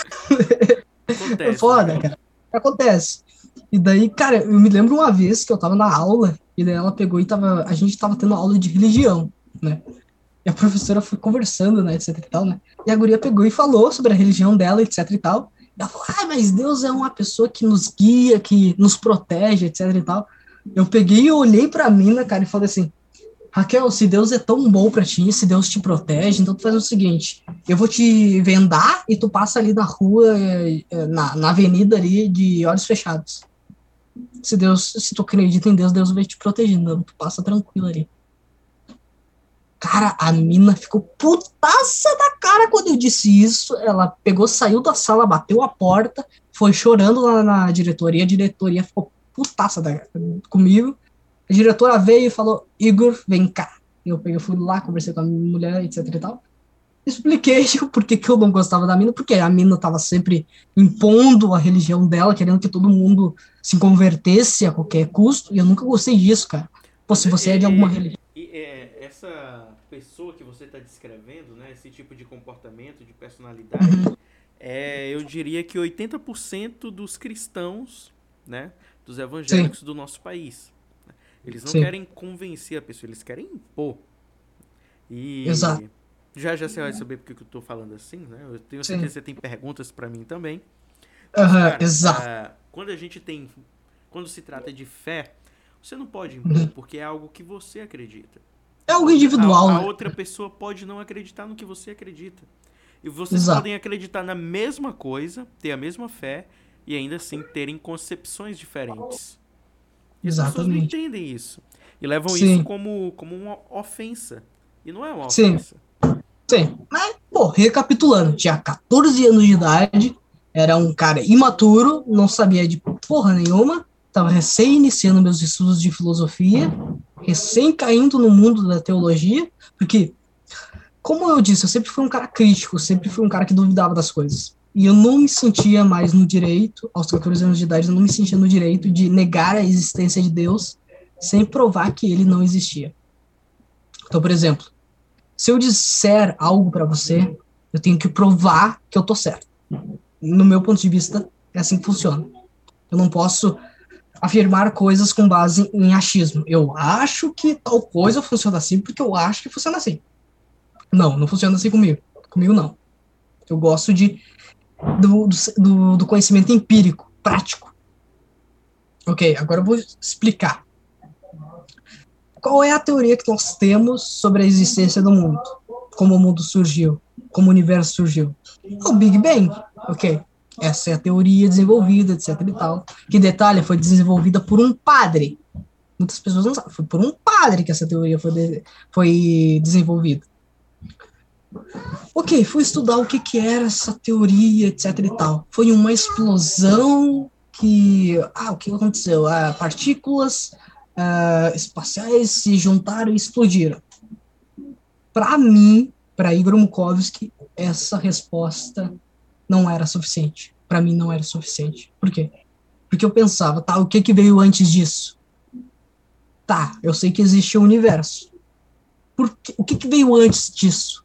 é Acontece, né, foda, cara? cara. Acontece. E daí, cara, eu me lembro uma vez que eu tava na aula, e daí ela pegou e tava, a gente tava tendo aula de religião, né? E a professora foi conversando, né, etc e tal, né? E a guria pegou e falou sobre a religião dela, etc e tal. E ela falou, ah, mas Deus é uma pessoa que nos guia, que nos protege, etc e tal. Eu peguei e olhei pra mina, cara, e falei assim, Raquel, se Deus é tão bom pra ti, se Deus te protege, então tu faz o seguinte, eu vou te vendar e tu passa ali na rua, eh, eh, na, na avenida ali, de olhos fechados. Se Deus, se tu acredita em Deus, Deus vai te protegendo, tu passa tranquilo ali. Cara, a mina ficou putaça da cara quando eu disse isso. Ela pegou, saiu da sala, bateu a porta, foi chorando lá na diretoria. A diretoria ficou putaça da, comigo. A diretora veio e falou: Igor, vem cá. Eu peguei, fui lá, conversei com a minha mulher, etc e tal. Expliquei o porquê que eu não gostava da mina, porque a mina tava sempre impondo a religião dela, querendo que todo mundo se convertesse a qualquer custo, e eu nunca gostei disso, cara. Pô, Mas se é, você é de alguma é- religião. é- é- essa pessoa que você está descrevendo, né? Esse tipo de comportamento, de personalidade, Uhum, é, eu diria que oitenta por cento dos cristãos, né? Dos sim, evangélicos do nosso país. Eles não sim, querem convencer a pessoa, eles querem impor. E exato. Já já você vai saber porque que eu tô falando assim, né? Eu tenho certeza Sim. que você tem perguntas para mim também. Mas, Aham, cara, exato. uh, quando a gente tem. Quando se trata de fé, você não pode impor, Uhum. porque é algo que você acredita. É A algo outra, a, individual, a né? outra pessoa pode não acreditar no que você acredita. E vocês Exato. podem acreditar na mesma coisa, ter a mesma fé, e ainda assim terem concepções diferentes. E as pessoas não Exatamente. entendem isso. E levam isso Sim, como, como uma ofensa. E não é uma sim, ofensa. sim. Mas, pô, recapitulando, tinha catorze anos de idade, era um cara imaturo, não sabia de porra nenhuma, estava recém iniciando meus estudos de filosofia, recém caindo no mundo da teologia, porque, como eu disse, eu sempre fui um cara crítico, sempre fui um cara que duvidava das coisas. E eu não me sentia mais no direito, aos catorze anos de idade, eu não me sentia no direito de negar a existência de Deus sem provar que ele não existia. Então, por exemplo, se eu disser algo para você, eu tenho que provar que eu tô certo. No meu ponto de vista, é assim que funciona. Eu não posso afirmar coisas com base em achismo. Eu acho que tal coisa funciona assim porque eu acho que funciona assim. Não, não funciona assim comigo. Comigo não. Eu gosto de, do, do, do conhecimento empírico, prático. Ok, agora eu vou explicar. Qual é a teoria que nós temos sobre a existência do mundo? Como o mundo surgiu? Como o universo surgiu? O Big Bang, ok? Essa é a teoria desenvolvida, etc e tal. Que detalhe, foi desenvolvida por um padre. Muitas pessoas não sabem, foi por um padre que essa teoria foi, de, foi desenvolvida. Ok, fui estudar o que, que era essa teoria, etc e tal. Foi uma explosão que... Ah, o que aconteceu? Ah, partículas ah, espaciais se juntaram e explodiram. Para mim, para Igor Mukovsky, essa resposta não era suficiente. Para mim, não era suficiente. Por quê? Porque eu pensava, tá, o que, que veio antes disso? Tá, eu sei que existe o universo. Por que, o que, que veio antes disso?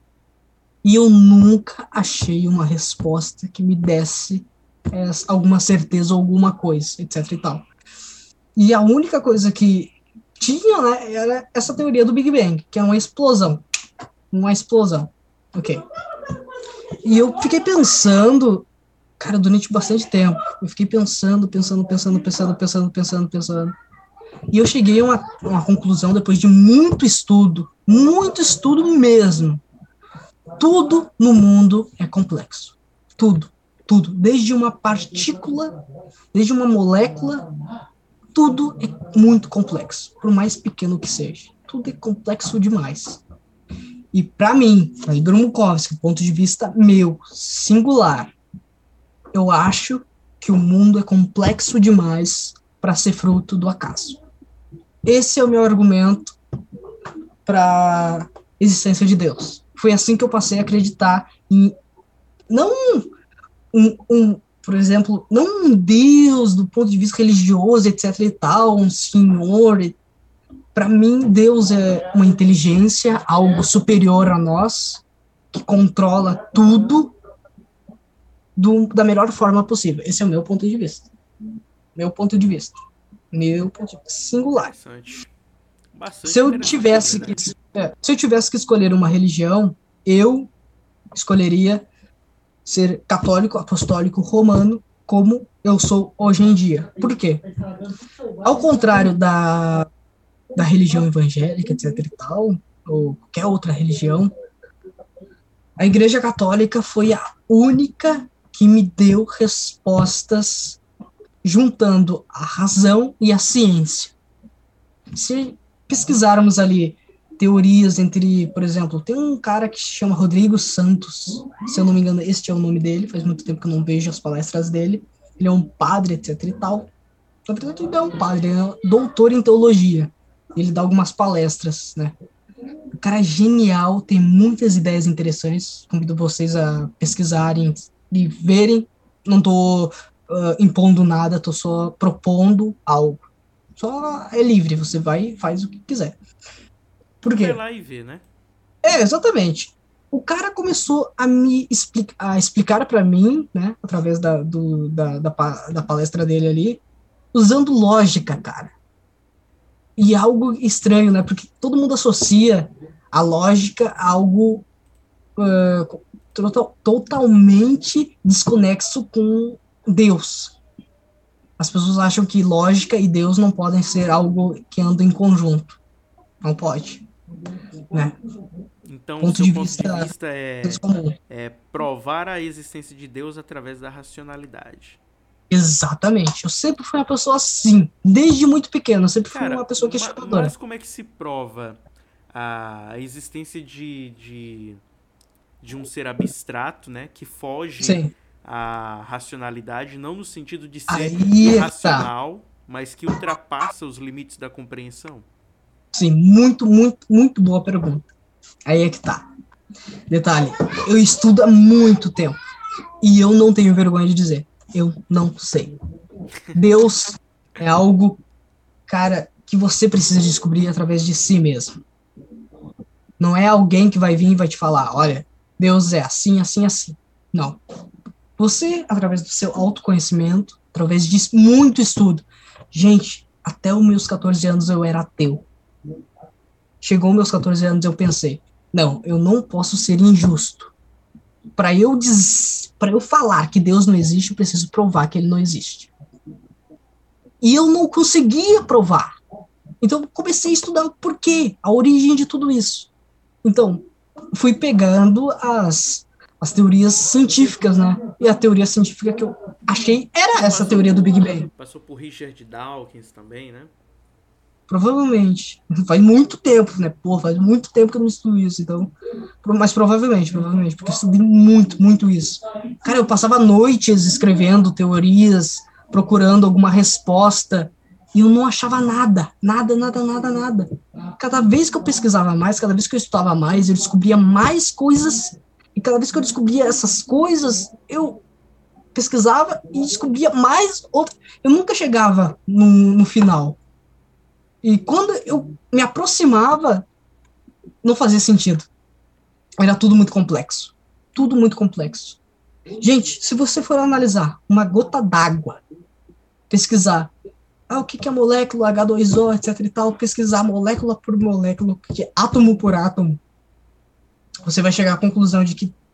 E eu nunca achei uma resposta que me desse é, alguma certeza ou alguma coisa, etc e tal. E a única coisa que tinha, né, era essa teoria do Big Bang, que é uma explosão. Uma explosão. Ok. E eu fiquei pensando, cara, durante bastante tempo. Eu fiquei pensando, pensando, pensando, pensando, pensando, pensando, pensando. E eu cheguei a uma, uma conclusão depois de muito estudo, muito estudo mesmo. Tudo no mundo é complexo. Tudo, tudo. Desde uma partícula, desde uma molécula, tudo é muito complexo, por mais pequeno que seja. Tudo é complexo demais. E para mim, para Igor Mukovsky, ponto de vista meu, singular, eu acho que o mundo é complexo demais para ser fruto do acaso. Esse é o meu argumento para a existência de Deus. Foi assim que eu passei a acreditar em não um, um, por exemplo, não um Deus do ponto de vista religioso, etc e tal, um senhor. Para mim, Deus é uma inteligência, algo superior a nós, que controla tudo do, da melhor forma possível. Esse é o meu ponto de vista. Meu ponto de vista. Meu ponto de vista. Singular. Interessante. Bastante Se eu interessante, na tivesse que, verdade. é, se eu tivesse que escolher uma religião, eu escolheria ser católico, apostólico, romano, como eu sou hoje em dia. Por quê? Ao contrário da, da religião evangélica, etc e tal, ou qualquer outra religião, a Igreja Católica foi a única que me deu respostas juntando a razão e a ciência. Se pesquisarmos ali teorias entre, por exemplo, tem um cara que se chama Rodrigo Santos, se eu não me engano, este é o nome dele, faz muito tempo que eu não vejo as palestras dele, ele é um padre, etc e tal. Na verdade, ele não é um padre, ele é doutor em teologia. Ele dá algumas palestras, né? O cara é genial, tem muitas ideias interessantes. Convido vocês a pesquisarem e verem. Não tô uh, impondo nada, tô só propondo algo. Só é livre, você vai e faz o que quiser. Por Vai quê? lá e vê, né? É, exatamente. O cara começou a me explica, a explicar para mim, né, através da, do, da, da, da palestra dele ali, usando lógica, cara. E algo estranho, né? Porque todo mundo associa a lógica a algo uh, total, totalmente desconexo com Deus. As pessoas acham que lógica e Deus não podem ser algo que andam em conjunto. Não pode, né? Então, o Ponto seu de ponto de vista vista é, comum. é provar a existência de Deus através da racionalidade. Exatamente. Eu sempre fui uma pessoa assim, desde muito pequeno. Eu sempre fui Cara, uma pessoa ma- questionadora. mas como é que se prova a existência de, de, de um ser abstrato, né, que foge Sim. à racionalidade, não no sentido de ser Aí é que tá. irracional, mas que ultrapassa os limites da compreensão? Sim, muito, muito, muito boa pergunta. Aí é que tá. Detalhe, eu estudo há muito tempo e eu não tenho vergonha de dizer. Eu não sei. Deus é algo, cara, que você precisa descobrir através de si mesmo. Não é alguém que vai vir e vai te falar, olha, Deus é assim, assim, assim. Não. Você, através do seu autoconhecimento, através de muito estudo. Gente, até os meus catorze anos eu era ateu. Chegou meus catorze anos eu pensei, não, eu não posso ser injusto. Para eu, des... eu falar que Deus não existe, eu preciso provar que ele não existe. E eu não conseguia provar. Então, comecei a estudar o porquê, a origem de tudo isso. Então, fui pegando as, as teorias científicas, né? E a teoria científica que eu achei era Você essa passou teoria do Big por, Bang. passou por Richard Dawkins também, né? Provavelmente. Faz muito tempo, né? Pô, faz muito tempo que eu não estudo isso, então. Mas provavelmente, provavelmente, porque eu estudei muito, muito isso. Cara, eu passava noites escrevendo teorias, procurando alguma resposta, e eu não achava nada, nada, nada, nada, nada. Cada vez que eu pesquisava mais, cada vez que eu estudava mais, eu descobria mais coisas, e cada vez que eu descobria essas coisas, eu pesquisava e descobria mais outras. Eu nunca chegava no, no final. E quando eu me aproximava, não fazia sentido. Era tudo muito complexo. Tudo muito complexo. Gente, se você for analisar uma gota d'água, pesquisar ah, o que é molécula H dois O, etc e tal, pesquisar molécula por molécula, que é átomo por átomo, você vai chegar à conclusão de que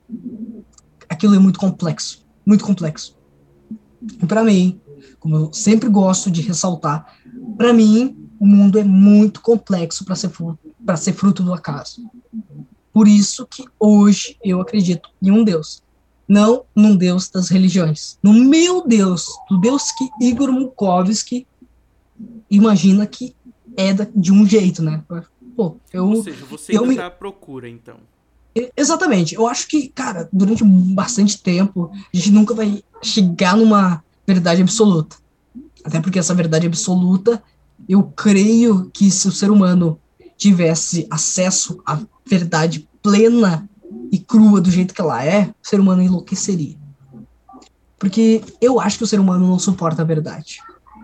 aquilo é muito complexo. Muito complexo. E para mim, como eu sempre gosto de ressaltar, para mim, o mundo é muito complexo para ser, para ser fruto do acaso. Por isso que hoje eu acredito em um Deus. Não num Deus das religiões. No meu Deus, do Deus que Igor Mukovsky imagina que é de um jeito, né? Pô, eu, Ou seja, você eu ainda me... está à procura, então. Exatamente. Eu acho que, cara, durante bastante tempo, a gente nunca vai chegar numa verdade absoluta. Até porque essa verdade absoluta, eu creio que se o ser humano tivesse acesso à verdade plena e crua do jeito que ela é, o ser humano enlouqueceria. Porque eu acho que o ser humano não suporta a verdade.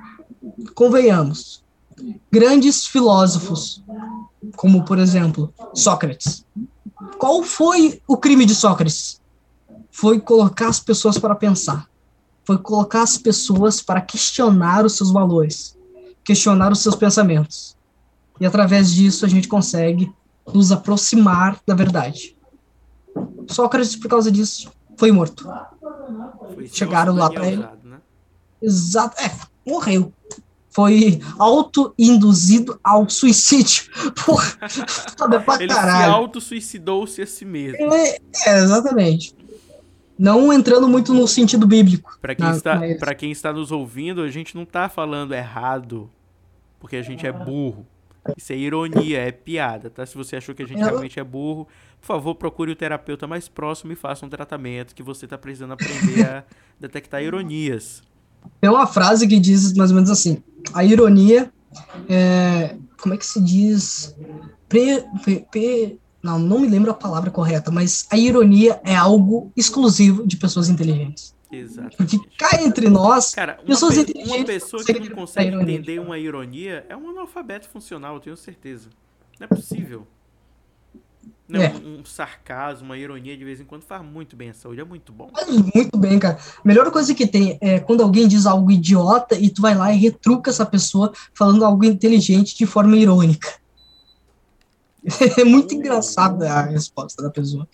Convenhamos. Grandes filósofos, como, por exemplo, Sócrates. Qual foi o crime de Sócrates? Foi colocar as pessoas para pensar. Foi colocar as pessoas para questionar os seus valores, questionar os seus pensamentos. E através disso a gente consegue nos aproximar da verdade. Sócrates, por causa disso, foi morto. Foi Chegaram lá para ele. Usado, né? Exato. É, morreu. Foi auto-induzido ao suicídio. Porra, foda pra Ele caralho. se auto-suicidou-se a si mesmo. É, é, exatamente. Não entrando muito no sentido bíblico. Para quem, Na, está, mas... pra quem está nos ouvindo, a gente não tá falando errado porque a gente é burro. Isso é ironia, é piada, tá? Se você achou que a gente realmente é burro, por favor, procure o terapeuta mais próximo e faça um tratamento que você tá precisando aprender a detectar ironias. Tem uma frase que diz mais ou menos assim, a ironia é, como é que se diz? Pre, pre, pre, não, não me lembro a palavra correta, mas a ironia é algo exclusivo de pessoas inteligentes. Exatamente. Porque cá entre nós, cara, uma, pessoas pe inteligentes uma pessoa que não consegue entender uma ironia é um analfabeto funcional, eu tenho certeza. Não é possível. Não, é. um, um sarcasmo, uma ironia de vez em quando faz muito bem à saúde, é muito bom. Faz muito bem, cara. A melhor coisa que tem é quando alguém diz algo idiota e tu vai lá e retruca essa pessoa falando algo inteligente de forma irônica. É muito engraçada a resposta da pessoa.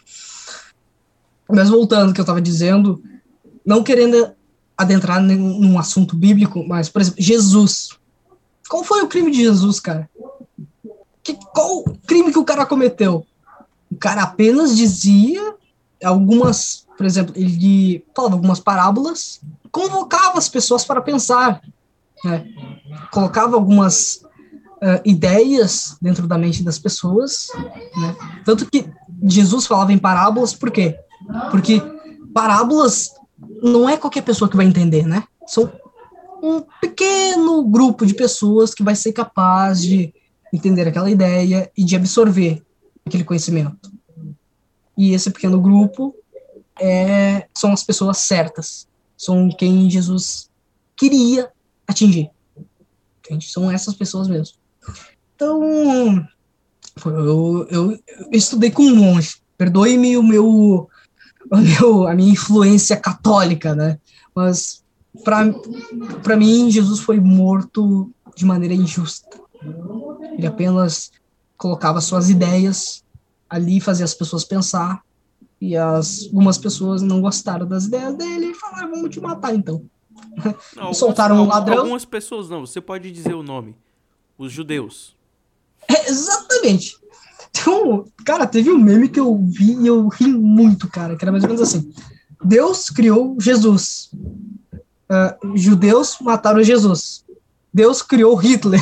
Mas voltando ao que eu estava dizendo, não querendo adentrar num, num assunto bíblico, mas, por exemplo, Jesus. Qual foi o crime de Jesus, cara? Que, qual o crime que o cara cometeu? O cara apenas dizia algumas, por exemplo, ele falava algumas parábolas, convocava as pessoas para pensar, né? Colocava algumas uh, ideias dentro da mente das pessoas, né? Tanto que Jesus falava em parábolas, por quê? Porque parábolas não é qualquer pessoa que vai entender, né? São um pequeno grupo de pessoas que vai ser capaz de entender aquela ideia e de absorver aquele conhecimento. E esse pequeno grupo é, são as pessoas certas, são quem Jesus queria atingir. Entende? São essas pessoas mesmo. Então, eu, eu, eu estudei com um monge. Perdoe-me o meu, o meu, a minha influência católica, né? Mas, para mim, Jesus foi morto de maneira injusta. Ele apenas colocava suas ideias ali, fazia as pessoas pensar, e as, algumas pessoas não gostaram das ideias dele e falaram, vamos te matar, então. Não, algumas, soltaram um ladrão. Algumas pessoas não, você pode dizer o nome. Os judeus. É, exatamente. Então, cara, teve um meme que eu vi e eu ri muito, cara, que era mais ou menos assim. Deus criou Jesus. Uh, judeus mataram Jesus. Deus criou Hitler.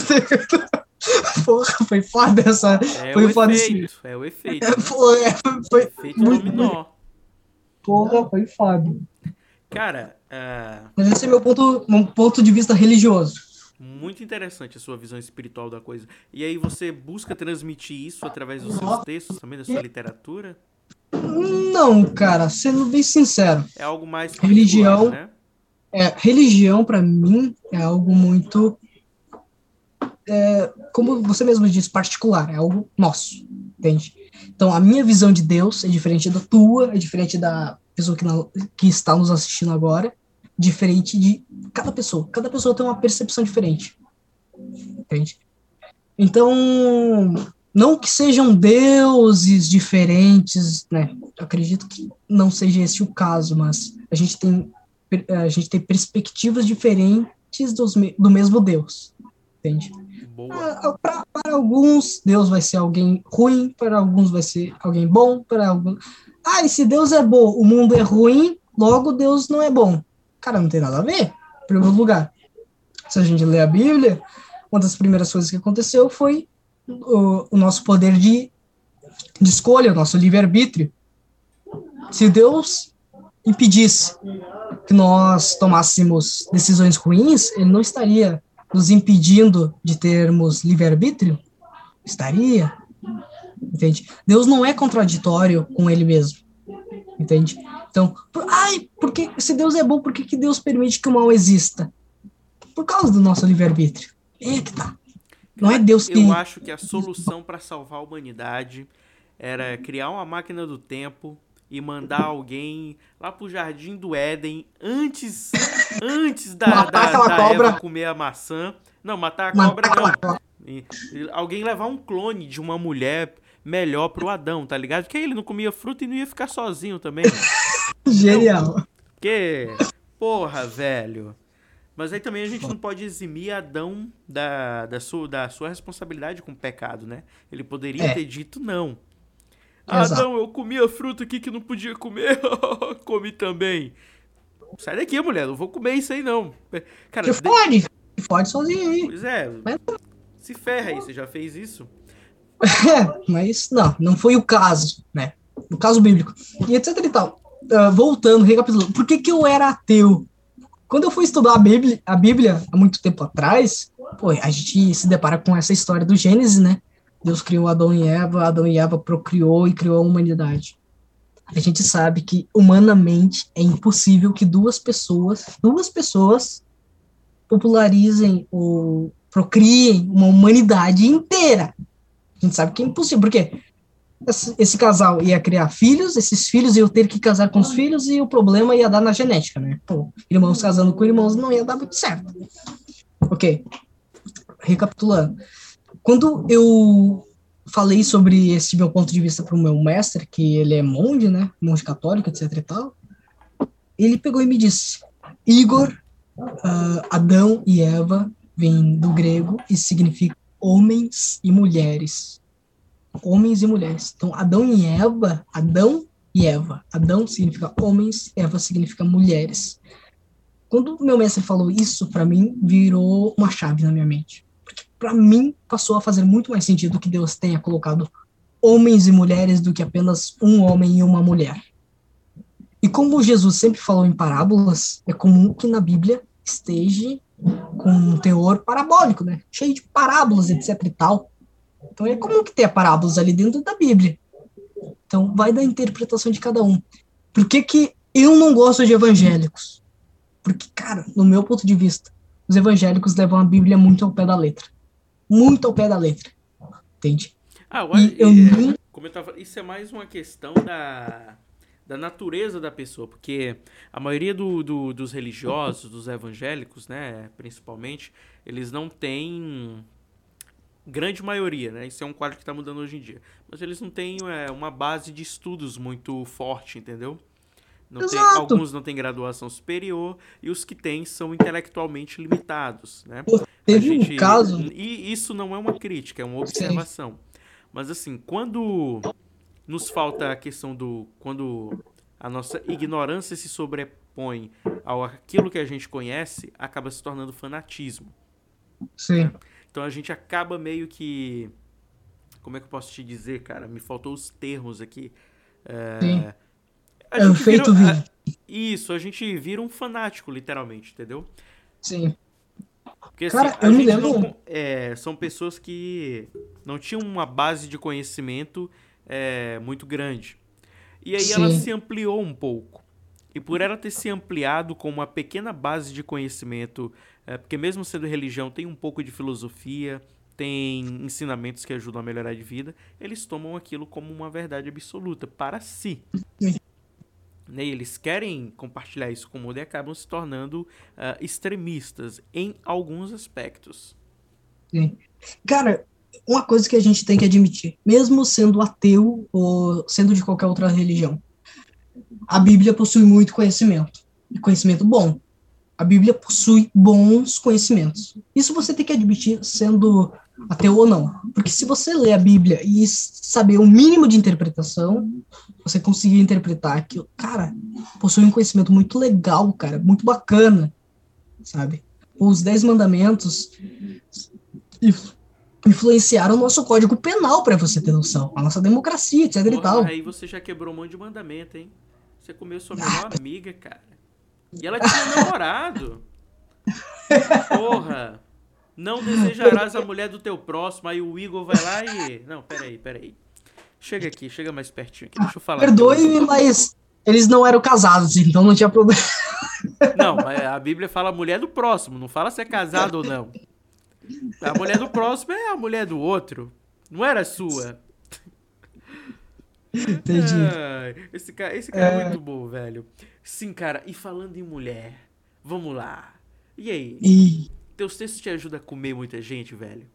Porra, foi foda essa. É foi o foda efeito, esse... é o efeito. É, né? foi, é, foi, efeito muito, dominó. Porra, foi foda. Cara, uh... mas esse é meu ponto, meu ponto de vista religioso. Muito interessante a sua visão espiritual da coisa. E aí você busca transmitir isso através dos seus textos, também da sua literatura? Não, cara, sendo bem sincero. É algo mais religião, né? É, religião, para mim, é algo muito, é, como você mesmo disse, particular, é algo nosso, entende? Então, a minha visão de Deus é diferente da tua, é diferente da pessoa que, não, que está nos assistindo agora, diferente de cada pessoa. Cada pessoa tem uma percepção diferente, entende? Então, não que sejam deuses diferentes, né? Eu acredito que não seja esse o caso, mas a gente tem a gente tem perspectivas diferentes dos, do mesmo Deus, entende? Boa. Para, para alguns, Deus vai ser alguém ruim, para alguns vai ser alguém bom, para alguns... Ah, e se Deus é bom, o mundo é ruim, logo Deus não é bom. Cara, não tem nada a ver, em primeiro lugar. Se a gente ler a Bíblia, uma das primeiras coisas que aconteceu foi o, o nosso poder de, de escolha, o nosso livre-arbítrio. Se Deus impedisse que nós tomássemos decisões ruins, ele não estaria nos impedindo de termos livre-arbítrio? Estaria, entende? Deus não é contraditório com ele mesmo, entende? Então, por, ai, porque, se Deus é bom, por que, que Deus permite que o mal exista? Por causa do nosso livre-arbítrio. É que tá. Não é Deus que... Eu acho que a solução para salvar a humanidade era criar uma máquina do tempo e mandar alguém lá pro Jardim do Éden antes, antes da, da, da Eva comer a maçã. Não, matar a cobra não. E, e alguém levar um clone de uma mulher melhor pro Adão, tá ligado? Porque aí ele não comia fruta e não ia ficar sozinho também. Genial. Não, porque, porra, velho. Mas aí também a gente não pode eximir Adão da, da, sua, da sua responsabilidade com o pecado, né? Ele poderia é. ter dito não. Exato. Adão, eu comia fruta aqui que não podia comer. Comi também. Sai daqui, mulher. Não vou comer isso aí, não. Cara, você de... pode. Pode sozinho aí. Pois é. Mas... Se ferra aí. Você já fez isso? É, mas não. Não foi o caso, né? O caso bíblico. E etc e tal. Uh, voltando, recapitulando. Por que que eu era ateu? Quando eu fui estudar a Bíblia, a Bíblia há muito tempo atrás, pô, a gente se depara com essa história do Gênesis, né? Deus criou Adão e Eva, Adão e Eva procriou e criou a humanidade. A gente sabe que, humanamente, é impossível que duas pessoas, duas pessoas popularizem ou procriem uma humanidade inteira. A gente sabe que é impossível, porque esse, esse casal ia criar filhos, esses filhos iam ter que casar com os filhos e o problema ia dar na genética, né? Pô, irmãos casando com irmãos não ia dar muito certo. Ok. Recapitulando. Quando eu falei sobre esse meu ponto de vista para o meu mestre, que ele é monge, né? Monge católico, etc e tal. Ele pegou e me disse, Igor, uh, Adão e Eva vem do grego e significa homens e mulheres. Homens e mulheres. Então, Adão e Eva, Adão e Eva. Adão significa homens, Eva significa mulheres. Quando meu mestre falou isso para mim, virou uma chave na minha mente. Porque para mim passou a fazer muito mais sentido que Deus tenha colocado homens e mulheres do que apenas um homem e uma mulher. E como Jesus sempre falou em parábolas, é comum que na Bíblia esteja com um teor parabólico, né? Cheio de parábolas, etc e tal. Então é comum que tenha parábolas ali dentro da Bíblia. Então vai da interpretação de cada um. Por que que eu não gosto de evangélicos? Porque, cara, no meu ponto de vista, os evangélicos levam a Bíblia muito ao pé da letra. Muito ao pé da letra. Entende? Ah, olha, E eu é, não... como eu tava, isso é mais uma questão da, da natureza da pessoa, porque a maioria do, do, dos religiosos, dos evangélicos, né, principalmente, eles não têm, grande maioria, né, isso é um quadro que está mudando hoje em dia, mas eles não têm é, uma base de estudos muito forte, entendeu? Não tem, alguns não têm graduação superior e os que têm são intelectualmente limitados, né? Pô, teve a gente, um caso... E isso não é uma crítica, é uma observação. Sim. Mas assim, quando nos falta a questão do... Quando a nossa ignorância se sobrepõe ao aquilo que a gente conhece, acaba se tornando fanatismo. Sim. Né? Então a gente acaba meio que... Como é que eu posso te dizer, cara? Me faltou os termos aqui. É... Sim. A é o gente feito vira, vir. A, isso, a gente vira um fanático, literalmente, entendeu? Sim. Porque, Cara, assim, a eu me gente lembro... não, é, são pessoas que não tinham uma base de conhecimento é, muito grande. E aí Sim. ela se ampliou um pouco. E por ela ter se ampliado com uma pequena base de conhecimento, é, porque mesmo sendo religião, tem um pouco de filosofia, tem ensinamentos que ajudam a melhorar de vida, eles tomam aquilo como uma verdade absoluta para si. Sim. E eles querem compartilhar isso com o mundo e acabam se tornando uh, extremistas em alguns aspectos. Sim. Cara, uma coisa que a gente tem que admitir, mesmo sendo ateu ou sendo de qualquer outra religião, a Bíblia possui muito conhecimento, e conhecimento bom. A Bíblia possui bons conhecimentos. Isso você tem que admitir sendo ateu ou não. Porque se você ler a Bíblia e saber o mínimo de interpretação, você conseguir interpretar aquilo, cara, possui um conhecimento muito legal, cara, muito bacana, sabe? Os Dez Mandamentos influenciaram o nosso Código Penal, para você ter noção, a nossa democracia, etc Porra, e tal. Aí você já quebrou um monte de mandamento, hein? Você comeu sua melhor ah. amiga, cara. E ela tinha namorado. Porra. Não desejarás a mulher do teu próximo. Aí o Igor vai lá e... Não, peraí, peraí. Chega aqui, chega mais pertinho aqui. Deixa eu falar. Perdoe, mas eles não eram casados, então não tinha problema. Não, mas a Bíblia fala mulher do próximo. Não fala se é casado ou não. A mulher do próximo é a mulher do outro. Não era sua. Entendi. Ah, esse cara, esse cara é... é muito bom, velho. Sim, cara. E falando em mulher, vamos lá. E aí? E... Teus textos te ajudam a comer muita gente, velho?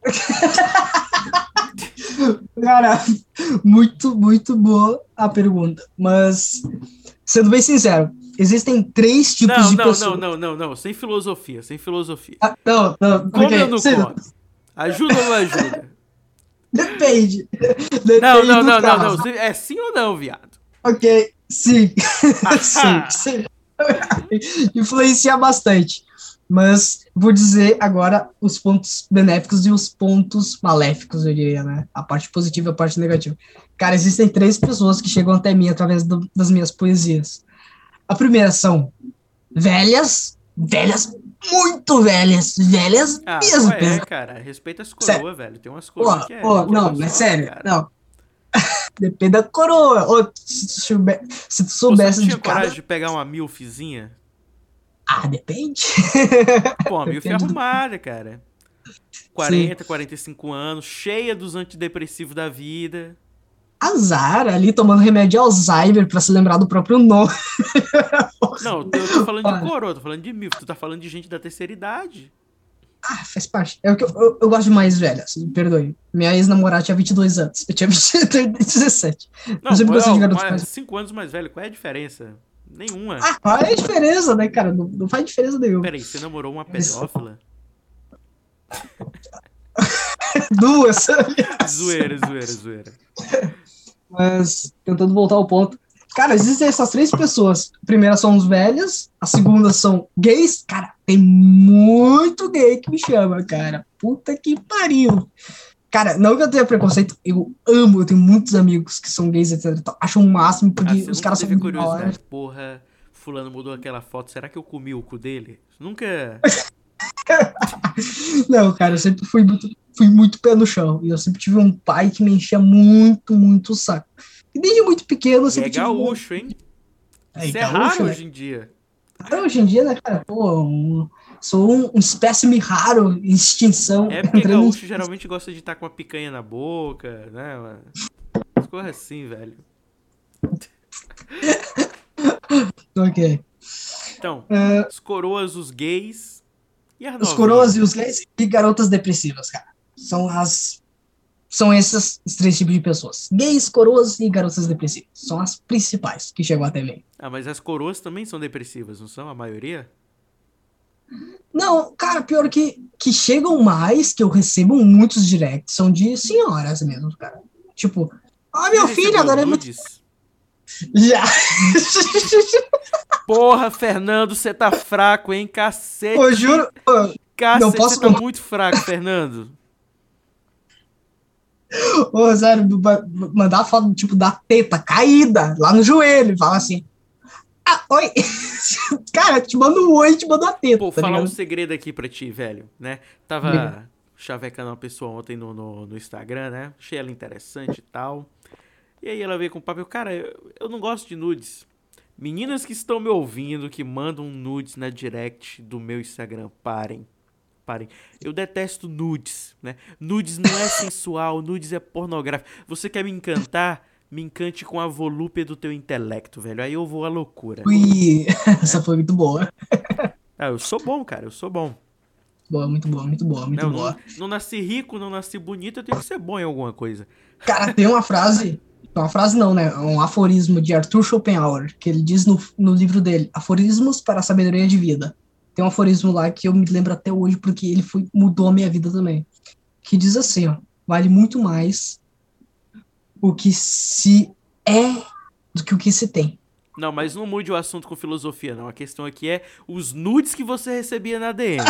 Cara, muito, muito boa a pergunta. Mas, sendo bem sincero, existem três tipos não, de não, pessoas. Não, não, não, não. Sem filosofia, sem filosofia. Ah, não, não. Come Okay. ou não come? Ajuda ou não ajuda? Depende. Depende não, não, do não, caso. não, não. É sim ou não, viado? Ok, sim. sim, sim. Influencia bastante. Mas vou dizer agora os pontos benéficos e os pontos maléficos, eu diria, né? A parte positiva e a parte negativa. Cara, existem três pessoas que chegam até mim através do, das minhas poesias. A primeira são velhas, velhas, muito velhas, velhas ah, mesmo. É, cara, respeita as coroas, velho. Tem umas coroas que é... Pô, não, mas sério, cara. Não. Depende da coroa. Ou, se, tu souber, se tu soubesse Pô, você de tinha coragem cada... de pegar uma milfzinha? Ah, depende. Pô, uma milf arrumada, cara. quarenta, Sim. quarenta e cinco anos, cheia dos antidepressivos da vida. Azar, ali tomando remédio de Alzheimer pra se lembrar do próprio nome. Não, eu tô falando de coroa, tô falando de milf. Tu tá falando de gente da terceira idade. Ah, faz parte. É o que eu, eu, eu gosto de mais velhas, me perdoe. Minha ex-namorada tinha vinte e dois anos. Eu tinha dezessete. Não, Eu sempre gostei de garotos mas mais. cinco anos mais velho, qual é a diferença? Nenhuma. Ah, qual é a diferença, né, cara? Não, não faz diferença nenhuma. Peraí, você namorou uma Mas- pedófila? Duas, aliás. Zoeira, zoeira, zoeira. Mas, tentando voltar ao ponto. Cara, existem essas três pessoas. A primeira são os velhos, a segunda são gays. Cara, tem muito gay que me chama, cara. Puta que pariu. Cara, não que eu tenha preconceito, eu amo, eu tenho muitos amigos que são gays, etcétera. Acho um máximo, Ah, porque você os nunca caras são teve muito da hora. curiosidade? Porra, fulano mudou aquela foto, será que eu comi o cu dele? Nunca... Não, cara, eu sempre fui muito, fui muito pé no chão. E eu sempre tive um pai que me enchia muito, muito o saco. E desde muito pequeno eu E é sempre tive um... gaúcho, hein? É, Isso é gaúcho, raro né? hoje em dia. Cara, hoje em dia, né, cara, pô, um- sou um, um espécime raro em extinção. É porque entrando em- gaúcho geralmente gosta de estar com uma picanha na boca, né? Uma- As coisas assim, velho. Ok. Então, É, os coroas, os gays e as os novinhas. coroas e os gays e garotas depressivas, cara. São as... São esses os três tipos de pessoas. Gays, coroas e garotas depressivas. São as principais que chegam até mim. Ah, mas as coroas também são depressivas, não são? A maioria? Não, cara, pior que, que chegam mais, que eu recebo muitos directs, são de senhoras mesmo, cara. Tipo, ah, meu Já filho, recebeu adorei muito. nudes? Já. Porra, Fernando, você tá fraco, hein? Cacete. Pô, juro. Pô, Cacete, não posso- você tá muito fraco, Fernando. ô, sério, ma- mandar foto, tipo, da teta caída lá no joelho. Fala assim, ah, oi. Cara, te manda um oi, te manda a teta, Pô, tá falar um ligado? segredo aqui pra ti, velho, né? Tava Diga. chavecando uma pessoa ontem no, no, no Instagram, né? Achei ela interessante e tal. E aí ela veio com o papo, eu, cara, eu, eu não gosto de nudes. Meninas que estão me ouvindo, que mandam nudes na direct do meu Instagram, parem. Parem. Eu detesto nudes, né? Nudes não é sensual, nudes é pornográfico. Você quer me encantar? Me encante com a volúpia do teu intelecto, velho. Aí eu vou à loucura. Ui, essa foi muito boa. Ah, eu sou bom, cara, eu sou bom. Boa, muito boa, muito boa, muito Não, boa. não, não nasci rico, não nasci bonito, eu tenho que ser bom em alguma coisa. Cara, tem uma frase, uma frase não, né? Um aforismo de Arthur Schopenhauer, que ele diz no, no livro dele, Aforismos para a Sabedoria de Vida. Tem um aforismo lá que eu me lembro até hoje, porque ele foi, mudou a minha vida também. Que diz assim, ó, vale muito mais o que se é do que o que se tem. Não, mas não mude o assunto com filosofia, não. A questão aqui é os nudes que você recebia na D M.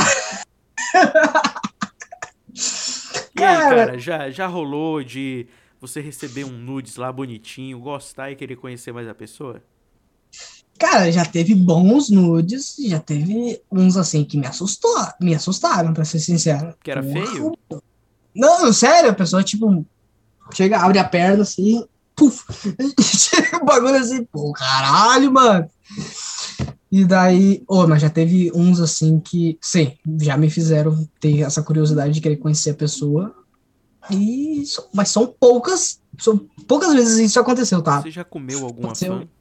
E aí, Cara, cara, já, já rolou de você receber um nudes lá bonitinho, gostar e querer conhecer mais a pessoa? cara, já teve bons nudes, já teve uns assim que me assustou, me assustaram, pra ser sincero. Que era Porra. feio? Não, sério, a pessoa, tipo, chega, abre a perna assim, puf, chega um bagulho assim, pô, caralho, mano. E daí, oh, mas já teve uns assim que, sim, já me fizeram ter essa curiosidade de querer conhecer a pessoa. E, so- mas são poucas, são poucas vezes isso aconteceu, tá? Você já comeu alguma Aconteceu. fã?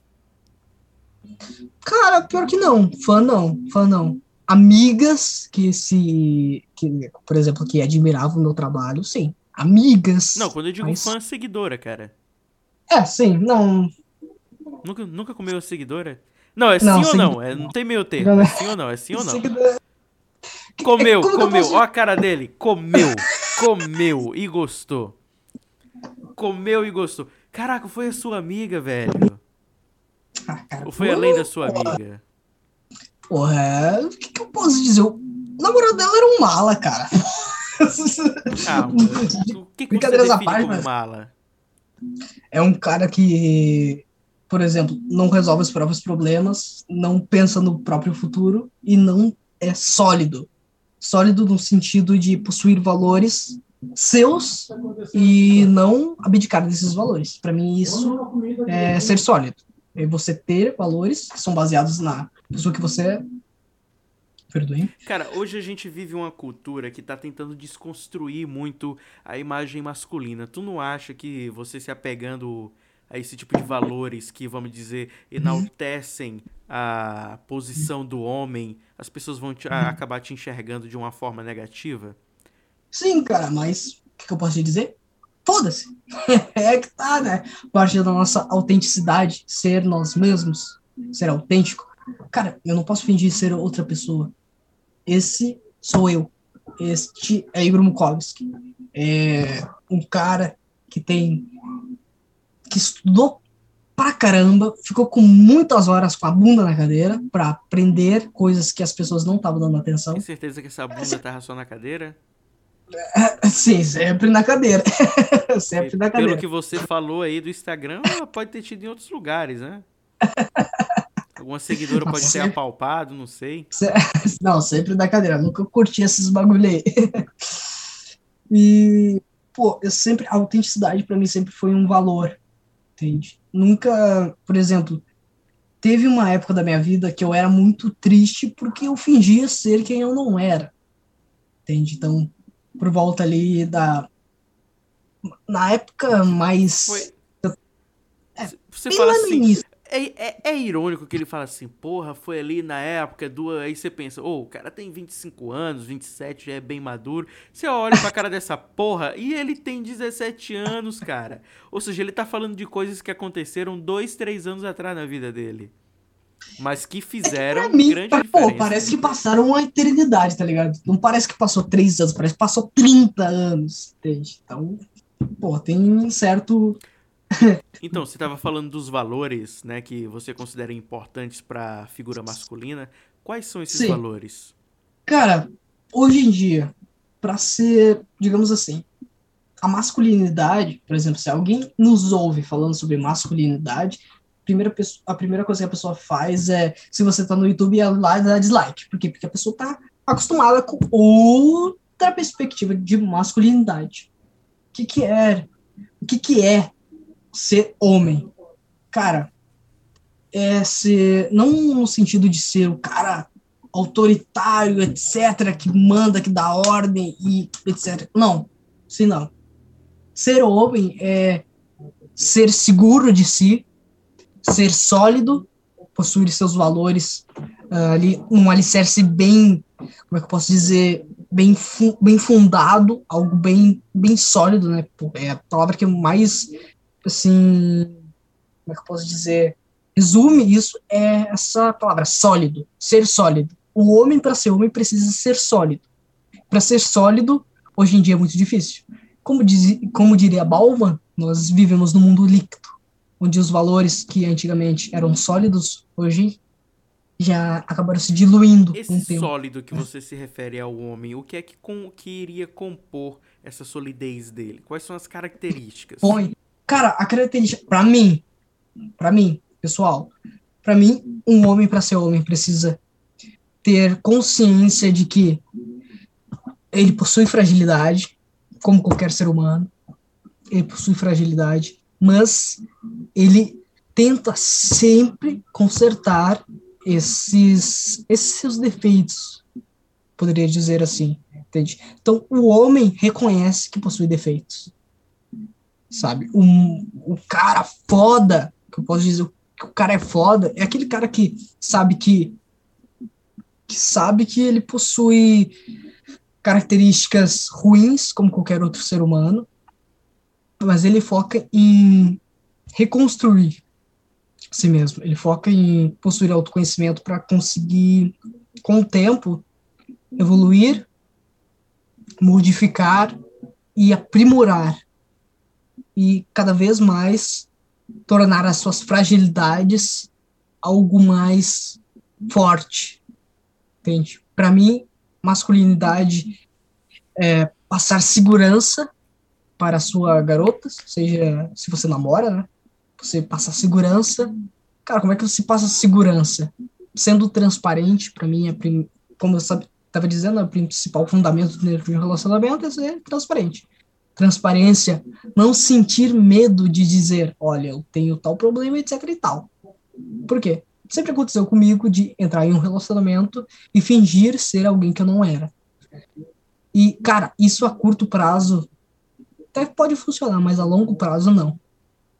Cara, pior que não, fã não, fã não. Amigas que se, que, por exemplo, que admiravam o meu trabalho, sim. Amigas. Não, quando eu digo mas- fã, seguidora, cara. É, sim, não. Nunca, nunca comeu seguidora? Não, é sim Não, ou não? seguidora É, não tem meio termo. Não, É né? sim ou não? É sim ou não? Seguidor- Comeu, Como que eu comeu. posso- Ó a cara dele. Comeu, comeu e gostou. Comeu e gostou. Caraca, foi a sua amiga, velho. Ah, cara, Ou foi pô, além da sua amiga? Porra, é, o que, que eu posso dizer? O namorado dela era um mala, cara. Ah, mano, o que, que você Brincadeiras à define parte, como mas- mala? É um cara que, por exemplo, não resolve os próprios problemas, não pensa no próprio futuro e não é sólido. Sólido no sentido de possuir valores seus e não abdicar desses valores. Para mim, isso é ser sólido. É você ter valores que são baseados na pessoa que você é. Perdoe. Cara, hoje a gente vive uma cultura que tá tentando desconstruir muito a imagem masculina. Tu não acha que você se apegando a esse tipo de valores que, vamos dizer, enaltecem a posição do homem, as pessoas vão te, a, acabar te enxergando de uma forma negativa? Sim, cara, mas o que, que eu posso te dizer? Foda-se. É que tá, né? Parte da nossa autenticidade, ser nós mesmos, ser autêntico. Cara, eu não posso fingir ser outra pessoa. Esse sou eu. Este é Igor Mukovski. É um cara que tem que estudou pra caramba, ficou com muitas horas com a bunda na cadeira pra aprender coisas que as pessoas não estavam dando Tem atenção. certeza que essa bunda tava só na cadeira? Sim, sempre na cadeira. Porque Sempre na pelo cadeira. que você falou aí do Instagram, ela pode ter tido em outros lugares, né? Alguma seguidora Não, pode ter sempre, apalpado, não sei. não, sempre na cadeira. Nunca curti esses bagulho aí. E, pô, eu sempre, a autenticidade pra mim sempre foi um valor, entende? Nunca, por exemplo, teve uma época da minha vida que eu era muito triste porque eu fingia ser quem eu não era, entende? Então, por volta ali da, na época mais, Foi. Você bem fala lá no assim. início, É, é, é irônico que ele fala assim, porra, foi ali na época do. Aí você pensa, ô, oh, o cara tem vinte e cinco anos, vinte e sete, já é bem maduro. Você olha pra cara dessa porra e ele tem dezessete anos, cara. Ou seja, ele tá falando de coisas que aconteceram dois, três anos atrás na vida dele. Mas que pra fizeram mim, grande pô, diferença. parece que passaram uma eternidade, tá ligado? Não parece que passou três anos, parece que passou trinta anos, entende? Então, pô, tem um certo. Então, você estava falando dos valores, né, que você considera importantes para a figura masculina. Quais são esses Sim, valores? cara, hoje em dia, pra ser, digamos assim, a masculinidade, por exemplo, se alguém nos ouve falando sobre masculinidade, a primeira, pessoa, a primeira coisa que a pessoa faz é, se você tá no YouTube, é lá e dá dislike. Por quê? Porque a pessoa tá acostumada com outra perspectiva de masculinidade. O que que é, o que que é ser homem? Cara, é ser, não no sentido de ser o cara autoritário, etc, que manda, que dá ordem e etc. Não, sim, não. Ser homem é ser seguro de si, ser sólido, possuir seus valores, uh, ali, um alicerce bem, como é que eu posso dizer, bem, fu bem fundado, algo bem, bem sólido, né? É a palavra que eu mais, assim, como é que eu posso dizer, resume isso, é essa palavra, sólido, ser sólido. O homem, para ser homem, precisa ser sólido. Para ser sólido, hoje em dia é muito difícil. Como, diz, como diria Bauman, nós vivemos num mundo líquido, onde os valores que antigamente eram sólidos, hoje já acabaram se diluindo com Esse o tempo. sólido que você se refere ao homem, o que é que, com, que iria compor essa solidez dele? Quais são as características? Põe, cara, a característica, para mim, para mim, pessoal, para mim, um homem, para ser homem, precisa ter consciência de que ele possui fragilidade, como qualquer ser humano, ele possui fragilidade, mas ele tenta sempre consertar esses, esses seus defeitos, poderia dizer assim, entende? Então, o homem reconhece que possui defeitos, sabe? O, o cara foda, que eu posso dizer que o cara é foda, é aquele cara que sabe que, que sabe que ele possui características ruins, como qualquer outro ser humano, mas ele foca em reconstruir a si mesmo. Ele foca em possuir autoconhecimento para conseguir, com o tempo, evoluir, modificar e aprimorar. E cada vez mais tornar as suas fragilidades algo mais forte. Entende? Para mim, masculinidade é passar segurança para a sua garota, seja se você namora, né? Você passar segurança. Cara, como é que você passa segurança? Sendo transparente, para mim, é prim... como eu estava dizendo, é o principal fundamento de um relacionamento é ser transparente. Transparência, não sentir medo de dizer, olha, eu tenho tal problema, etc e tal. Por quê? Sempre aconteceu comigo de entrar em um relacionamento e fingir ser alguém que eu não era. E, cara, isso a curto prazo até pode funcionar, mas a longo prazo não.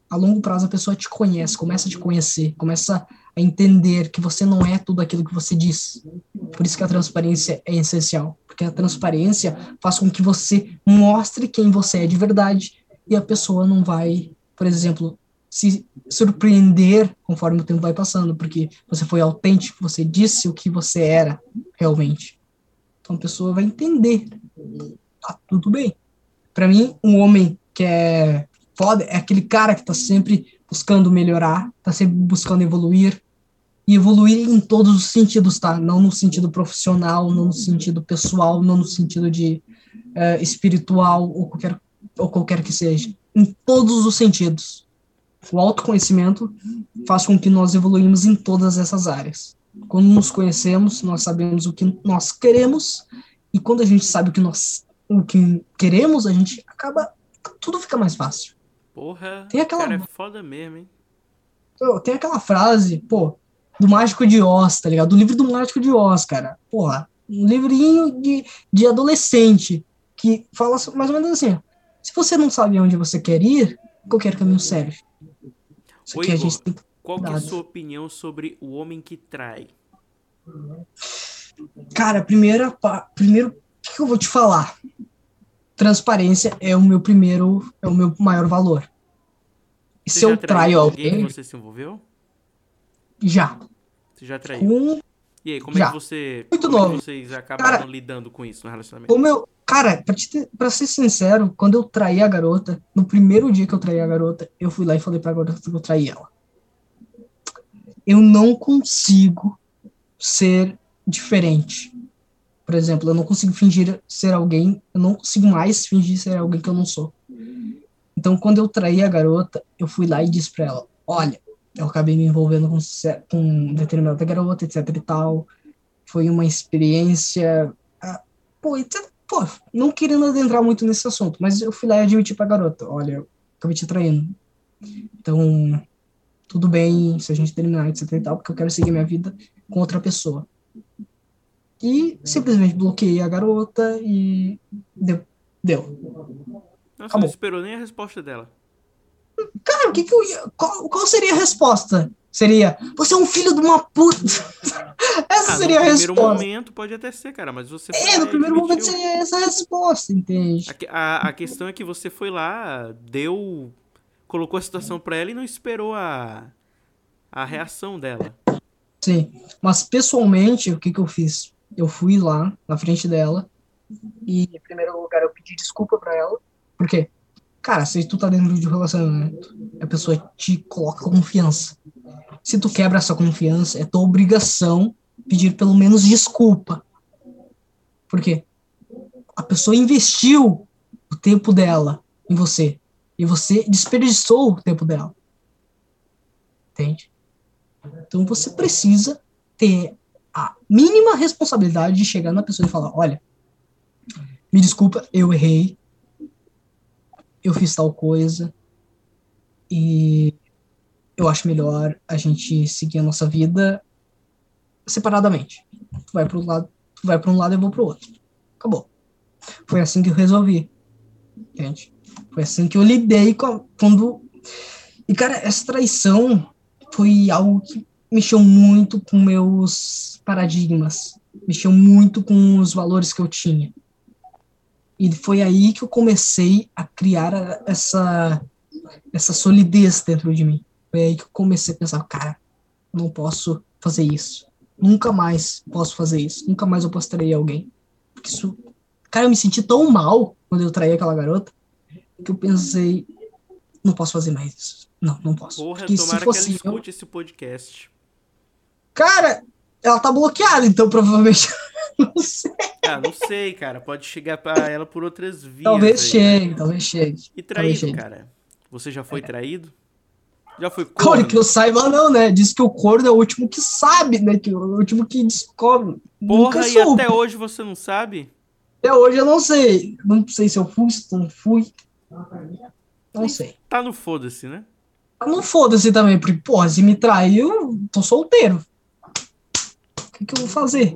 a longo prazo a pessoa te conhece, começa a te conhecer, começa a entender que você não é tudo aquilo que você diz. Por isso que a transparência é essencial, porque a transparência faz com que você mostre quem você é de verdade e a pessoa não vai, por exemplo, se surpreender conforme o tempo vai passando, porque você foi autêntico, você disse o que você era realmente. Então a pessoa vai entender. Tá tudo bem. Para mim, um homem que é foda é aquele cara que tá sempre buscando melhorar, tá sempre buscando evoluir, e evoluir em todos os sentidos, tá? Não no sentido profissional, não no sentido pessoal, não no sentido de uh, espiritual, ou qualquer, ou qualquer que seja. Em todos os sentidos. O autoconhecimento faz com que nós evoluímos em todas essas áreas. Quando nos conhecemos, nós sabemos o que nós queremos, e quando a gente sabe o que nós o que queremos, a gente acaba... Tudo fica mais fácil. Porra, tem aquela, cara é foda mesmo, hein? Tem aquela frase, pô, do Mágico de Oz, tá ligado? Do livro do Mágico de Oz, cara. Porra, um livrinho de, de adolescente, que fala mais ou menos assim, se você não sabe onde você quer ir, qualquer caminho serve. Isso aqui a gente tem que... Qual que é a sua opinião sobre o homem que trai? Cara, primeira, primeiro, o que, que eu vou te falar? Transparência é o meu primeiro, é o meu maior valor. E você se eu traio alguém... alguém que você se envolveu? Já. Você já traiu? Com... E aí, como já. é que você... Muito como novo. É que vocês acabaram cara, lidando com isso no relacionamento? Como eu... Cara, pra, te, pra ser sincero, quando eu traí a garota, no primeiro dia que eu traí a garota, eu fui lá e falei pra garota que eu traí ela. Eu não consigo ser diferente. Por exemplo, eu não consigo fingir ser alguém, eu não consigo mais fingir ser alguém que eu não sou. Então, quando eu traí a garota, eu fui lá e disse pra ela, olha, eu acabei me envolvendo com, com determinada garota, etc e tal. Foi uma experiência... Ah, pô, etc, pô, não querendo adentrar muito nesse assunto, mas eu fui lá e admiti pra garota, olha, eu acabei te traindo. Então, tudo bem se a gente terminar, etc e tal, porque eu quero seguir minha vida com outra pessoa. E simplesmente bloqueei a garota e deu. Deu. Nossa, não esperou nem a resposta dela. Cara, o que que eu ia... Qual, qual seria a resposta? Seria, você é um filho de uma puta. Essa ah, seria a resposta. No primeiro momento pode até ser, cara, mas você foi É, no primeiro admitiu. momento seria essa a resposta, entende? A, a, a questão é que você foi lá, deu... Colocou a situação pra ela e não esperou a, a reação dela. Sim, mas pessoalmente, o que que eu fiz? Eu fui lá, na frente dela, e em primeiro lugar eu pedi desculpa pra ela. Por quê? Cara, se tu tá dentro de um relacionamento, a pessoa te coloca confiança. Se tu quebra essa confiança, é tua obrigação pedir pelo menos desculpa. Por quê? A pessoa investiu o tempo dela em você. E você desperdiçou o tempo dela. Entende? Então você precisa ter a mínima responsabilidade de chegar na pessoa e falar, olha, me desculpa, eu errei, eu fiz tal coisa, e eu acho melhor a gente seguir a nossa vida separadamente. Tu vai para um lado, tu vai para um lado e eu vou para o outro. Acabou. Foi assim que eu resolvi. Entende? Foi assim que eu lidei com a, quando... E, cara, essa traição foi algo que mexeu muito com meus paradigmas. Mexeu muito com os valores que eu tinha. E foi aí que eu comecei a criar essa, essa solidez dentro de mim. Foi aí que eu comecei a pensar, cara, não posso fazer isso. Nunca mais posso fazer isso. Nunca mais eu posso trair alguém. Porque isso... Cara, eu me senti tão mal quando eu traí aquela garota que eu pensei, não posso fazer mais isso. Não, não posso. Porra, Porque tomara se fosse que ela escute eu... esse podcast. Cara, ela tá bloqueada, então provavelmente... não sei. Ah, não sei, cara. Pode chegar pra ela por outras vias. Talvez aí, chegue, né? talvez chegue. E traído, chegue. cara? Você já foi é. traído? Já foi corno? corno? Que eu saiba não, né? Diz que o corno é o último que sabe, né? Que é o último que descobre. Porra, e soube. Até hoje você não sabe? Até hoje eu não sei. Não sei se eu fui, se não fui. Não Nem sei. Tá no foda-se, né? Tá no foda-se também, porque, porra, se me traiu, tô solteiro. O que, que eu vou fazer?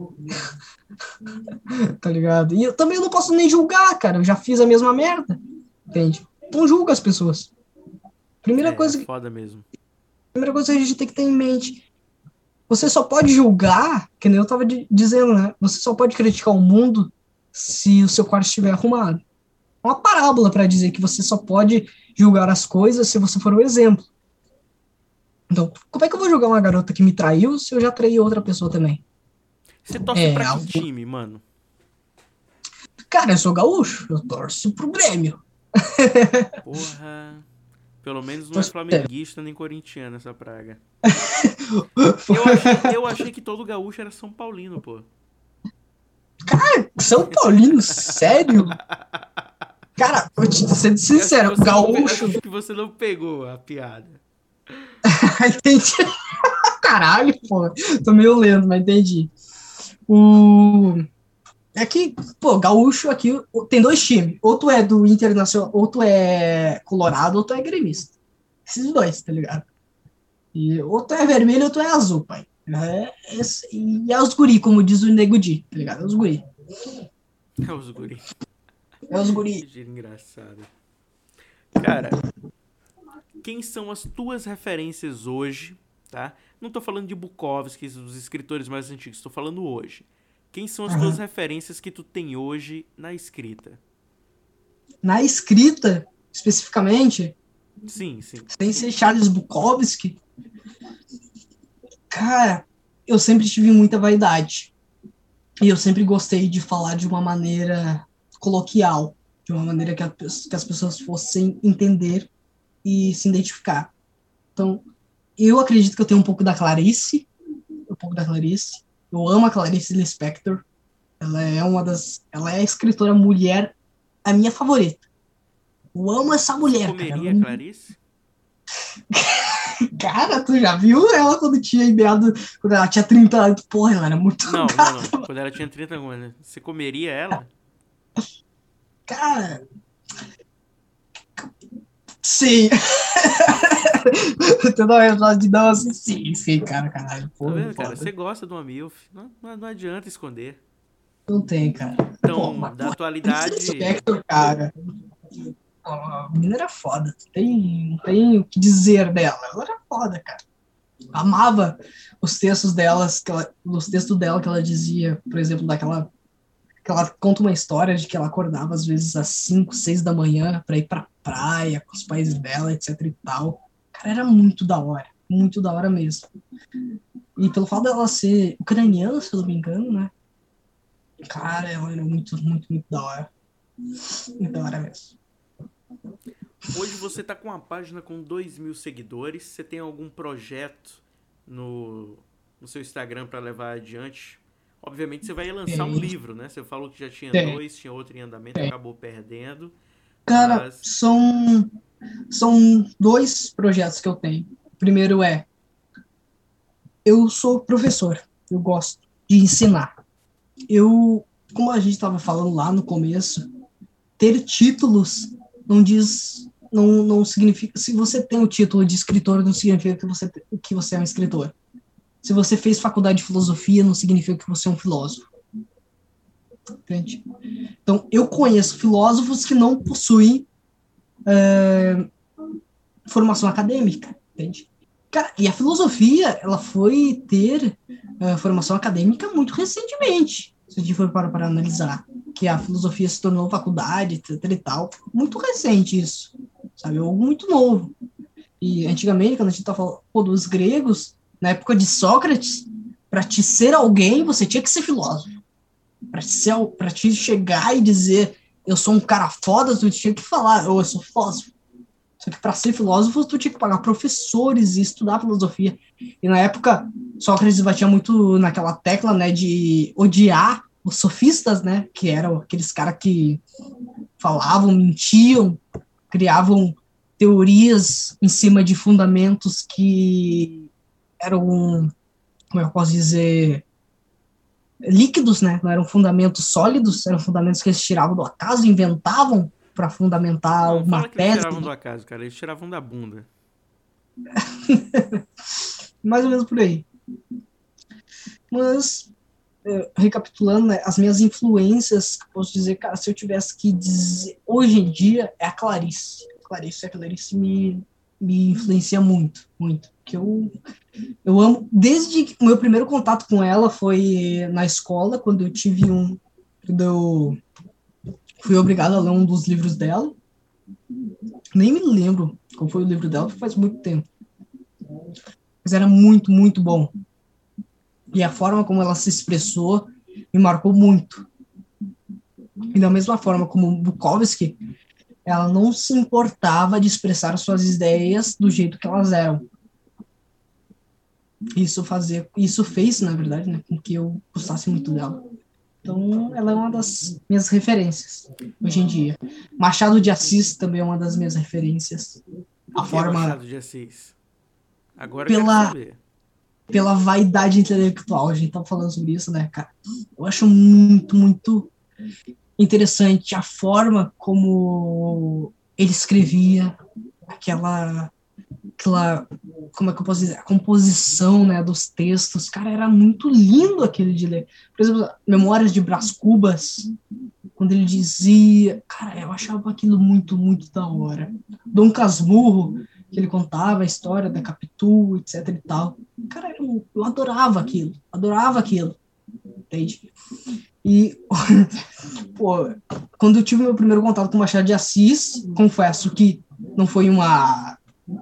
Tá ligado? E eu também não posso nem julgar, cara. Eu já fiz a mesma merda. Entende? Não julga as pessoas. Primeira É, é coisa, foda mesmo. primeira coisa que a gente tem que ter em mente, você só pode julgar, que nem eu tava di- dizendo, né? Você só pode criticar o mundo se o seu quarto estiver arrumado. É uma parábola para dizer que você só pode julgar as coisas se você for o exemplo. Então, como é que eu vou julgar uma garota que me traiu se eu já traí outra pessoa também? Você torce É pra que algo. time, mano? Cara, eu sou gaúcho, eu torço pro Grêmio. Porra. Pelo menos não é Torço pro Grêmio. flamenguista nem corintiano essa praga. Eu achei, eu achei que todo gaúcho era São Paulino, pô. São Paulino, sério? Cara, vou te ser Eu acho que sincero, você não, pe- gaúcho. acho que você não pegou a piada. Entendi. Caralho, pô. Tô meio lento, mas entendi. O... É que, pô, gaúcho aqui tem dois times. Ou tu é do Internacional, ou tu é colorado, ou tu é gremista. Esses dois, tá ligado? E ou tu é vermelho, ou tu é azul, pai. É, esse- e é os guri, como diz o Nego Di, tá ligado? É os guri. É os guri. É os Que guri. gíria engraçada. Cara, quem são as tuas referências hoje, tá? Não tô falando de Bukowski, os escritores mais antigos, tô falando hoje. Quem são as tuas Aham. referências que tu tem hoje na escrita? Na escrita, especificamente, Sim, sim. sem ser Charles Bukowski, cara, eu sempre tive muita vaidade. E eu sempre gostei de falar de uma maneira coloquial, de uma maneira que, a, que as pessoas fossem entender e se identificar. Então, eu acredito que eu tenho um pouco da Clarice, um pouco da Clarice. Eu amo a Clarice Lispector. Ela é uma das, ela é a escritora mulher, a minha favorita. Eu amo essa Você mulher, cara. Ela, comeria Clarice? cara, tu já viu ela quando tinha ideado, quando ela tinha trinta anos? Porra, ela era muito Não, não, não. gata. Quando ela tinha trinta anos, você comeria ela? Cara, sim. Tu não é de não, assim, sim, sim, cara, caralho. Tá Porra, vendo, cara? foda. Você gosta de uma MILF. Não, não, não adianta esconder. Não tem, cara. Pô, Então, mas, da porra, atualidade. Spector, cara. Pô, a menina era foda. Não tem, não tem o que dizer dela. Ela era foda, cara. Amava os textos delas, que ela, os textos dela que ela dizia, por exemplo, daquela que ela conta uma história de que ela acordava às vezes às cinco, seis da manhã para ir pra praia com os pais dela, etc e tal. Cara, era muito da hora, muito da hora mesmo. E pelo fato dela ser ucraniana, se eu não me engano, né? Cara, ela era muito, muito, muito da hora. Muito da hora mesmo. Hoje você tá com uma página com dois mil seguidores. Você tem algum projeto no, no seu Instagram para levar adiante? Obviamente você vai lançar um Tem, livro, né? Você falou que já tinha tem, dois, tinha outro em andamento, tem. acabou perdendo. Cara, Mas. são, são dois projetos que eu tenho. O primeiro é, eu sou professor, eu gosto de ensinar. Eu, como a gente estava falando lá no começo, ter títulos não diz, não, não significa, se você tem o título de escritor, não significa que você, que você é um escritor. Se você fez faculdade de filosofia, não significa que você é um filósofo. Entende? Então, eu conheço filósofos que não possuem é, formação acadêmica, entende? Cara, e a filosofia, ela foi ter uh, formação acadêmica muito recentemente, se a gente for para, para analisar, que a filosofia se tornou faculdade, etc e tal, muito recente isso, sabe, algo muito novo. E antigamente, quando a gente tá falando pô, dos gregos, na época de Sócrates, para te ser alguém, você tinha que ser filósofo. Para te, pra te chegar e dizer, eu sou um cara foda, tu tinha que falar, eu sou filósofo. Só que para ser filósofo, tu tinha que pagar professores e estudar filosofia. E na época, Sócrates batia muito naquela tecla, né, de odiar os sofistas, né, que eram aqueles caras que falavam, mentiam, criavam teorias em cima de fundamentos que eram, como eu posso dizer, líquidos, né, não eram fundamentos sólidos, eram fundamentos que eles tiravam do acaso, inventavam para fundamentar Não, uma fala que eles tese. tiravam do acaso, cara. Eles tiravam da bunda. Mais ou menos por aí. Mas, é, recapitulando, né, as minhas influências, posso dizer, cara, se eu tivesse que dizer, hoje em dia, é a Clarice. A Clarice, a Clarice me, me influencia muito, muito. Que eu, eu amo, desde o meu primeiro contato com ela foi na escola, quando eu tive um, quando eu fui obrigado a ler um dos livros dela. Nem me lembro qual foi o livro dela, porque faz muito tempo. Mas era muito, muito bom. E a forma como ela se expressou me marcou muito. E da mesma forma como Bukowski, ela não se importava de expressar suas ideias do jeito que elas eram. Isso fazia, isso fez, na verdade, né, com que eu gostasse muito dela. Então, ela é uma das minhas referências hoje em dia. Machado de Assis também é uma das minhas referências. Por A que forma Machado de Assis? Agora eu pela quero saber. pela vaidade intelectual, a gente tá falando sobre isso, né, cara? Eu acho muito, muito interessante a forma como ele escrevia, aquela, aquela, como é que eu posso dizer, a composição, né, dos textos, cara, era muito lindo aquele de ler. Por exemplo, Memórias de Brás Cubas, quando ele dizia, cara, eu achava aquilo muito, muito da hora. Dom Casmurro, que ele contava a história da Capitu, etc e tal. Cara, eu, eu adorava aquilo, adorava aquilo, entende? E, pô, quando eu tive meu primeiro contato com Machado de Assis, confesso que não foi uma,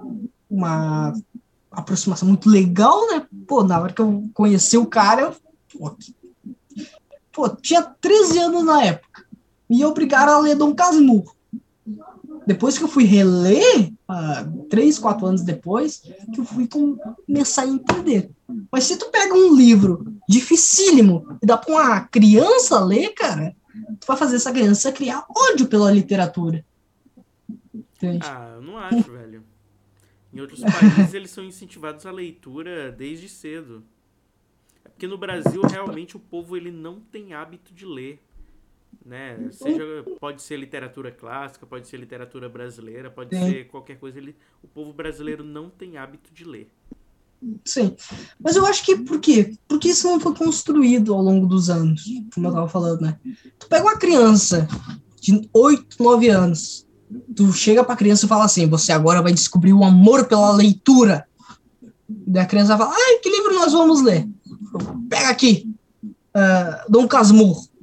uma aproximação muito legal, né? Pô, na hora que eu conheci o cara, eu, pô, pô, tinha treze anos na época, me obrigaram a ler Dom Casmurro. Depois que eu fui reler, uh, três, quatro anos depois, que eu fui começar a entender. Mas se tu pega um livro dificílimo e dá pra uma criança ler, cara, tu vai fazer essa criança criar ódio pela literatura. Entende? Ah, eu não acho, velho. Em outros países eles são incentivados à leitura desde cedo. É porque no Brasil realmente o povo ele não tem hábito de ler. Né? Seja, pode ser literatura clássica, pode ser literatura brasileira, pode Sim. ser qualquer coisa. Ele, o povo brasileiro não tem hábito de ler. Sim. Mas eu acho que por quê? Porque isso não foi construído ao longo dos anos, como eu tava falando, né? Tu pega uma criança de oito, nove anos, tu chega pra criança e fala assim, você agora vai descobrir o amor pela leitura. E daí a criança vai falar, ai, que livro nós vamos ler? Pega aqui, uh, Dom Casmurro.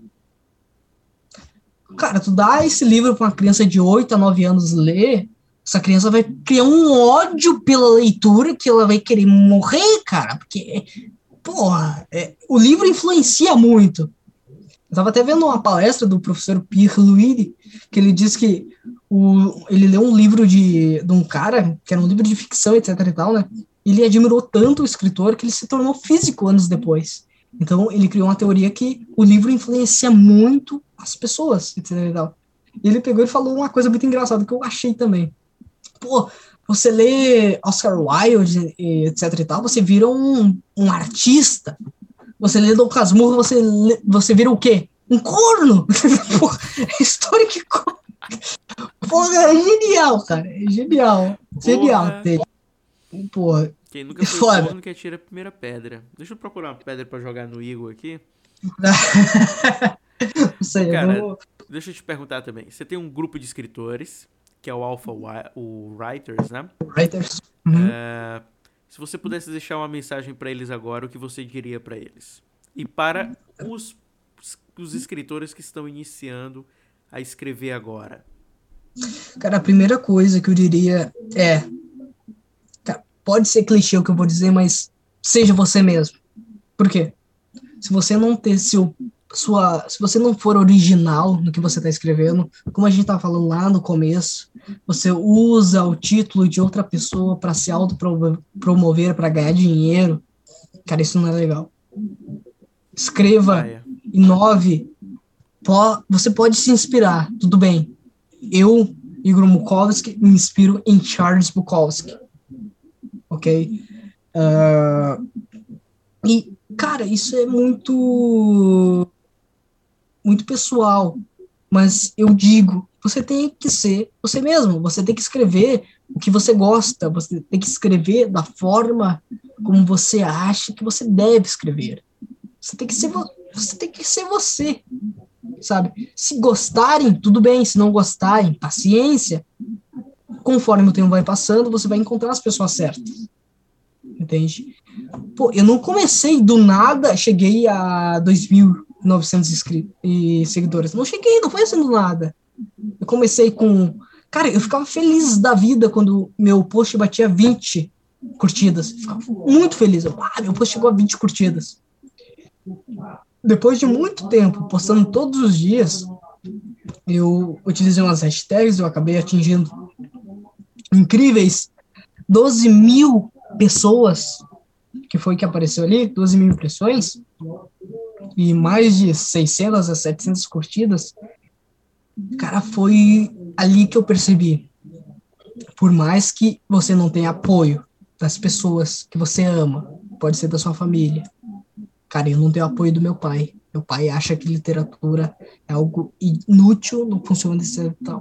Cara, tu dá esse livro pra uma criança de oito a nove anos ler, essa criança vai criar um ódio pela leitura que ela vai querer morrer, cara, porque, porra, é, o livro influencia muito. Eu tava até vendo uma palestra do professor Pierre Louis, que ele disse que o, ele leu um livro de, de um cara, que era um livro de ficção, etc e tal, né, e ele admirou tanto o escritor que ele se tornou físico anos depois. Então, ele criou uma teoria que o livro influencia muito as pessoas, etc e tal. E ele pegou e falou uma coisa muito engraçada que eu achei também. Pô, você lê Oscar Wilde, etc e tal, você vira um, um artista. Você lê Dom Casmurro, você, lê, você vira o quê? Um corno! Porra, é história que... Porra, é genial, cara. É genial. Genial. Porra. Quem nunca foi Foda. corno que atira a primeira pedra. Deixa eu procurar uma pedra pra jogar no Igor aqui. Não sei, Cara, eu vou... deixa eu te perguntar também. Você tem um grupo de escritores, que é o Alpha o Writers, né? Writers. Uhum. É, se você pudesse deixar uma mensagem pra eles agora, o que você diria pra eles? E para os, os escritores que estão iniciando a escrever agora? Cara, a primeira coisa que eu diria é... Cara, pode ser clichê o que eu vou dizer, mas seja você mesmo. Por quê? Se você não ter seu... Sua, se você não for original no que você está escrevendo, como a gente estava falando lá no começo, você usa o título de outra pessoa para se autopromover, para ganhar dinheiro, cara, isso não é legal. Escreva, Ah, é. inove, po, você pode se inspirar, tudo bem. Eu, Igor Bukowski, me inspiro em Charles Bukowski, ok? Uh, e, cara, isso é muito... muito pessoal, mas eu digo, você tem que ser você mesmo, você tem que escrever o que você gosta, você tem que escrever da forma como você acha que você deve escrever. Você tem que ser, você tem que ser você, sabe? Se gostarem, tudo bem, se não gostarem, paciência. conforme o tempo vai passando, você vai encontrar as pessoas certas. Entende? Pô, eu não comecei do nada, cheguei a dois mil e novecentos inscritos e seguidores. Não cheguei, não foi assim do nada. Eu comecei com... Cara, eu ficava feliz da vida quando meu post batia vinte curtidas. Eu ficava muito feliz. Eu, ah, meu post chegou a vinte curtidas. Depois de muito tempo, postando todos os dias, eu utilizei umas hashtags, eu acabei atingindo incríveis doze mil pessoas, que foi que apareceu ali, doze mil impressões, e mais de seiscentas a setecentas curtidas. Cara, foi ali que eu percebi, por mais que você não tenha apoio das pessoas que você ama, pode ser da sua família, cara, eu não tenho apoio do meu pai. Meu pai acha que literatura é algo inútil, não funciona desse jeito e tal.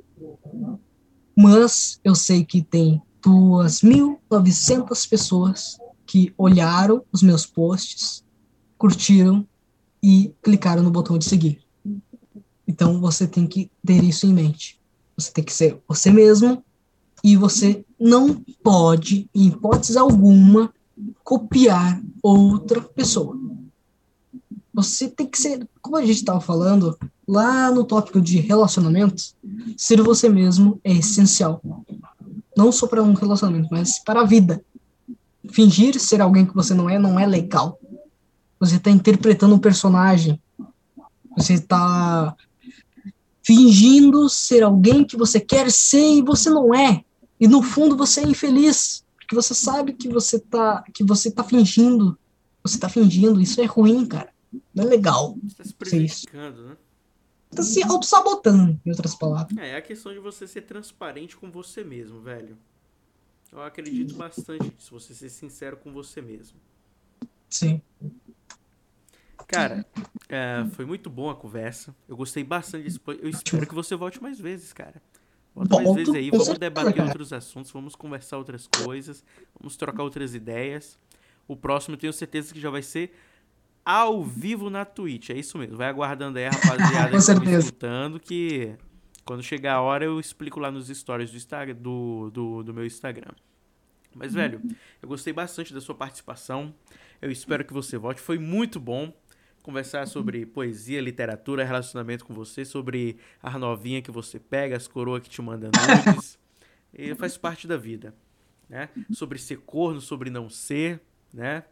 Mas eu sei que tem duas mil e novecentas pessoas que olharam os meus posts, curtiram e clicaram no botão de seguir. Então você tem que ter isso em mente. Você tem que ser você mesmo e você não pode, em hipótese alguma, copiar outra pessoa. Você tem que ser, como a gente estava falando, lá no tópico de relacionamentos, ser você mesmo é essencial. Não só para um relacionamento, mas para a vida. Fingir ser alguém que você não é, não é legal. Você está interpretando um personagem. Você está fingindo ser alguém que você quer ser e você não é. E no fundo você é infeliz. Porque você sabe que você está que você tá fingindo. Você está fingindo. Isso é ruim, cara. Não é legal. Você está se prejudicando, né? Tá se auto-sabotando, em outras palavras. É, é a questão de você ser transparente com você mesmo, velho. Eu acredito bastante nisso, você ser sincero com você mesmo. Sim. Cara, é, foi muito bom a conversa. Eu gostei bastante desse... Eu espero que você volte mais vezes, cara. Volta mais vezes aí, vamos debater outros assuntos, vamos conversar outras coisas, vamos trocar outras ideias. O próximo eu tenho certeza que já vai ser ao vivo na Twitch, é isso mesmo. Vai aguardando aí, rapaziada, que tá me escutando, que quando chegar a hora eu explico lá nos stories do, Instagram, do, do, do meu Instagram. Mas, velho, eu gostei bastante da sua participação. Eu espero que você volte. Foi muito bom conversar sobre poesia, literatura, relacionamento com você, sobre a novinha que você pega, as coroas que te mandam nudes. E faz parte da vida, né? Sobre ser corno, sobre não ser, né?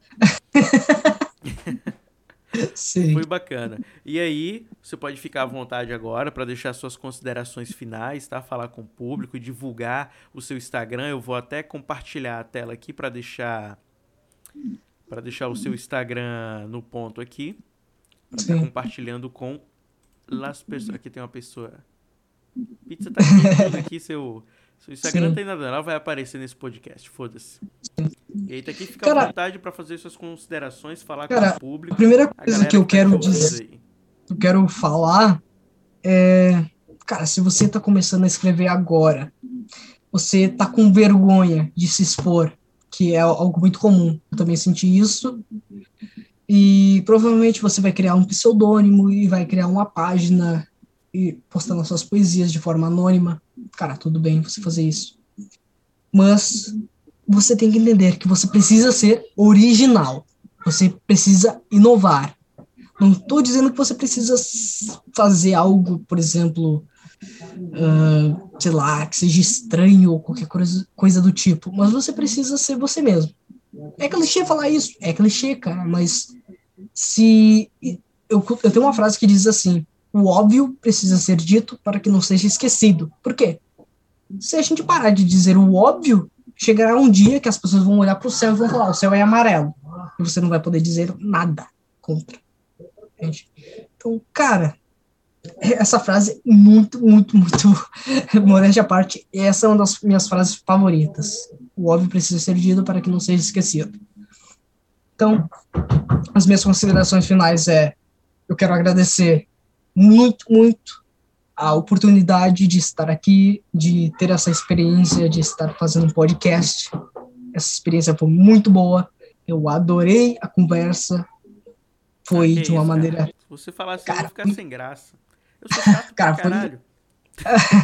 Sim. Foi bacana. E aí, você pode ficar à vontade agora para deixar suas considerações finais, tá? Falar com o público e divulgar o seu Instagram. Eu vou até compartilhar a tela aqui para deixar para deixar o seu Instagram no ponto aqui. Para estar compartilhando com as pessoas. Aqui tem uma pessoa. Pizza tá aqui, tudo aqui, seu, seu Instagram. Sim. Não tem nada, ela vai aparecer nesse podcast, foda-se. E aí tá aqui, fica cara, à vontade para fazer suas considerações, falar cara, com o público. A primeira coisa a que eu que quero dizer, eu quero falar é, cara, se você tá começando a escrever agora, você tá com vergonha de se expor, que é algo muito comum. Eu também senti isso. E provavelmente você vai criar um pseudônimo e vai criar uma página e postando suas poesias de forma anônima. Cara, tudo bem você fazer isso. Mas você tem que entender que você precisa ser original. Você precisa inovar. Não estou dizendo que você precisa fazer algo, por exemplo, uh, sei lá, que seja estranho ou qualquer coisa, coisa do tipo. Mas você precisa ser você mesmo. É clichê falar isso. É clichê, cara. Mas se... Eu, eu tenho uma frase que diz assim: o óbvio precisa ser dito para que não seja esquecido. Por quê? Se a gente parar de dizer o óbvio, chegará um dia que as pessoas vão olhar para o céu e vão falar, o céu é amarelo. E você não vai poder dizer nada contra. Entende? Então, cara, essa frase é muito, muito, muito modéstia à parte. Essa é uma das minhas frases favoritas. O óbvio precisa ser dito para que não seja esquecido. Então, as minhas considerações finais é, eu quero agradecer muito, muito a oportunidade de estar aqui, de ter essa experiência, de estar fazendo um podcast. Essa experiência foi muito boa. Eu adorei a conversa. Foi ah, de uma isso, maneira... Cara? Se você falar assim, cara, eu vou ficar foi... sem graça. Eu sou chato cara, pra caralho. Foi...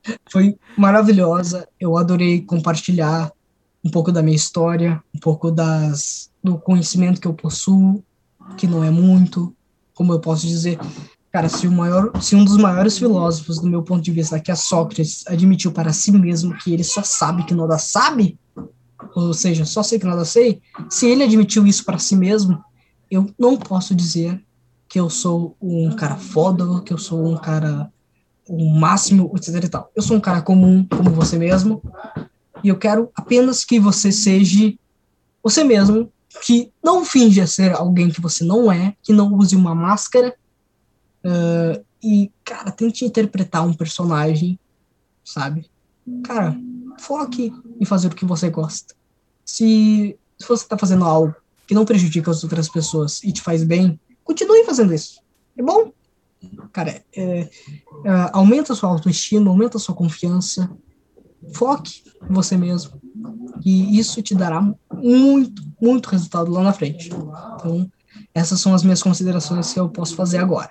Foi maravilhosa. Eu adorei compartilhar um pouco da minha história, um pouco das, do conhecimento que eu possuo, que não é muito, como eu posso dizer. Cara, se, o maior, se um dos maiores filósofos, do meu ponto de vista, que é Sócrates, admitiu para si mesmo que ele só sabe que nada sabe, ou seja, só sei que nada sei, se ele admitiu isso para si mesmo, eu não posso dizer que eu sou um cara foda, que eu sou um cara o máximo, etc e tal. Eu sou um cara comum, como você mesmo, e eu quero apenas que você seja você mesmo, que não finja ser alguém que você não é, que não use uma máscara, uh, e, cara, tente interpretar um personagem, sabe? Cara, foque em fazer o que você gosta. Se, se você tá fazendo algo que não prejudica as outras pessoas e te faz bem, continue fazendo isso. É bom? Cara, é, é, aumenta a sua autoestima, aumenta a sua confiança, foque em você mesmo. E isso te dará muito, muito resultado lá na frente. Então, essas são as minhas considerações que eu posso fazer agora.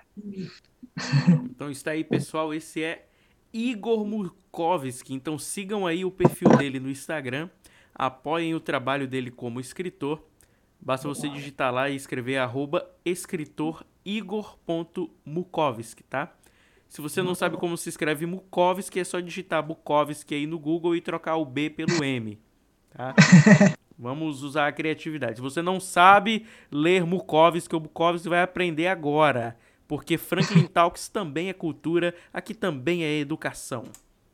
Então está aí, pessoal. Esse é Igor Murkowski. Então sigam aí o perfil dele no Instagram. Apoiem o trabalho dele como escritor. Basta você digitar lá e escrever arroba escritor igor ponto murkowski, tá? Se você não sabe como se escreve Murkowski, é só digitar Bukowski aí no Google e trocar o B pelo M, tá? Vamos usar a criatividade. Se você não sabe ler Murkowski ou Bukowski, vai aprender agora. Porque Franklin Talks também é cultura, aqui também é educação.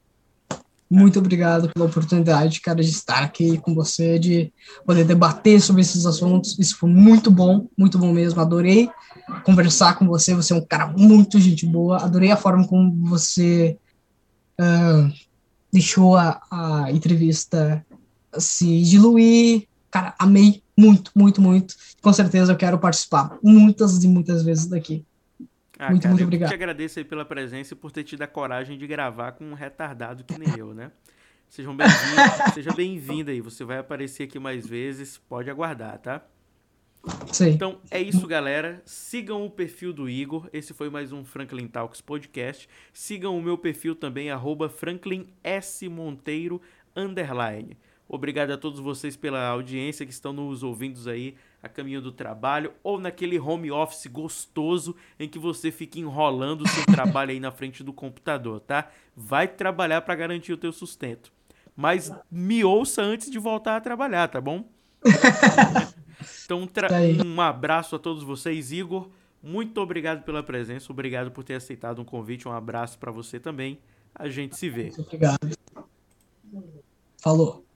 Muito obrigado pela oportunidade, cara, de estar aqui com você, de poder debater sobre esses assuntos. Isso foi muito bom, muito bom mesmo. Adorei conversar com você. Você é um cara muito gente boa. Adorei a forma como você uh, deixou a, a entrevista se diluir. Cara, amei muito, muito, muito. Com certeza eu quero participar muitas e muitas vezes daqui. Ah, Muito, cara, muito eu que te obrigado. agradeço aí pela presença e por ter tido a coragem de gravar com um retardado que nem eu, né? Sejam bem-vindos, seja bem-vindo aí. Você vai aparecer aqui mais vezes, pode aguardar, tá? Sei. Então é isso, galera. Sigam o perfil do Igor. Esse foi mais um Franklin Talks Podcast. Sigam o meu perfil também, arroba Franklin S. Monteiro, underline. Obrigado a todos vocês pela audiência que estão nos ouvindo aí a caminho do trabalho ou naquele home office gostoso em que você fica enrolando o seu trabalho aí na frente do computador, tá? Vai trabalhar para garantir o teu sustento. Mas me ouça antes de voltar a trabalhar, tá bom? Então, um, tra- um abraço a todos vocês, Igor. Muito obrigado pela presença, obrigado por ter aceitado um convite. Um abraço para você também. A gente se vê. Muito obrigado. Falou.